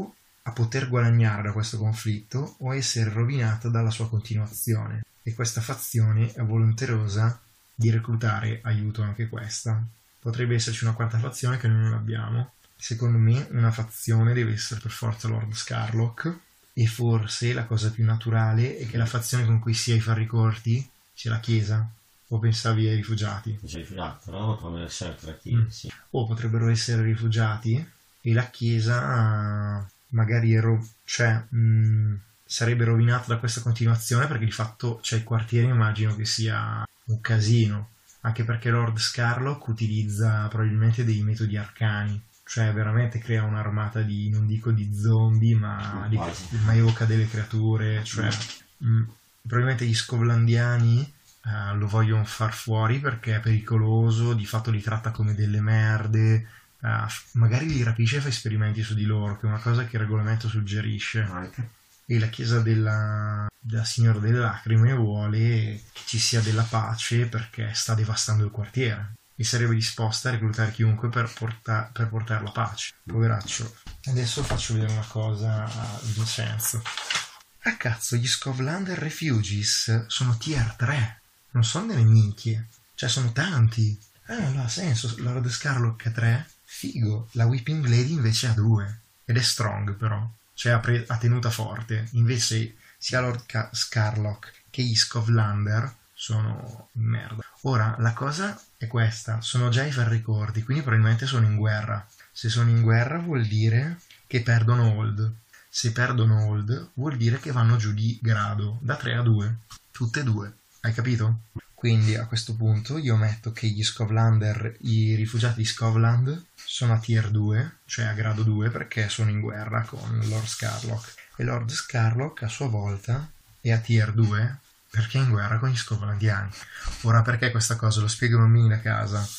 a poter guadagnare da questo conflitto o essere rovinata dalla sua continuazione, e questa fazione è volenterosa di reclutare aiuto anche questa. Potrebbe esserci una quarta fazione che noi non abbiamo. Secondo me una fazione deve essere per forza Lord Scarlock, e forse la cosa più naturale è che la fazione con cui si ha i ferri corti sia la Chiesa. O pensavi ai rifugiati? Sei rifugiato, però potrebbero essere tre Chiese, sì. O potrebbero essere rifugiati e la Chiesa magari sarebbe rovinata da questa continuazione, perché di fatto il quartiere immagino che sia un casino, anche perché Lord Scarlock utilizza probabilmente dei metodi arcani, cioè veramente crea un'armata di, non dico di zombie, ma evoca delle creature, probabilmente gli scovlandiani lo vogliono far fuori perché è pericoloso, di fatto li tratta come delle merde, magari li rapisce e fa esperimenti su di loro, che è una cosa che il regolamento suggerisce. E la Chiesa della Signora delle Lacrime vuole che ci sia della pace perché sta devastando il quartiere e sarebbe disposta a reclutare chiunque per portare la pace. Poveraccio. Adesso faccio vedere una cosa a Vincenzo. Cazzo, gli Scovlander Refugees sono tier 3, non sono delle minchie, sono tanti. Non ha senso. Lord Scarlock è 3, figo. La Weeping Lady invece ha 2 ed è strong, però ha tenuta forte. Invece sia Lord Scarlock che gli Scovlander sono merda. Ora la cosa è questa: sono già i ferri corti, quindi probabilmente sono in guerra. Se sono in guerra vuol dire che perdono hold. Se perdono hold vuol dire che vanno giù di grado da 3 a 2, tutte e due. Hai capito? Quindi a questo punto io metto che gli Scovlander, i rifugiati di Scovland, sono a tier 2, cioè a grado 2, perché sono in guerra con Lord Scarlock. E Lord Scarlock a sua volta è a tier 2 perché è in guerra con gli Scovlandiani. Ora, perché questa cosa? Lo spiego ai bambini da casa.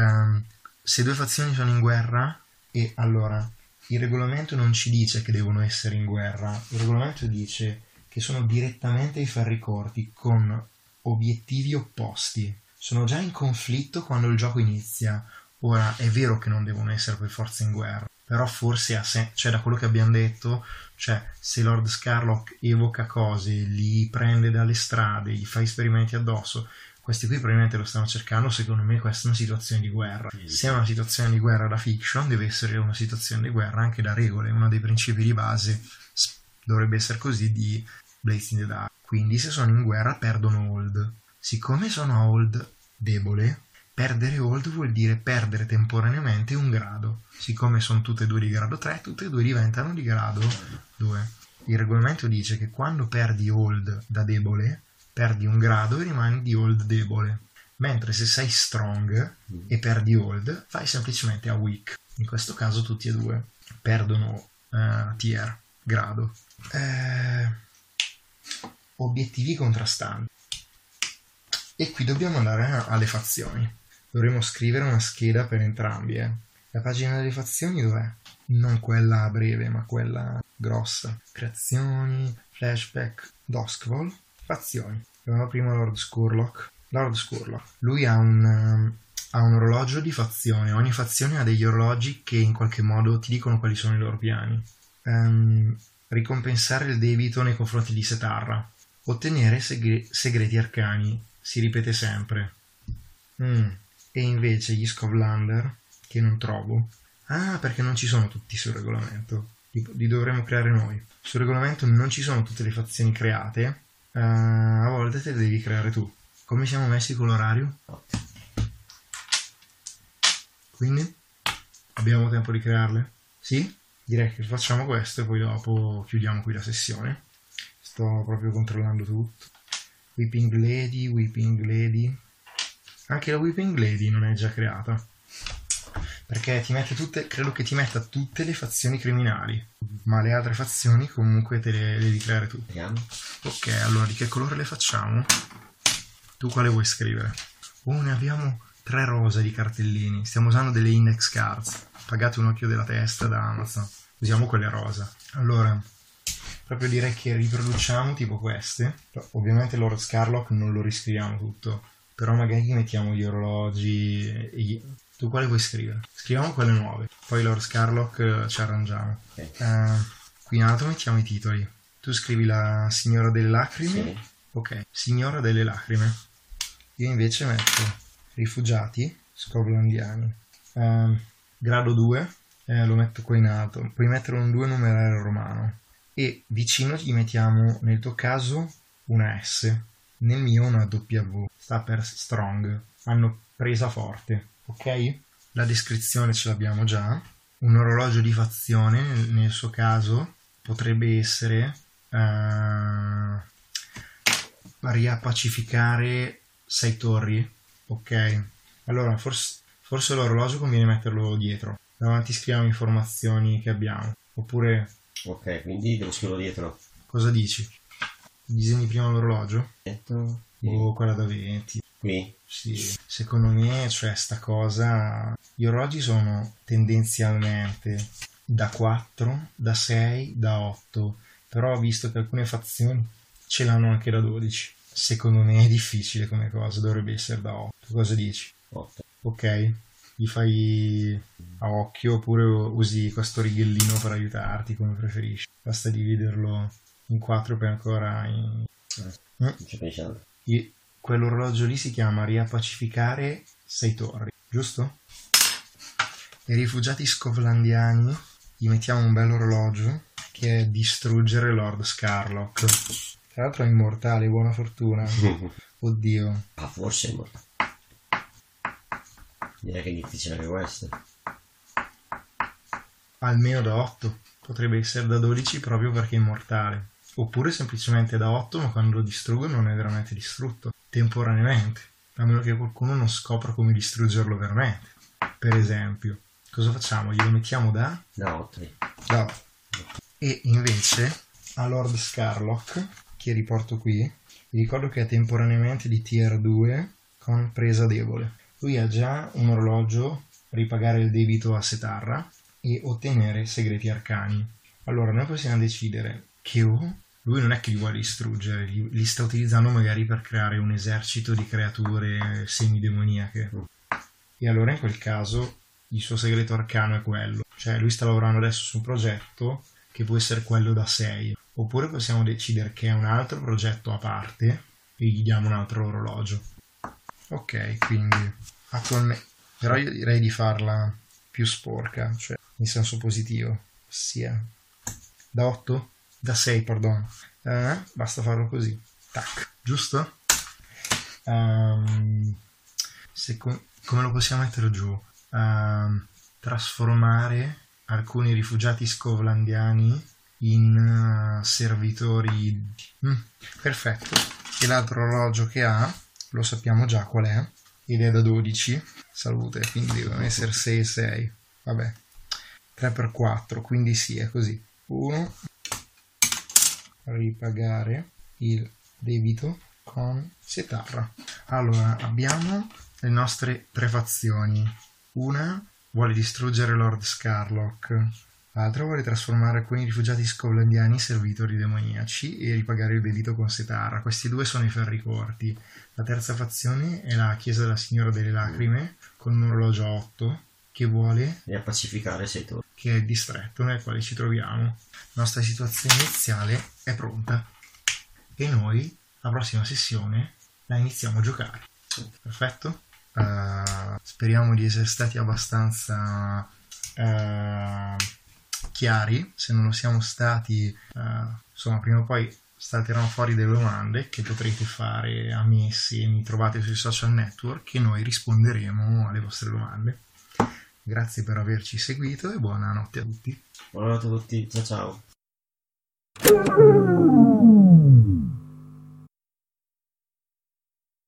Se due fazioni sono in guerra, e allora il regolamento non ci dice che devono essere in guerra, il regolamento dice che sono direttamente ai ferri corti con obiettivi opposti, sono già in conflitto quando il gioco inizia. Ora è vero che non devono essere per forza in guerra, però forse da quello che abbiamo detto, se Lord Scarlock evoca cose, li prende dalle strade, gli fa esperimenti addosso, questi qui probabilmente lo stanno cercando. Secondo me questa è una situazione di guerra. Se è una situazione di guerra da fiction, deve essere una situazione di guerra anche da regole. Uno dei principi di base dovrebbe essere così di Blades in the Dark. Quindi se sono in guerra perdono hold. Siccome sono a hold debole, perdere hold vuol dire perdere temporaneamente un grado. Siccome sono tutte e due di grado 3, tutte e due diventano di grado 2. Il regolamento dice che quando perdi hold da debole, perdi un grado e rimani di hold debole. Mentre se sei strong e perdi hold, vai semplicemente a weak. In questo caso tutti e due perdono tier, grado. Obiettivi contrastanti. E qui dobbiamo andare alle fazioni. Dovremo scrivere una scheda per entrambi. La pagina delle fazioni dov'è? Non quella breve, ma quella grossa. Creazioni, flashback, Duskfall, fazioni. Abbiamo prima Lord Skurlock. Lui ha un orologio di fazione. Ogni fazione ha degli orologi che in qualche modo ti dicono quali sono i loro piani. Ricompensare il debito nei confronti di Setarra. Ottenere segreti arcani. Si ripete sempre. E invece gli Scovlander, che non trovo. Perché non ci sono tutti sul regolamento. Li dovremmo creare noi. Sul regolamento non ci sono tutte le fazioni create. A volte te le devi creare tu. Come siamo messi con l'orario? Quindi abbiamo tempo di crearle? Sì? Direi che facciamo questo e poi dopo chiudiamo qui la sessione. Sto proprio controllando tutto. Weeping Lady. Anche la Weeping Lady non è già creata, perché ti mette credo che ti metta tutte le fazioni criminali, ma le altre fazioni comunque te le devi creare tu. Ok, allora di che colore le facciamo? Tu quale vuoi scrivere? Ne abbiamo 3 rosa di cartellini. Stiamo usando delle index cards. Pagate un occhio della testa da Amazon. Usiamo quelle rosa. Allora, proprio direi che riproduciamo tipo queste. Ovviamente Lord Scarlock non lo riscriviamo tutto, però magari mettiamo gli orologi. Tu quale vuoi scrivere? Scriviamo quelle nuove, poi Lord Scarlock ci arrangiamo. qui in alto mettiamo i titoli. Tu scrivi la Signora delle Lacrime. Sì. Ok, Signora delle Lacrime. Io invece metto rifugiati scovlandiani. Grado 2, lo metto qua in alto. Puoi mettere un 2 numerale romano. E vicino gli mettiamo, nel tuo caso, una S. Nel mio una W. Sta per strong. Hanno presa forte. Ok? La descrizione ce l'abbiamo già. Un orologio di fazione, nel suo caso, potrebbe essere riappacificare 6 torri. Ok? Allora, forse l'orologio conviene metterlo dietro. Davanti scriviamo informazioni che abbiamo. Oppure... Ok, quindi devo scriverlo dietro. Cosa dici? Disegni prima l'orologio? Dietro. O quella da 20? Qui? Sì, secondo me, cioè, sta cosa... Gli orologi sono tendenzialmente da 4, da 6, da 8, però ho visto che alcune fazioni ce l'hanno anche da 12. Secondo me è difficile come cosa, dovrebbe essere da 8. Cosa dici? 8. Ok, gli fai a occhio oppure usi questo righellino per aiutarti, come preferisci. Basta dividerlo in 4 per ancora... Non ci pensavo. Quell'orologio lì si chiama riappacificare 6 torri, giusto? I rifugiati scovlandiani gli mettiamo un bel orologio che è distruggere Lord Scarlock. Tra l'altro è immortale, buona fortuna. Oddio. Ah, forse è immortale. Direi che è difficile anche questo. Almeno da 8. Potrebbe essere da 12 proprio perché è immortale. Oppure semplicemente da 8, ma quando lo distruggo non è veramente distrutto. Temporaneamente. A meno che qualcuno non scopra come distruggerlo veramente. Per esempio. Cosa facciamo? Glielo mettiamo da 8. Da 8. E invece a Lord Scarlock, che riporto qui, vi ricordo che è temporaneamente di tier 2 con presa debole. Lui ha già un orologio, ripagare il debito a Setarra e ottenere segreti arcani. Allora noi possiamo decidere che lui non è che li vuole distruggere, li sta utilizzando magari per creare un esercito di creature semidemoniache. E allora in quel caso il suo segreto arcano è quello. Cioè lui sta lavorando adesso su un progetto che può essere quello da 6. Oppure possiamo decidere che è un altro progetto a parte e gli diamo un altro orologio. Ok, quindi attualmente... Però io direi di farla più sporca, cioè in senso positivo. Ossia, da 8? Da 6, perdono. Basta farlo così. Tac, giusto? Come lo possiamo mettere giù? Trasformare alcuni rifugiati scovlandiani in servitori. Perfetto. E l'altro orologio che ha, lo sappiamo già qual è, ed è da 12. Salute, quindi devono essere 6 e 6. Vabbè. 3x4, quindi sì, è così. 1. Ripagare il debito con Setarra. Allora, abbiamo le nostre 3 fazioni. Una vuole distruggere Lord Scarlock, l'altra vuole trasformare alcuni rifugiati scovlandiani in servitori demoniaci e ripagare il debito con Setarra. Questi 2 sono i ferri corti. La terza fazione è la Chiesa della Signora delle Lacrime con un orologio a 8 che vuole riappacificare 6 torri, che è il distretto nel quale ci troviamo. La nostra situazione iniziale è pronta e noi la prossima sessione la iniziamo a giocare. Perfetto? Speriamo di essere stati abbastanza chiari. Se non lo siamo stati, insomma, prima o poi salteranno fuori delle domande che potrete fare a me se mi trovate sui social network e noi risponderemo alle vostre domande. Grazie per averci seguito e buonanotte a tutti. Buonanotte a tutti, ciao ciao.